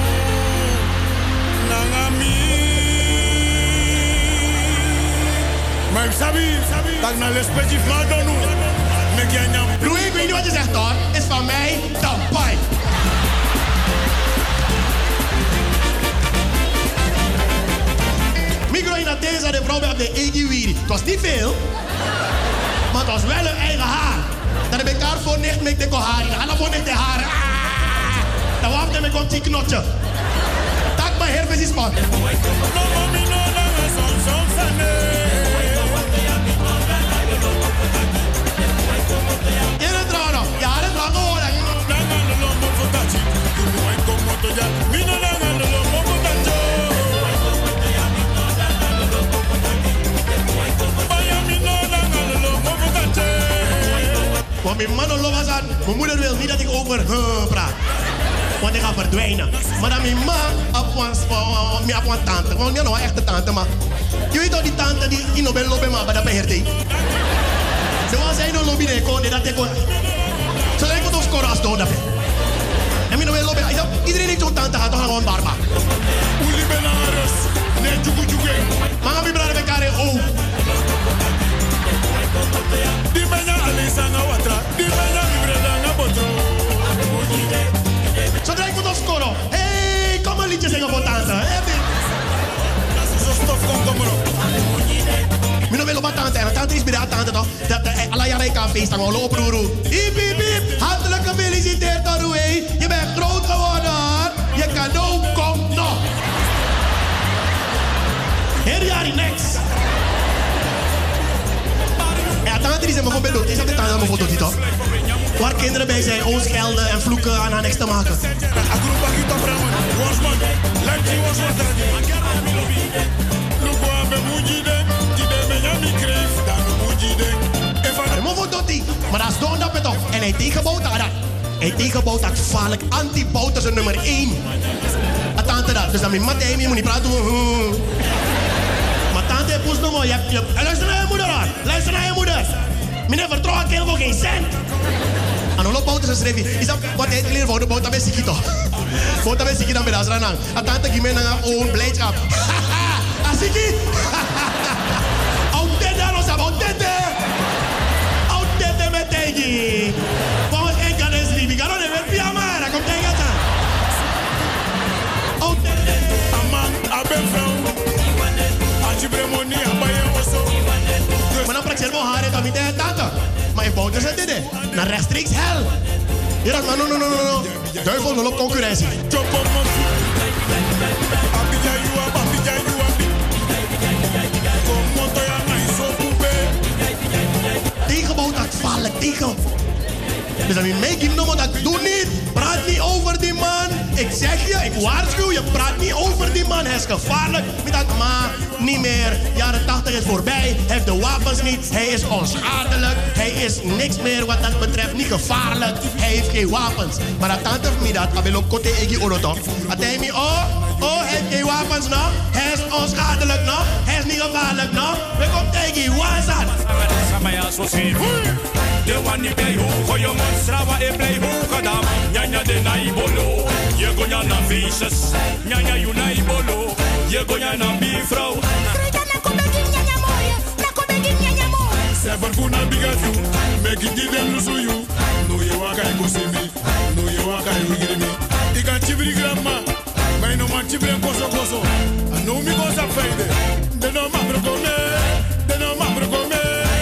Maar ik sabi, dat ik naar respectief maar dan doen. Broer, ik weet niet wat je zegt hoor. Is van mij dan pai. Micro in deze de vrouw op de Egiwiri. Het was niet veel, maar het was wel een eigen haar. Dat heb ik haar voor niet met de haar. En dan voor niet de haar. Dan wacht ik met een knotje. Tak maar heel veel spot. Ja, praat. Mijn moeder wil niet dat ik over praat. Want ik ga verdwijnen. Maar dan mijn ma op een tante. Want ik ben een echte tante, maar... Je weet toch die tante die in de lobby maar bij de beheerder. Ze was zijn no lobby nee kon dat ik kon. Zo lijkt het of score als dood. En mijn lobby. Iedereen heeft zo'n tante gehad, toch gewoon barba. Uli benares. Nee, jugu. Maar mijn broer met elkaar oh. Die menya alisa na watra. Die menya libreda na botro. Zo lijkt het of score. Hey, kom een liedje zingen voor tante. Mino wil op een tante. En tante is bij de tante toch? Dat alle jaren kan feest aan lopen roeroe. Hiep, hiep, hiep. Hartelijk gefeliciteerd Aroué. Je bent groot geworden hoor. Je cadeau komt nog. Heel jaren next. Ja, tante die zijn bijvoorbeeld dood. Is dat de tante aan mijn foto toch? Waar kinderen bij zijn, schelden en vloeken aan haar niks te maken. Maar dat is door dat het toch. En hij tegenbouwt dat. Hij tegenbouwt dat gevaarlijk. Anti-bout is nummer 1. Tante dat. Dus dan met Matthijs, je moet niet praten. Maar tante heeft poes nog maar. Luister naar je moeder aan. Luister naar je moeder. Meneer vertrouwen kind voor geen cent. En dan loopt ze schrijven. Is dat wat hij geleerd voor de boot? Dat ben ik toch. Boot dat ben ik dan bij dat ranang. En tante geeft mij naar own blijdschap. Asiki. Oud daar ons hebben. Oud tete met tegi. Volgens één kan eens lief. Ik ga nog even via maar. Dan komt tegen het aan. Oud tete. Amang, abenvrouw. Antibremoni, abaye osso. Maar dan praat je wel haar dan niet tegen tante. Maar in bouten zit dit. Naar rechtstreeks hel. Je dacht, maar no. Duivel nul op concurrentie. Tegenbouwt dat vallen tegen. Dus dan moet je noemen dat doe niet. Praat niet over die man. Ik zeg je, ik waarschuw je, praat niet over die man. Hij is gevaarlijk. Met dat maar niet meer. Jaren 80 is voorbij. Hij heeft de wapens niet. Hij is onschadelijk. Hij is niks meer wat dat betreft. Niet gevaarlijk. Hij heeft geen wapens. Maar dat tante van mij dat. Hij wil kote egi oroto. Dat hij me hij heeft geen wapens nog. Hij is onschadelijk nog. Hij is niet gevaarlijk nog. We komen tegen wazen. De one die play hoog, je monstrawa e play hoog dam. Nyanya de naibolo, je gonya na vicious. Nyanya you naibolo, je gonya na bifrau. Krita na komegi nyanya moye, na komegi nyanya moye. Seven kuna bigatu, make it them lusu you. No ye waka e kosemi, no ye waka e ugirimi. Ika chibri grandma, may no man chibri koso. No mi kosa feide, de no ma prokome, de no ma prokome.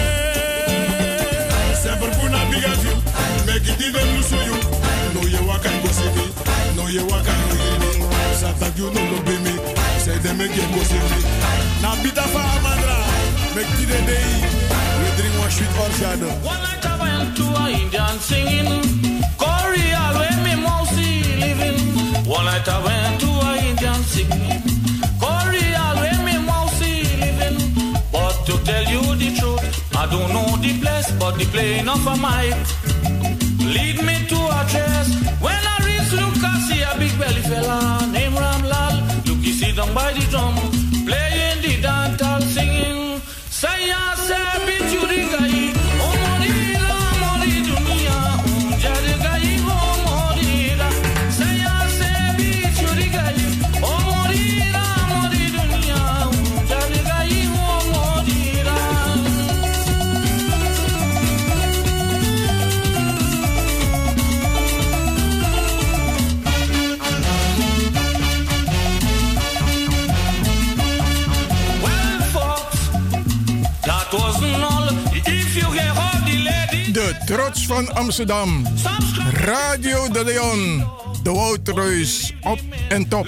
Make it even loose you. No, you walk and go see me. No, you walk and go see me. Satan, you know, no, be me. Say they make you go see me. Now, Bita Fahamandra, make it a day. We drink one sweet or shadow. One night I went to a Indian singing. Korea, where me mousy living. One night I went to a Indian singing. Korea, where me mousy living. But to tell you the truth, I don't know the place, but the plane of a mic. Lead me to a dress. When I reach Lucas, see a big belly fella named Ramlal. Look, you sit down by the drum, playing the dancehall, singing. Say ya, say, beat you the guy. Oh, morira, mori dunia. Jade guy, oh, morira. Say ya, say, beat you the guy. Oh, morira, mori dunia. Jade guy, oh, morira. De trots van Amsterdam. Radio de Leon. De Woudreus op en top.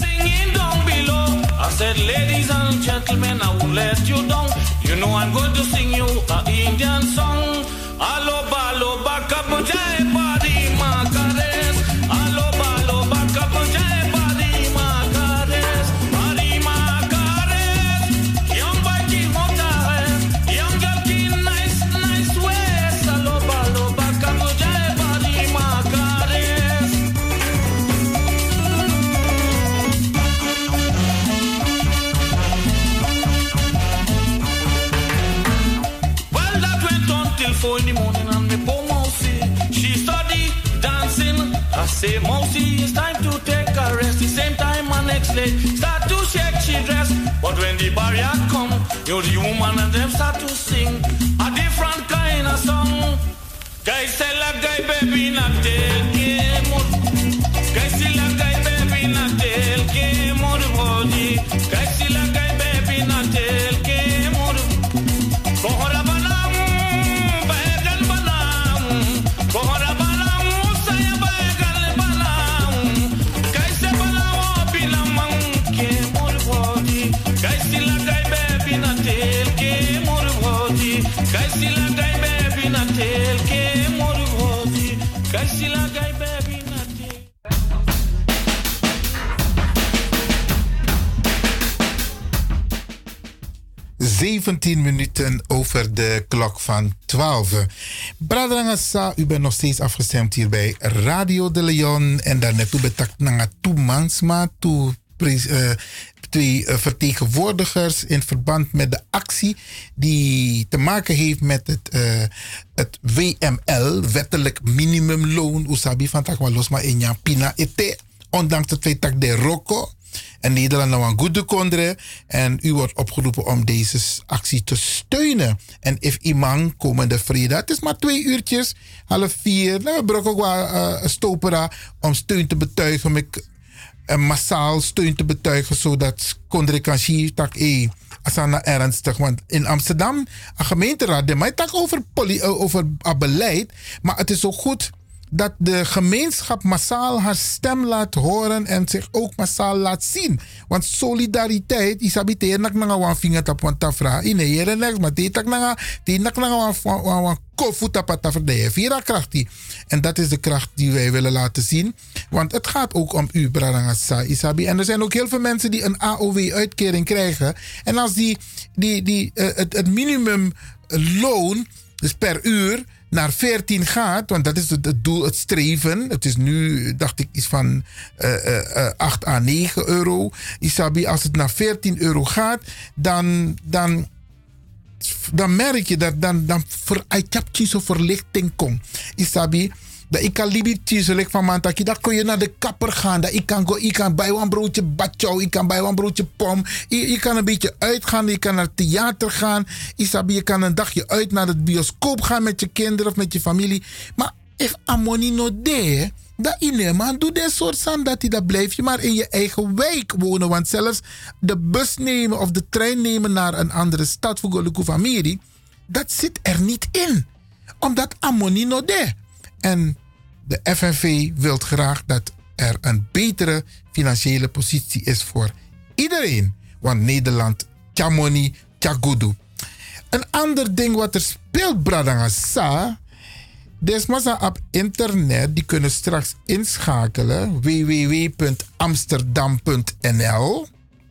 I said, ladies and gentlemen, I won't let you down. You know I'm going to sing you an Indian song. Alo balo baka jai badi makares. Alo balo baka jai badi makares. Badi makares. Young baki motares. Young girl nice waist. Alo balo baka jai badi. 4 in the morning and me poor Mousy, she study dancing. I say, Mousy, it's time to take a rest. The same time my next leg start to shake she dress. But when the barrier come, you the woman and them start to sing a different kind of song. Guys tell a guy baby not tell game. Guys tell a guy baby not tell game or the body. Guys tell a guy baby not tell game or the Kohora banam, bagal banam. Kohora banam, saya bagal banam. Guys tell banam binamang game or the body. Guys tell a guy baby not tell game or the body. Guys tell a guy baby not tell game or the body. Guys tell a guy baby not tell. 17 minuten over de klok van 12. Bradangasa, u bent nog steeds afgestemd hier bij Radio de Leon. En daarnet betakt naar toe mansma, twee vertegenwoordigers in verband met de actie die te maken heeft met het WML, wettelijk minimumloon. Usabi van takwa losma in pina ete, ondanks het feit dat de Rocco en Nederland nou een goede kondre. En u wordt opgeroepen om deze actie te steunen. En if iemand komende vrijdag, het is maar 2 uurtjes, 3:30. Nou, we brokken ook wel stopera om steun te betuigen. Met massaal steun te betuigen, zodat kondre kan zien dat asana ernstig. Want in Amsterdam, een gemeenteraad, de mij tak over beleid, maar het is zo goed dat de gemeenschap massaal haar stem laat horen en zich ook massaal laat zien. Want solidariteit is abiteer nak nanga wan vinger tap wan tafra. Ine jere next, maar die tak nanga wan kofu tap tafra. De vira krachti. En dat is de kracht die wij willen laten zien. Want het gaat ook om u, Bradangasa Isabi. En er zijn ook heel veel mensen die een AOW-uitkering krijgen. En als het minimumloon, dus per uur, naar 14 gaat, want dat is het doel, het streven. Het is nu, dacht ik, iets van 8 à 9 euro. Isabi, als het naar 14 euro gaat, dan merk je dat dan zo'n verlichting komt. Isabi, dat ik kan libitje van mantaki, dat kun je naar de kapper gaan, dat ik kan bij een broodje batjou, ik kan bij een broodje pom, je kan een beetje uitgaan, je kan naar het theater gaan, Isabi, je kan een dagje uit naar het bioscoop gaan met je kinderen of met je familie. Maar if amoni no de, dat man doe dit soort zand dat dat blijf je maar in je eigen wijk wonen, want zelfs de bus nemen of de trein nemen naar een andere stad voor Goluku familie, dat zit er niet in, omdat amoni no de. En de FNV wil graag dat er een betere financiële positie is voor iedereen. Want Nederland, tjamoni, tjagudu. Een ander ding wat er speelt, Bradangasa. Desmasa op internet, die kunnen straks inschakelen. www.amsterdam.nl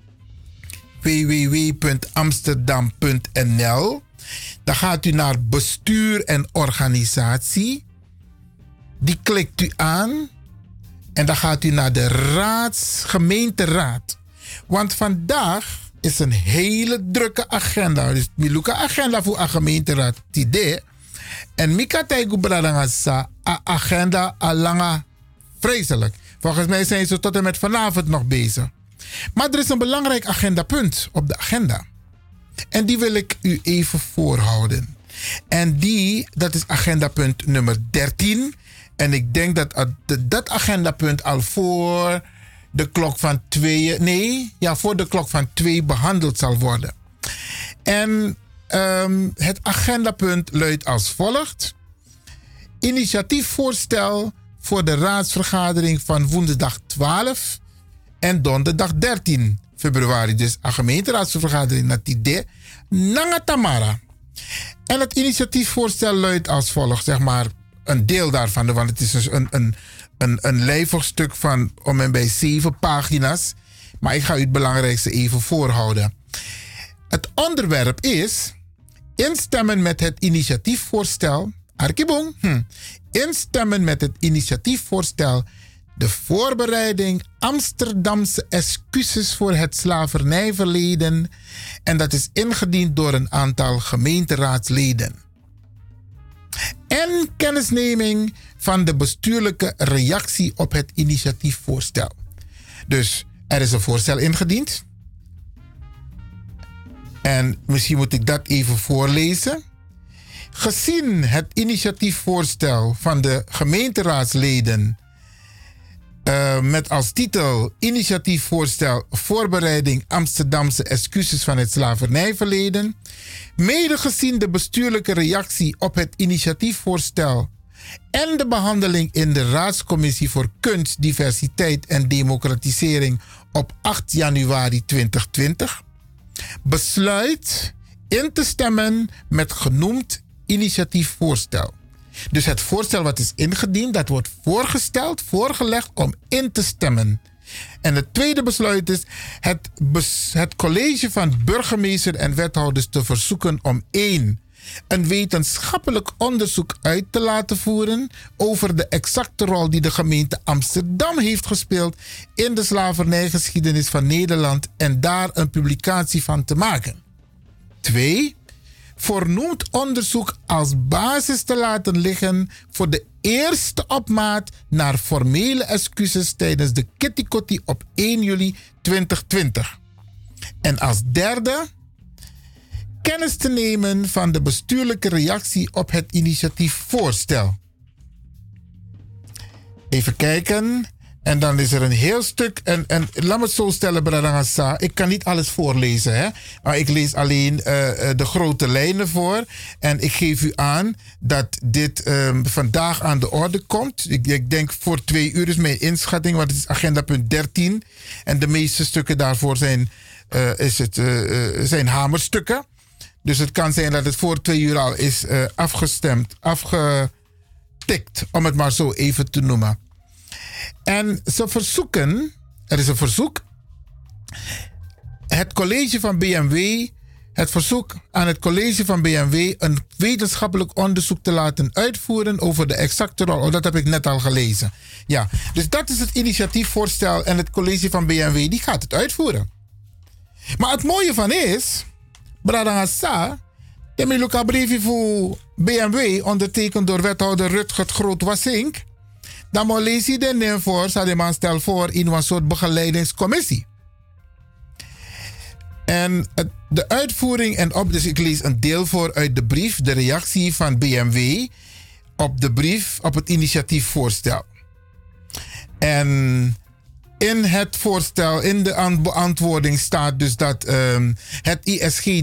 www.amsterdam.nl. Dan gaat u naar bestuur en organisatie. Die klikt u aan en dan gaat u naar de gemeenteraad. Want vandaag is een hele drukke agenda. Dus miluka agenda voor een gemeenteraad. En mika taigu bradangasa agenda alanga vreselijk. Volgens mij zijn ze tot en met vanavond nog bezig. Maar er is een belangrijk agendapunt op de agenda. En die wil ik u even voorhouden. En dat is agendapunt nummer 13. En ik denk dat agendapunt al voor de klok van 2... voor de klok van 2 behandeld zal worden. En het agendapunt luidt als volgt. Initiatiefvoorstel voor de raadsvergadering van woensdag 12 en donderdag 13 februari. Dus een gemeenteraadsvergadering naar Tide, Nangatamara. En het initiatiefvoorstel luidt als volgt, zeg maar een deel daarvan, want het is dus een lijvig stuk van om en bij 7 pagina's. Maar ik ga u het belangrijkste even voorhouden. Het onderwerp is instemmen met het initiatiefvoorstel. Arkibong. Instemmen met het initiatiefvoorstel. De voorbereiding Amsterdamse excuses voor het slavernijverleden. En dat is ingediend door een aantal gemeenteraadsleden. En kennisneming van de bestuurlijke reactie op het initiatiefvoorstel. Dus er is een voorstel ingediend. En misschien moet ik dat even voorlezen. Gezien het initiatiefvoorstel van de gemeenteraadsleden met als titel Initiatiefvoorstel Voorbereiding Amsterdamse excuses van het slavernijverleden, mede gezien de bestuurlijke reactie op het initiatiefvoorstel en de behandeling in de Raadscommissie voor Kunst, Diversiteit en Democratisering op 8 januari 2020, besluit in te stemmen met genoemd initiatiefvoorstel. Dus het voorstel wat is ingediend, dat wordt voorgelegd om in te stemmen. En het tweede besluit is het college van burgemeester en wethouders te verzoeken om 1. Een wetenschappelijk onderzoek uit te laten voeren over de exacte rol die de gemeente Amsterdam heeft gespeeld in de slavernijgeschiedenis van Nederland en daar een publicatie van te maken. 2. Voornoemd onderzoek als basis te laten liggen voor de eerste opmaat naar formele excuses tijdens de Kitty Kotti op 1 juli 2020. En als derde, kennis te nemen van de bestuurlijke reactie op het initiatiefvoorstel. Even kijken. En dan is er een heel stuk. En laat me het zo stellen, Bradangasa. Ik kan niet alles voorlezen, hè. Maar ik lees alleen de grote lijnen voor. En ik geef u aan dat dit vandaag aan de orde komt. Ik denk voor 2 uur is mijn inschatting, want het is agenda punt 13. En de meeste stukken daarvoor zijn hamerstukken. Dus het kan zijn dat het voor 2 uur al is afgetikt, om het maar zo even te noemen. En ze verzoeken, er is een verzoek, het verzoek aan het college van BMW een wetenschappelijk onderzoek te laten uitvoeren over de exacte rol. Oh, dat heb ik net al gelezen. Ja, dus dat is het initiatiefvoorstel en het college van BMW die gaat het uitvoeren. Maar het mooie van is, Bradangasa, de Miluka briefje voor BMW, ondertekend door wethouder Rutger Groot-Wassink, dan lees je de neem voor, Sademan stel voor, in een soort begeleidingscommissie. En de uitvoering dus ik lees een deel voor uit de brief, de reactie van BMW op de brief, op het initiatiefvoorstel. En in het voorstel, in de beantwoording staat dus dat het IISG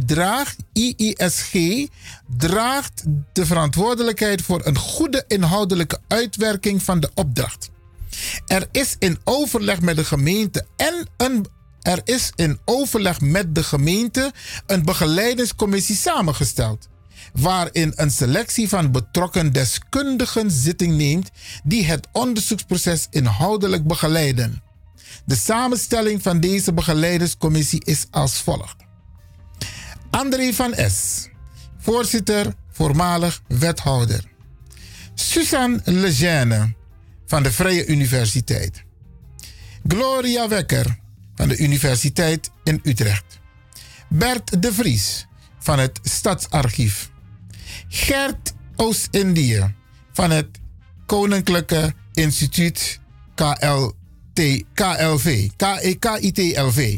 draagt de verantwoordelijkheid voor een goede inhoudelijke uitwerking van de opdracht. Er is in overleg met de gemeente een begeleidingscommissie samengesteld, waarin een selectie van betrokken deskundigen zitting neemt die het onderzoeksproces inhoudelijk begeleiden. De samenstelling van deze begeleidingscommissie is als volgt. André van S., voorzitter, voormalig wethouder. Suzanne Lejeune van de Vrije Universiteit. Gloria Wekker van de Universiteit in Utrecht. Bert de Vries van het Stadsarchief. Gert Oost-Indië van het Koninklijke Instituut KITLV.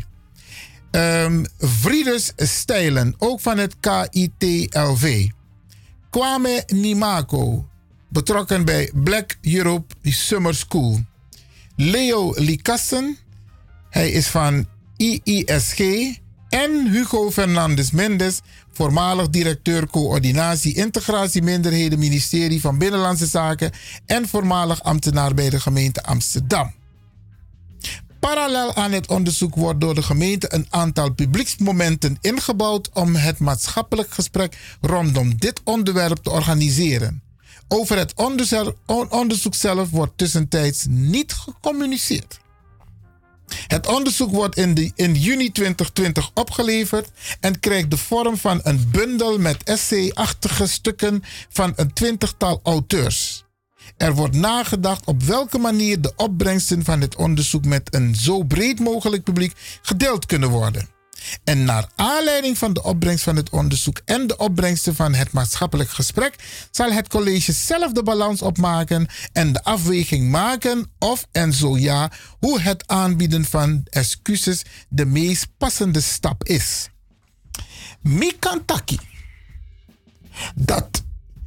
Vrides Stijlen, ook van het KITLV. Kwame Nimako, betrokken bij Black Europe Summer School. Leo Likassen, hij is van IISG. En Hugo Fernandes Mendes, voormalig directeur coördinatie integratie minderheden ministerie van Binnenlandse Zaken en voormalig ambtenaar bij de gemeente Amsterdam. Parallel aan het onderzoek wordt door de gemeente een aantal publieksmomenten ingebouwd om het maatschappelijk gesprek rondom dit onderwerp te organiseren. Over het onderzoek zelf wordt tussentijds niet gecommuniceerd. Het onderzoek wordt in juni 2020 opgeleverd en krijgt de vorm van een bundel met essay-achtige stukken van een 20-tal auteurs. Er wordt nagedacht op welke manier de opbrengsten van het onderzoek met een zo breed mogelijk publiek gedeeld kunnen worden. En naar aanleiding van de opbrengst van het onderzoek en de opbrengsten van het maatschappelijk gesprek zal het college zelf de balans opmaken en de afweging maken of en zo ja, hoe het aanbieden van excuses de meest passende stap is. Mikantaki. Dat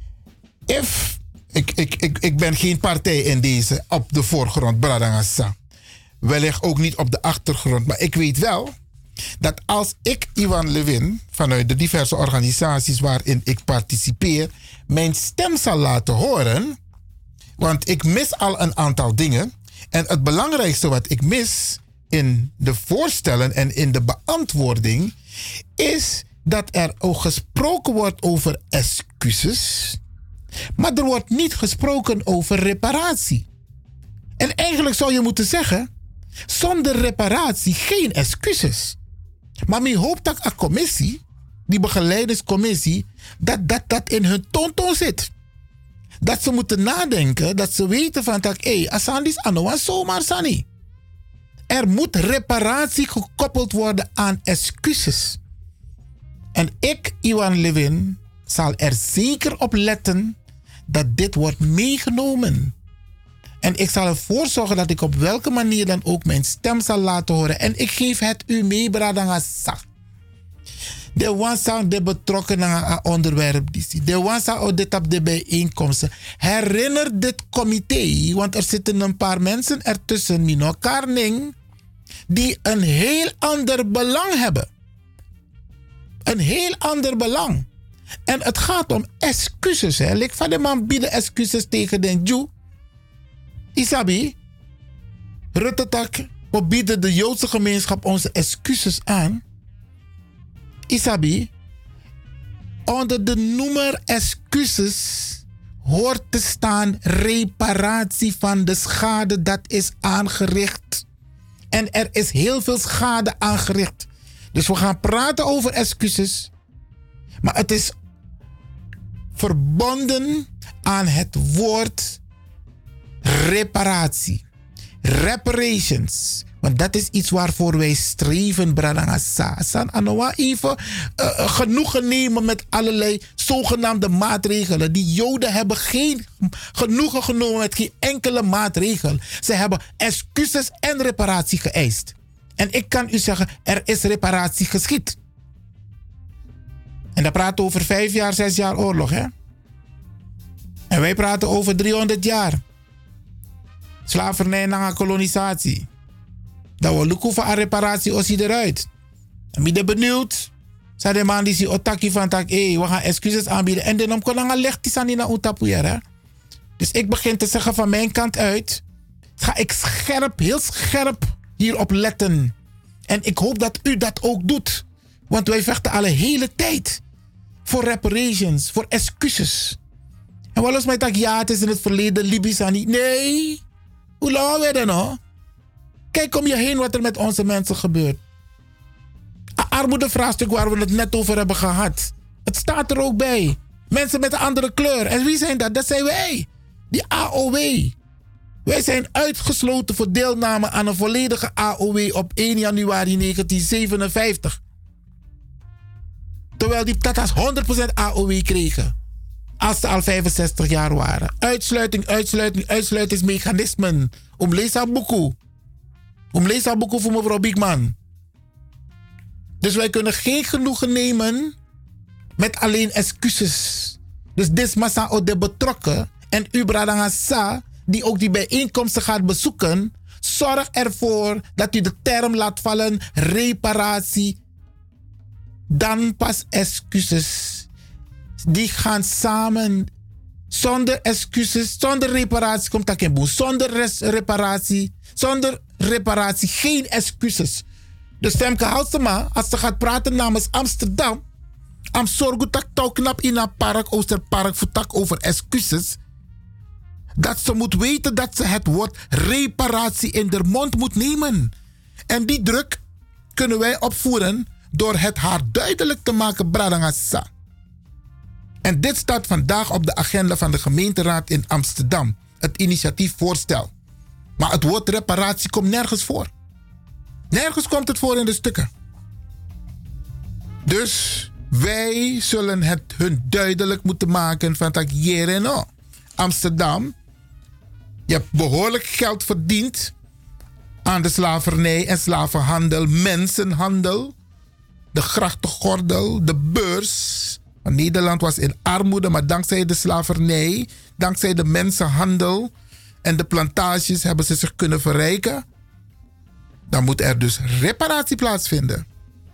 ik ben geen partij in deze op de voorgrond, Bradangasa. Wellicht ook niet op de achtergrond, maar ik weet wel dat als ik, Iwan Lewin, vanuit de diverse organisaties waarin ik participeer, mijn stem zal laten horen, want ik mis al een aantal dingen. En het belangrijkste wat ik mis in de voorstellen en in de beantwoording is dat er ook gesproken wordt over excuses, maar er wordt niet gesproken over reparatie. En eigenlijk zou je moeten zeggen, zonder reparatie geen excuses. Maar men hoopt dat een commissie, die begeleidingscommissie, dat in hun tonton zit. Dat ze moeten nadenken, dat ze weten van dat, Asandis Anoa zomaar Sani. Er moet reparatie gekoppeld worden aan excuses. En ik, Iwan Lewin, zal er zeker op letten dat dit wordt meegenomen. En ik zal ervoor zorgen dat ik op welke manier dan ook mijn stem zal laten horen. En ik geef het u mee, Bradangasa. De wansa de betrokkenen aan onderwerp. De wansa dit op de bijeenkomsten. Herinner dit comité, want er zitten een paar mensen ertussen, Mino Karning, die een heel ander belang hebben. Een heel ander belang. En het gaat om excuses. Like van de man bieden excuses tegen den Jew. Isabi, Ruttetak, we bieden de Joodse gemeenschap onze excuses aan. Isabi, onder de noemer excuses hoort te staan reparatie van de schade dat is aangericht. En er is heel veel schade aangericht. Dus we gaan praten over excuses. Maar het is verbonden aan het woord reparatie. Reparations. Want dat is iets waarvoor wij streven, Bradangasa. San Anoa even genoegen nemen met allerlei zogenaamde maatregelen. Die Joden hebben geen genoegen genomen met geen enkele maatregel. Ze hebben excuses en reparatie geëist. En ik kan u zeggen, er is reparatie geschied. En dan praten we over 5 jaar, 6 jaar oorlog, hè? En wij praten over 300 jaar. Slavernij en kolonisatie. Dat we lukken van reparatie als hij eruit. En wie er benieuwd, zijn de man die zie otaki van tak, we gaan excuses aanbieden. En dan kon dan legt die san in een utapuyer. Dus ik begin te zeggen van mijn kant uit, ga ik scherp, heel scherp hierop letten. En ik hoop dat u dat ook doet. Want wij vechten al een hele tijd voor reparations, voor excuses. En wel eens mij tak, ja, het is in het verleden Libisch aan niet. Nee, hoe lang we dan nou? Kijk om je heen wat er met onze mensen gebeurt. Een armoedevraagstuk waar we het net over hebben gehad. Het staat er ook bij. Mensen met een andere kleur. En wie zijn dat? Dat zijn wij. Die AOW. Wij zijn uitgesloten voor deelname aan een volledige AOW op 1 januari 1957. Terwijl die tatas 100% AOW kregen. Als ze al 65 jaar waren. Uitsluitingsmechanismen. Om lezen boeken. Om lezen boeken voor mevrouw Biekman. Dus wij kunnen geen genoegen nemen met alleen excuses. Dus dit massa o de betrokken en u Bradangasa, die ook die bijeenkomsten gaat bezoeken, zorg ervoor dat u de term laat vallen reparatie. Dan pas excuses. Die gaan samen. Zonder excuses, zonder reparatie komt dat geen boel. Zonder reparatie, geen excuses. Dus Femke Halsema, als ze gaat praten namens Amsterdam, am zorgen dat touw knap in een park, Oosterpark, vertak over excuses. Dat ze moet weten dat ze het woord reparatie in de mond moet nemen. En die druk kunnen wij opvoeren door het haar duidelijk te maken, Bradangasa. En dit staat vandaag op de agenda van de gemeenteraad in Amsterdam. Het initiatiefvoorstel. Maar het woord reparatie komt nergens voor. Nergens komt het voor in de stukken. Dus wij zullen het hun duidelijk moeten maken van dat Jereno. Amsterdam, je hebt behoorlijk geld verdiend aan de slavernij en slavenhandel, mensenhandel, de grachtengordel, de beurs. Want Nederland was in armoede, maar dankzij de slavernij, dankzij de mensenhandel en de plantages hebben ze zich kunnen verrijken. Dan moet er dus reparatie plaatsvinden.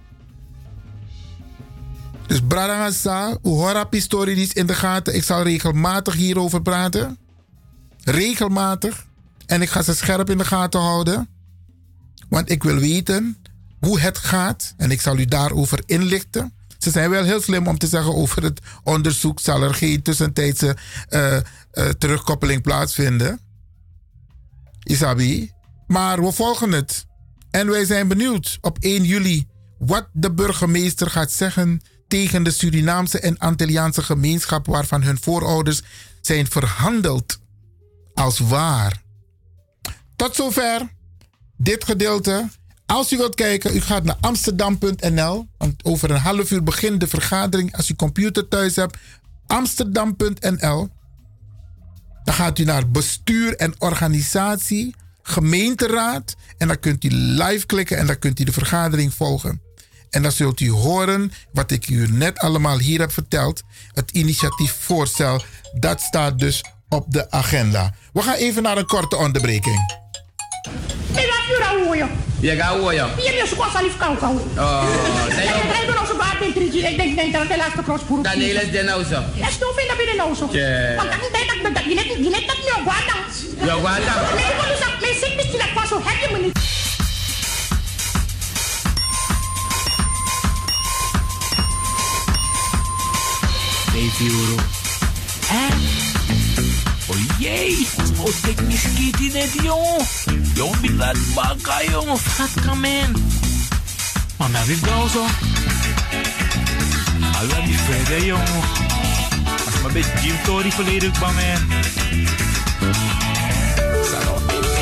Dus Bradangasa, Uhora historie is in de gaten. Ik zal regelmatig hierover praten. Regelmatig. En ik ga ze scherp in de gaten houden. Want ik wil weten hoe het gaat. En ik zal u daarover inlichten. Ze zijn wel heel slim om te zeggen over het onderzoek zal er geen tussentijdse terugkoppeling plaatsvinden. Isabi. Maar we volgen het. En wij zijn benieuwd op 1 juli wat de burgemeester gaat zeggen tegen de Surinaamse en Antilliaanse gemeenschap waarvan hun voorouders zijn verhandeld als waar. Tot zover dit gedeelte. Als u wilt kijken, u gaat naar amsterdam.nl. Want over een half uur begint de vergadering. Als u computer thuis hebt, amsterdam.nl. Dan gaat u naar bestuur en organisatie, gemeenteraad. En dan kunt u live klikken en dan kunt u de vergadering volgen. En dan zult u horen wat ik u net allemaal hier heb verteld. Het initiatiefvoorstel, dat staat dus op de agenda. We gaan even naar een korte onderbreking. Je gaat horen. Je bent zo salif kan kan. Ik ben onze baard in 3G. Ik denk dat de laatste crosspoer. Dan heel is de nou zo. Ja, stof in dat binnen nou zo. Want dat is je net dat niet guarda. Ja, guarda. Nee, ik wil zeggen, mijn zin niet dat pas zo heb je me niet. €5. Oh jee, oh tek miskiti net jong. Jong bilat baka jong, fat kamen. Mama heeft nou zo. Alla die vrede jong. Als maar bij Jim Tory volledig van mij. Salon.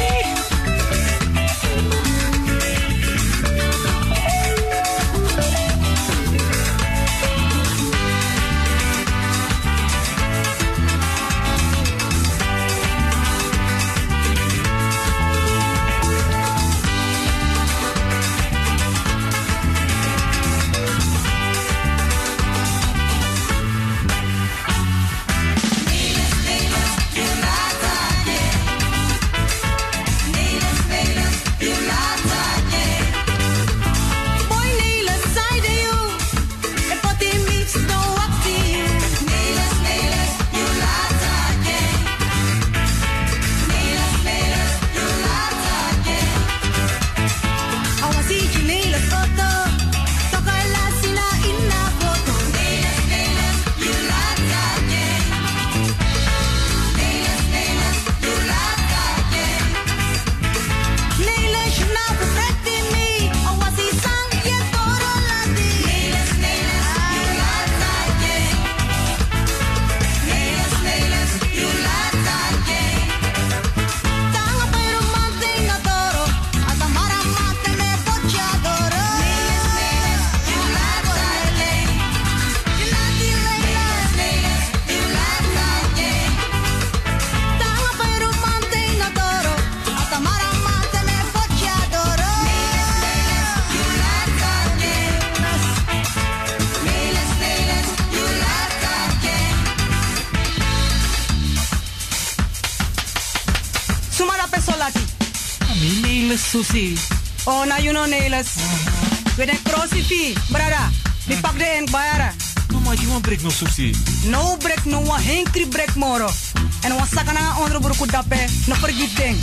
Susi. Oh, na you know Nelis. We den crossifi, brada. Mi pak de en bayara. Mama, you want break no Susi? No break no one henkri break moro. En was sakana onder broku dape, no forget ding.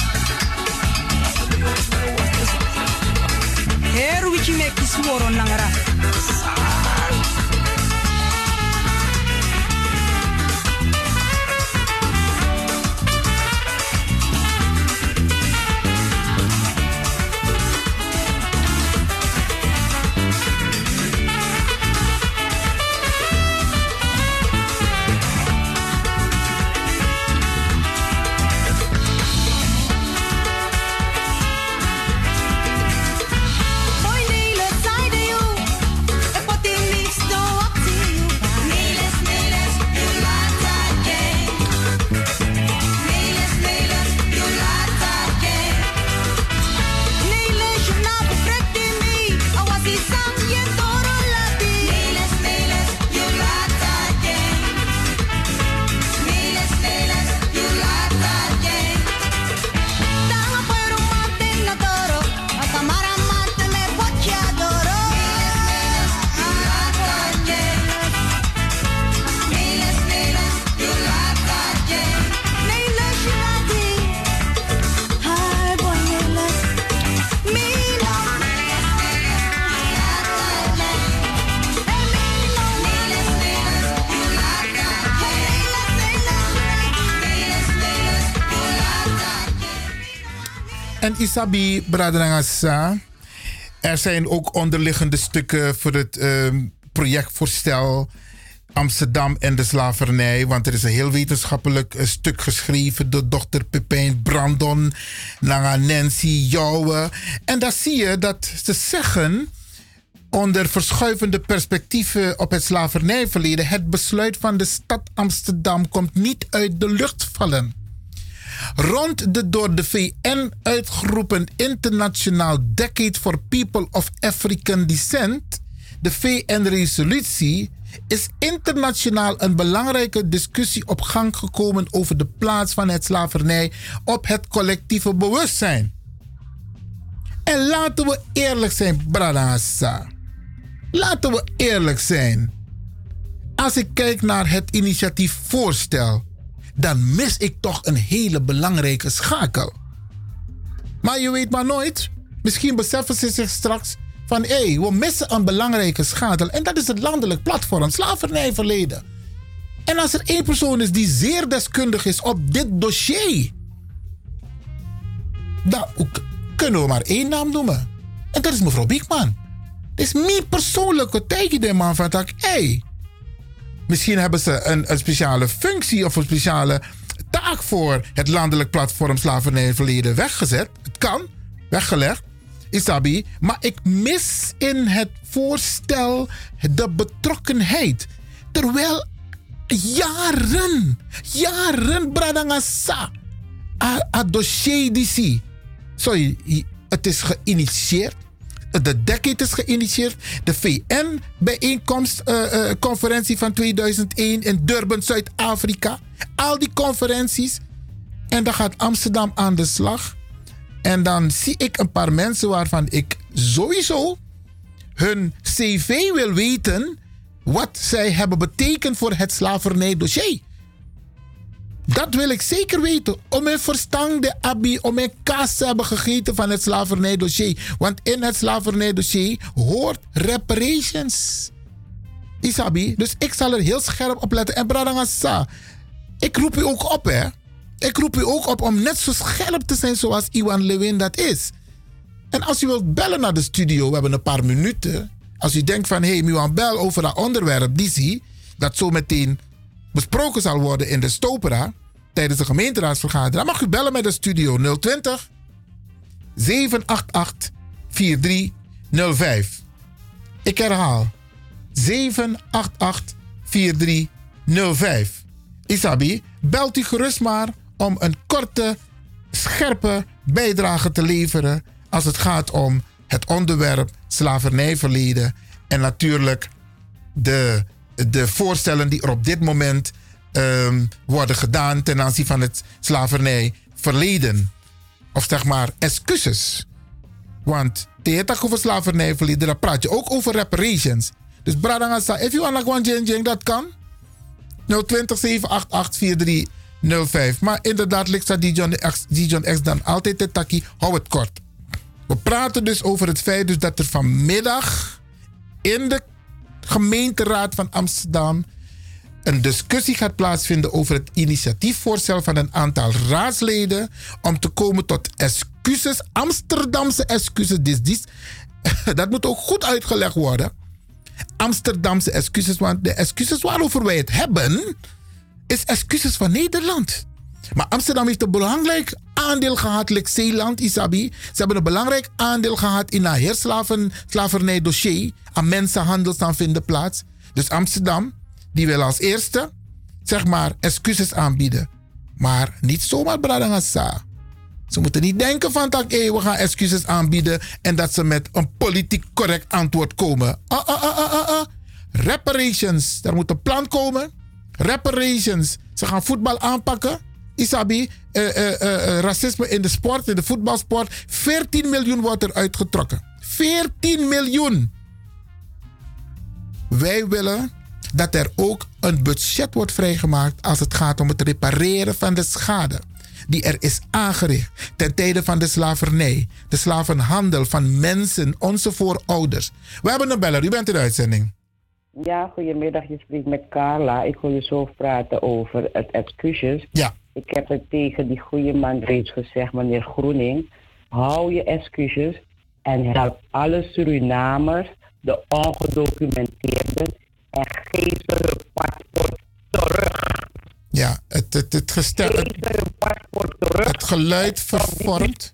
Heru wichi me kismoro nangara. Boy, Nele, side you. En Isabi Bradangasa, er zijn ook onderliggende stukken voor het projectvoorstel Amsterdam en de slavernij. Want er is een heel wetenschappelijk stuk geschreven door dokter Pepijn Brandon, naar Nancy Jouwe. En daar zie je dat ze zeggen, onder verschuivende perspectieven op het slavernijverleden, het besluit van de stad Amsterdam komt niet uit de lucht vallen. Rond de door de VN uitgeroepen International Decade for People of African Descent, de VN-resolutie, is internationaal een belangrijke discussie op gang gekomen over de plaats van het slavernij op het collectieve bewustzijn. En laten we eerlijk zijn, Bradassa. Laten we eerlijk zijn. Als ik kijk naar het initiatiefvoorstel, dan mis ik toch een hele belangrijke schakel. Maar je weet maar nooit. Misschien beseffen ze zich straks van we missen een belangrijke schakel. En dat is het landelijk platform slavernijverleden. En als er één persoon is die zeer deskundig is op dit dossier, dan kunnen we maar één naam noemen. En dat is mevrouw Biekman. Het is mijn persoonlijke tegen de man van dat misschien hebben ze een speciale functie of een speciale taak voor het landelijk platform slavernijverleden weggezet. Het kan, weggelegd, Isabi. Maar ik mis in het voorstel de betrokkenheid. Terwijl jaren Bradangasa, het dossier DC. Sorry, het is geïnitieerd. De decade is geïnitieerd. De VN-bijeenkomstconferentie van 2001 in Durban, Zuid-Afrika. Al die conferenties. En dan gaat Amsterdam aan de slag. En dan zie ik een paar mensen waarvan ik sowieso hun cv wil weten wat zij hebben betekend voor het slavernijdossier. Dat wil ik zeker weten. Om mijn verstand de abi, om mijn kaas te hebben gegeten van het slavernijdossier. Want in het slavernijdossier hoort reparations. Isabi, dus ik zal er heel scherp op letten. En Bradangasa, ik roep u ook op, hè. Ik roep u ook op om net zo scherp te zijn zoals Iwan Lewin dat is. En als u wilt bellen naar de studio, we hebben een paar minuten. Als u denkt van, Miwan, bel over dat onderwerp, dat zo meteen besproken zal worden in de Stopera tijdens de gemeenteraadsvergadering, dan mag u bellen met de studio 020 788 4305. Ik herhaal 788 4305. Isabi, belt u gerust maar om een korte, scherpe bijdrage te leveren als het gaat om het onderwerp slavernijverleden en natuurlijk de voorstellen die er op dit moment worden gedaan ten aanzien van het slavernijverleden. Of zeg maar excuses. Want tegen over slavernijverleden, dan praat je ook over reparations. Dus Bradangasa, if you want to go dat kan. 020 788 4305. Maar inderdaad, ligt dat Dijon X dan altijd de takkie. Hou het kort. We praten dus over het feit dus dat er vanmiddag in de gemeenteraad van Amsterdam een discussie gaat plaatsvinden over het initiatiefvoorstel van een aantal raadsleden om te komen tot excuses, Amsterdamse excuses. Dat moet ook goed uitgelegd worden. Amsterdamse excuses, want de excuses waarover wij het hebben, is excuses van Nederland. Maar Amsterdam heeft een belangrijk aandeel gehad, like Zeeland, Isabi. Ze hebben een belangrijk aandeel gehad in het heerslavernijdossier. Aan mensenhandel staan vinden plaats. Dus Amsterdam, die wil als eerste, zeg maar, excuses aanbieden. Maar niet zomaar Bradangasa. Ze moeten niet denken van, we gaan excuses aanbieden en dat ze met een politiek correct antwoord komen. Reparations, er moet een plan komen. Reparations, ze gaan voetbal aanpakken. Isabi, racisme in de sport, in de voetbalsport. 14 miljoen wordt er uitgetrokken. 14 miljoen. Wij willen dat er ook een budget wordt vrijgemaakt als het gaat om het repareren van de schade die er is aangericht ten tijde van de slavernij, de slavenhandel van mensen, onze voorouders. We hebben een beller, u bent in de uitzending. Ja, goedemiddag, je spreekt met Carla. Ik wil je zo praten over het excuses. Ja. Ik heb het tegen die goede man reeds gezegd, meneer Groening. hou je excuses en help alle Surinamers, de ongedocumenteerden, en geef ze hun paspoort terug. Ja, het geluid vervormt.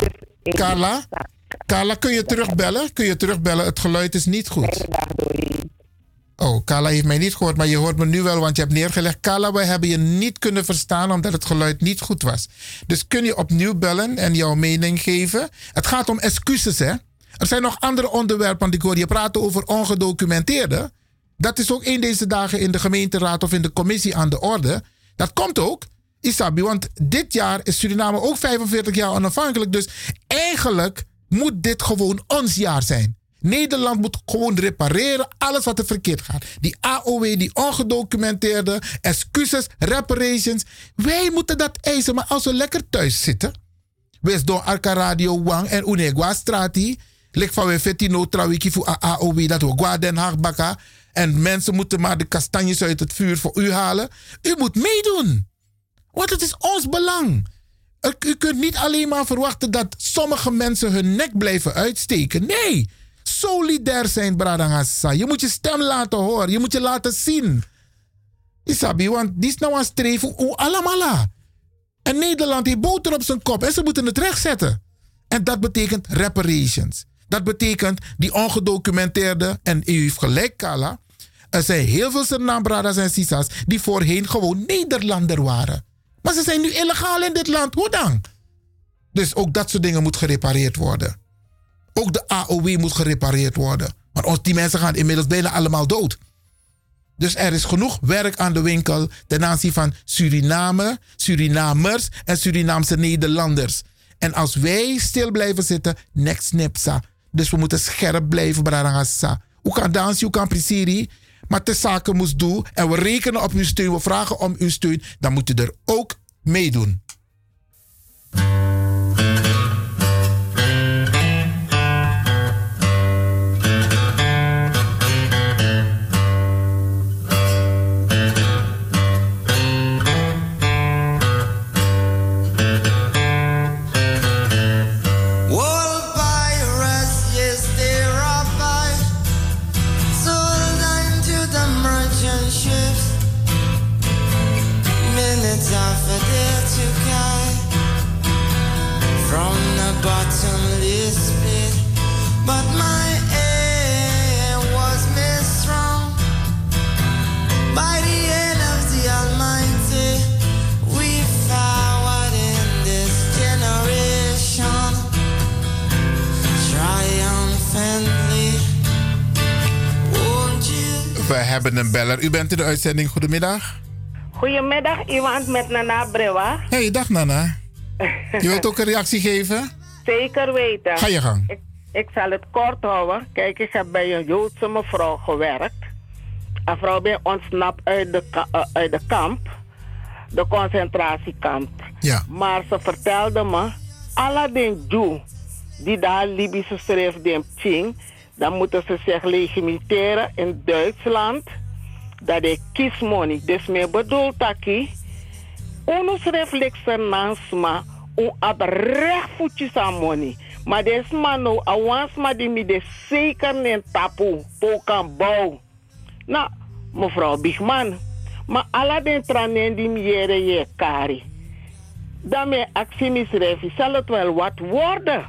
Carla, kun je terugbellen? Het geluid is niet goed. Oh, Carla heeft mij niet gehoord, maar je hoort me nu wel, want je hebt neergelegd. Carla, wij hebben je niet kunnen verstaan omdat het geluid niet goed was. Dus kun je opnieuw bellen en jouw mening geven? Het gaat om excuses, hè? Er zijn nog andere onderwerpen, want ik hoor je praten over ongedocumenteerden. Dat is ook één deze dagen in de gemeenteraad of in de commissie aan de orde. Dat komt ook, Isabi, want dit jaar is Suriname ook 45 jaar onafhankelijk. Dus eigenlijk moet dit gewoon ons jaar zijn. Nederland moet gewoon repareren alles wat er verkeerd gaat. Die AOW, die ongedocumenteerde, excuses, reparations. Wij moeten dat eisen, maar als we lekker thuis zitten. Wees door Arca Radio Wang en Unegwa Strati. Lik van we vetino trawiki voor AOW dat we Gwa Den Haag bakken. En mensen moeten maar de kastanjes uit het vuur voor u halen. U moet meedoen. Want het is ons belang. U kunt niet alleen maar verwachten dat sommige mensen hun nek blijven uitsteken. Nee. Solidair zijn, Bradangasa. Je moet je stem laten horen. Je moet je laten zien. Isabi, want die is nou aan streven. Alamala. En Nederland heeft boter op zijn kop. En ze moeten het rechtzetten. En dat betekent reparations. Dat betekent die ongedocumenteerde. En u heeft gelijk, Kala. Er zijn heel veel Suriname-bradas en Sisas die voorheen gewoon Nederlander waren. Maar ze zijn nu illegaal in dit land. Hoe dan? Dus ook dat soort dingen moet gerepareerd worden. Ook de AOW moet gerepareerd worden. Want die mensen gaan inmiddels bijna allemaal dood. Dus er is genoeg werk aan de winkel ten aanzien van Suriname, Surinamers en Surinaamse Nederlanders. En als wij stil blijven zitten, niks nipsa. Dus we moeten scherp blijven, Bradangasa. Hoe kan dansen, hoe kan prisiri? Maar te zaken moest doen. En we rekenen op uw steun. We vragen om uw steun. Dan moet u er ook meedoen. Bottomless pit, but my aim was made strong by the hand of the Almighty. We forward in this generation triumphantly. Won't you? We hebben een beller. U bent in de uitzending. Goedemiddag. Goedemiddag, iemand met Nana Brewa. Hey, dag Nana. Je wilt ook een reactie geven? Zeker weten. Ga je gang. Ik zal het kort houden. Kijk, ik heb bij een Joodse mevrouw gewerkt. Een vrouw ben ontsnapt uit de kamp. De concentratiekamp. Ja. Maar ze vertelde me, alle den Jew die daar Libische schreef den Pching, dan moeten ze zich legitimeren in Duitsland. Dat de kiesmoney. Dus me bedoelt dat ons reflexen nansma op recht voetjes aan money. Maar deze man nou, awans maar die me de zeker niet tapu, pokan bouw. Nou, mevrouw Bigman, maar alle den tranen die me je kari. Daarmee actie misrefi, zal het wel wat worden.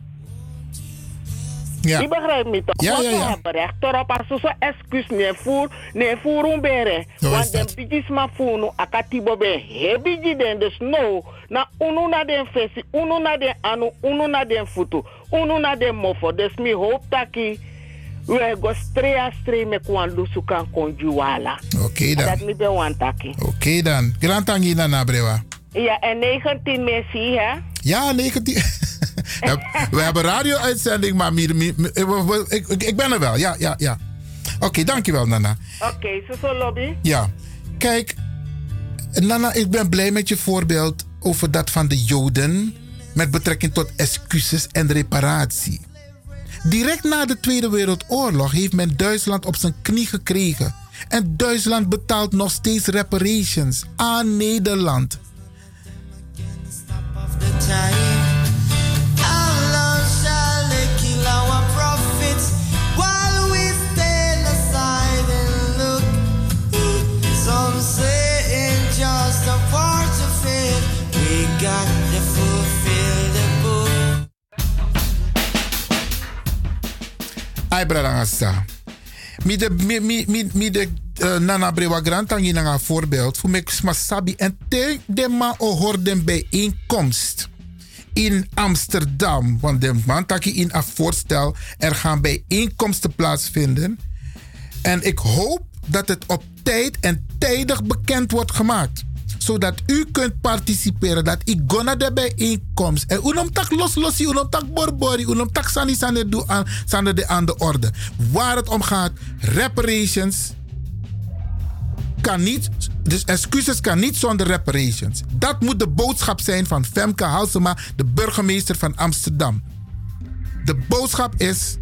Ja. Je begrijpt me toch? Ja, ja, ja. We hebben recht erop als ze zo'n excuus nee voeren bere. Want de bidjes maar voeren, akatibo be hebiji den. Dus no, na unu na den fesi, unu na den anu, unu na den futu, unu na den mofo. Dus mi hoop dat we go stray me kwan lusu kan konjuwala. Oké dan. Dat mi be wantaki. Oké dan. Grand tangi na Brewa. Ja, en 19 Messi, hè? Ja, 19. We hebben radio-uitzending, maar ik ben er wel. Ja. Oké, dankjewel, Nana. Oké, zo lobby. Ja, kijk, Nana, ik ben blij met je voorbeeld over dat van de Joden met betrekking tot excuses en reparatie. Direct na de Tweede Wereldoorlog heeft men Duitsland op zijn knie gekregen. En Duitsland betaalt nog steeds reparations aan Nederland. The time Ai bradangasa. Mi de nana brewa grantangi na een voorbeeld. Voor mij sabi en te de man hoort de bijeenkomst in Amsterdam. Want de man taki in een voorstel. Er gaan bijeenkomsten plaatsvinden. En ik hoop dat het op tijd en tijdig bekend wordt gemaakt. Zodat u kunt participeren. Dat ik ga naar de bijeenkomst. En unom tak loslossie, unom tak borbori, unom tak sani aan de orde. Waar het om gaat, reparations kan niet, dus excuses kan niet zonder reparations. Dat moet de boodschap zijn van Femke Halsema, de burgemeester van Amsterdam. De boodschap is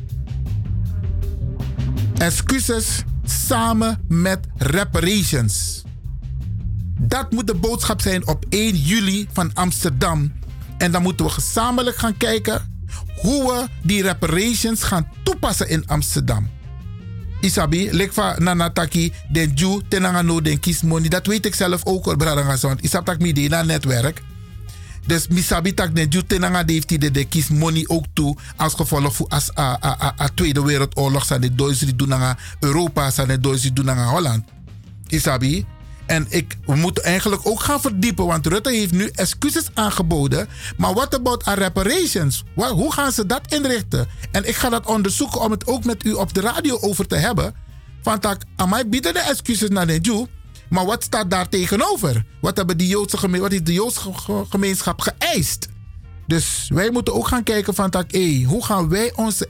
excuses samen met reparations. Dat moet de boodschap zijn op 1 juli van Amsterdam. En dan moeten we gezamenlijk gaan kijken hoe we die reparations gaan toepassen in Amsterdam. Isabi, lekva nanataki, den ju, tenangano, den kismoni. Dat weet ik zelf ook hoor, bradangazond. Isab tak mi de na netwerk. Dus misabi tak den ju, tenanga heeft hij de kismoni ook toe. Als gevolg voor a Tweede Wereldoorlog. Zijn de Duitsers doen naar Europa, zijn de Duitsers doen naar Holland. Isabi. En we moeten eigenlijk ook gaan verdiepen, want Rutte heeft nu excuses aangeboden. Maar what about our reparations? Hoe gaan ze dat inrichten? En ik ga dat onderzoeken om het ook met u op de radio over te hebben. Want aan mij bieden de excuses naar de Jew. Maar wat staat daar tegenover? Wat heeft de Joodse gemeenschap geëist? Dus wij moeten ook gaan kijken van hoe gaan wij onze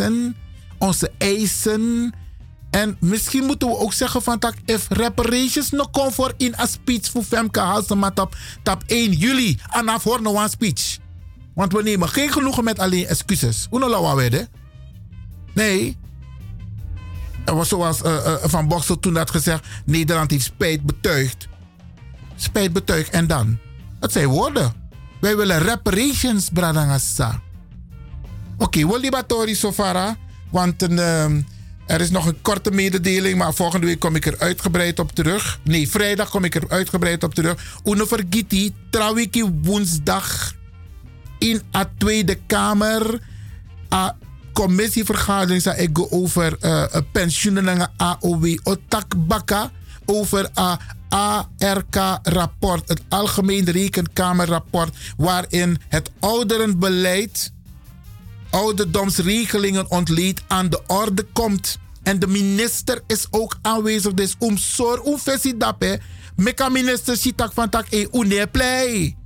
eisen. En misschien moeten we ook zeggen van if reparations no come voor in a speech voor Femke Halsema tap 1 juli. En af hoor no een speech. Want we nemen geen genoegen met alleen excuses. Hoe nou lawa weten? Nee. Er was zoals Van Boksel toen had gezegd, Nederland heeft spijt betuigd. Spijt betuigd en dan? Dat zijn woorden. Wij willen reparations, bradangasa. Oké, we libatori sofara. Want er is nog een korte mededeling, maar volgende week kom ik er uitgebreid op terug. Nee, vrijdag kom ik er uitgebreid op terug. Uno vergiti, trouwiki woensdag in a Tweede Kamer. A commissievergadering zal ik go over pensioenen en AOW Otakbaka. Over ARK-rapport, het Algemeen Rekenkamerrapport, waarin het ouderenbeleid, ouderdomsregelingen ontleed aan de orde komt. En de minister is ook aanwezig. Dus versie dape. Meka minister ziet van tak une play.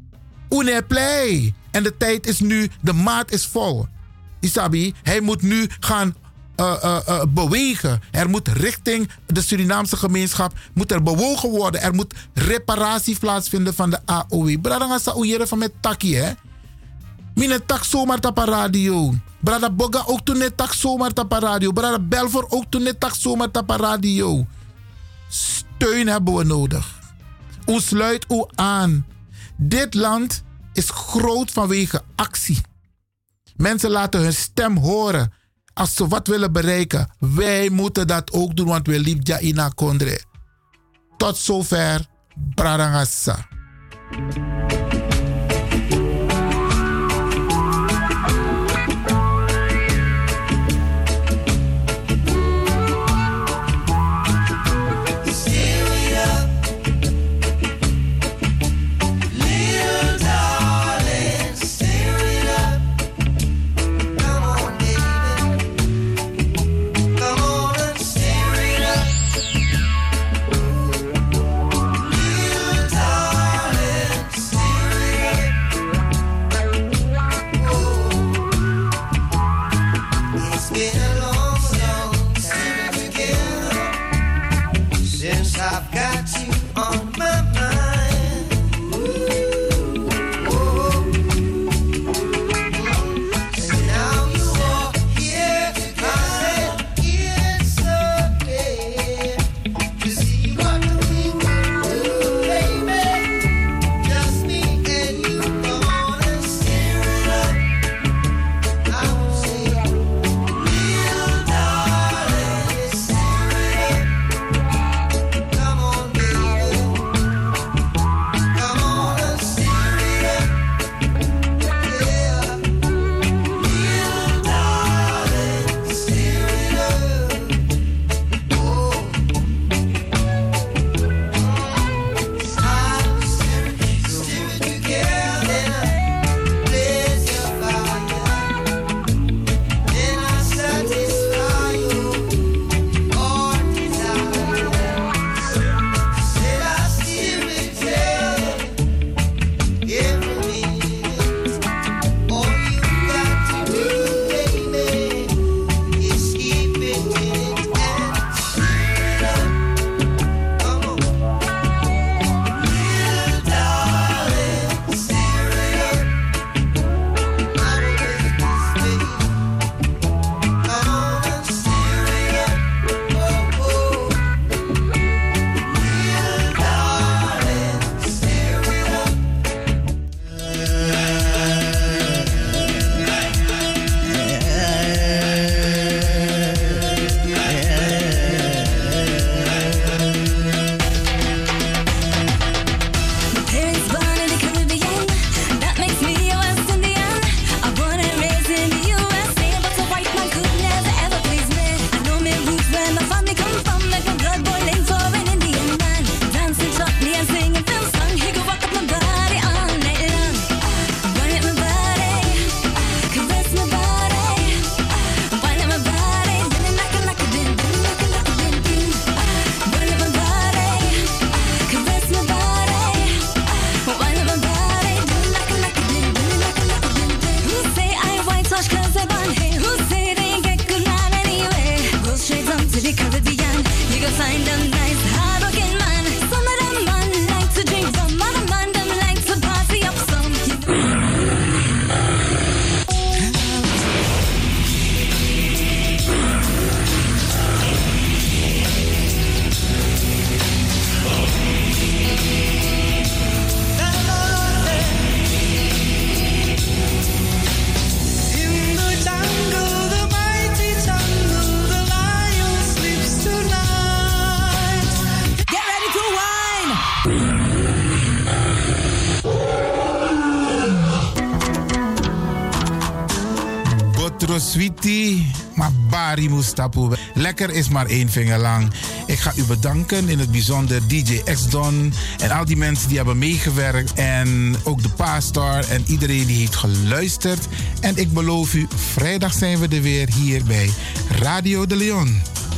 En de tijd is nu, de maat is vol. Isabi, hij moet nu gaan bewegen. Er moet richting de Surinaamse gemeenschap moet er bewogen worden. Er moet reparatie plaatsvinden van de AOW. Brada sa oeieren van met takkie, hè? Mine tak zomaar tapa radio. Brada Boga ook toen net tak zomaar tapa radio. Brada Belfort ook toen net tak zomaar tapa radio. Steun hebben we nodig. U sluit u aan. Dit land is groot vanwege actie. Mensen laten hun stem horen als ze wat willen bereiken. Wij moeten dat ook doen, want we liefja ina kondre. Tot zover, Bradangassa. to the Caribbean. You can find them nice, hard-working man. Some of them man like to drink rum, other man them like to party up some. Sweetie, maar Bari Mustapu. Lekker is maar 1 vinger lang. Ik ga u bedanken, in het bijzonder DJ X-Don en al die mensen die hebben meegewerkt. En ook de Pastor en iedereen die heeft geluisterd. En ik beloof u, vrijdag zijn we er weer hier bij Radio de Leon.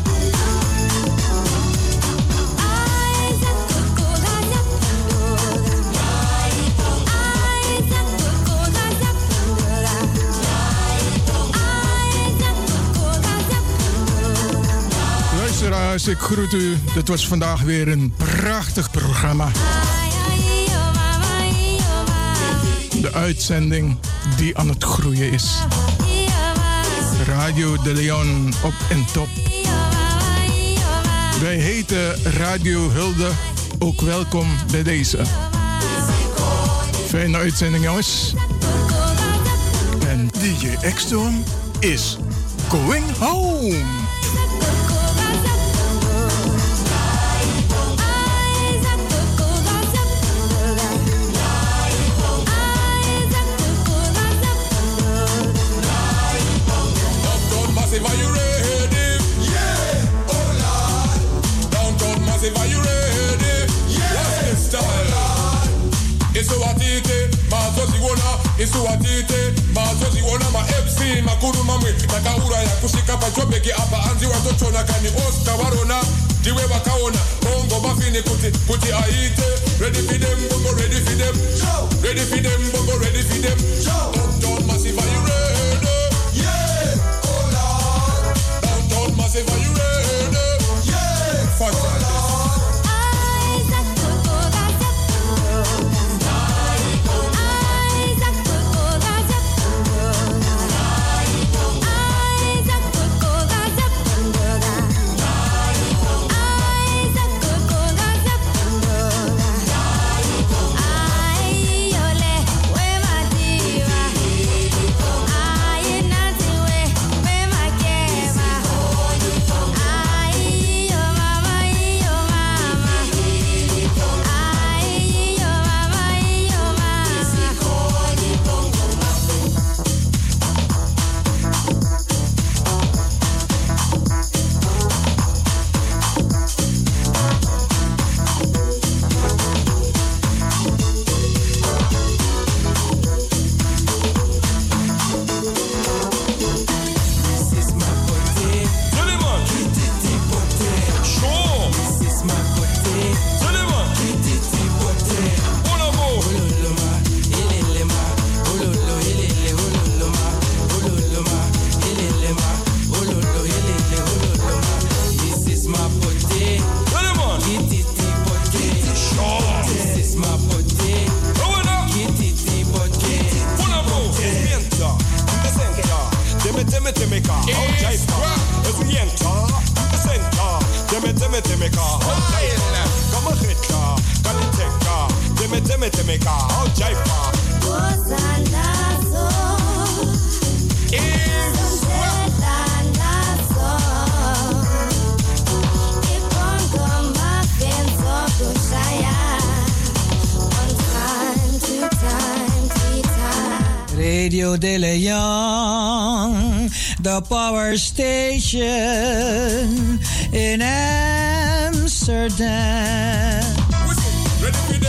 Ik groet u. Dit was vandaag weer een prachtig programma. De uitzending die aan het groeien is. Radio de Leon op en top. Wij heten Radio Hulde ook welkom bij deze. Fijne uitzending, jongens. En DJ X-Don is going home. Are you ready? Yeah, oh Lord. Downtown Massive, are you ready? Yeah, what's this style? Isuatite, mazoziona, Isuatite, mazoziona, ma MC, makuru mamwe, nakaura ya kushika pachobeki apa anzi watochona kani Oscar warona, diwe wakaona, bongo bafini kuti aite, ready for them, bongo ready for them, ready for them, bongo ready for them, Downtown Massive, are you ready? Massive, are you ready? Yeah! Fuck that. Radio de Leon, the power station in Amsterdam.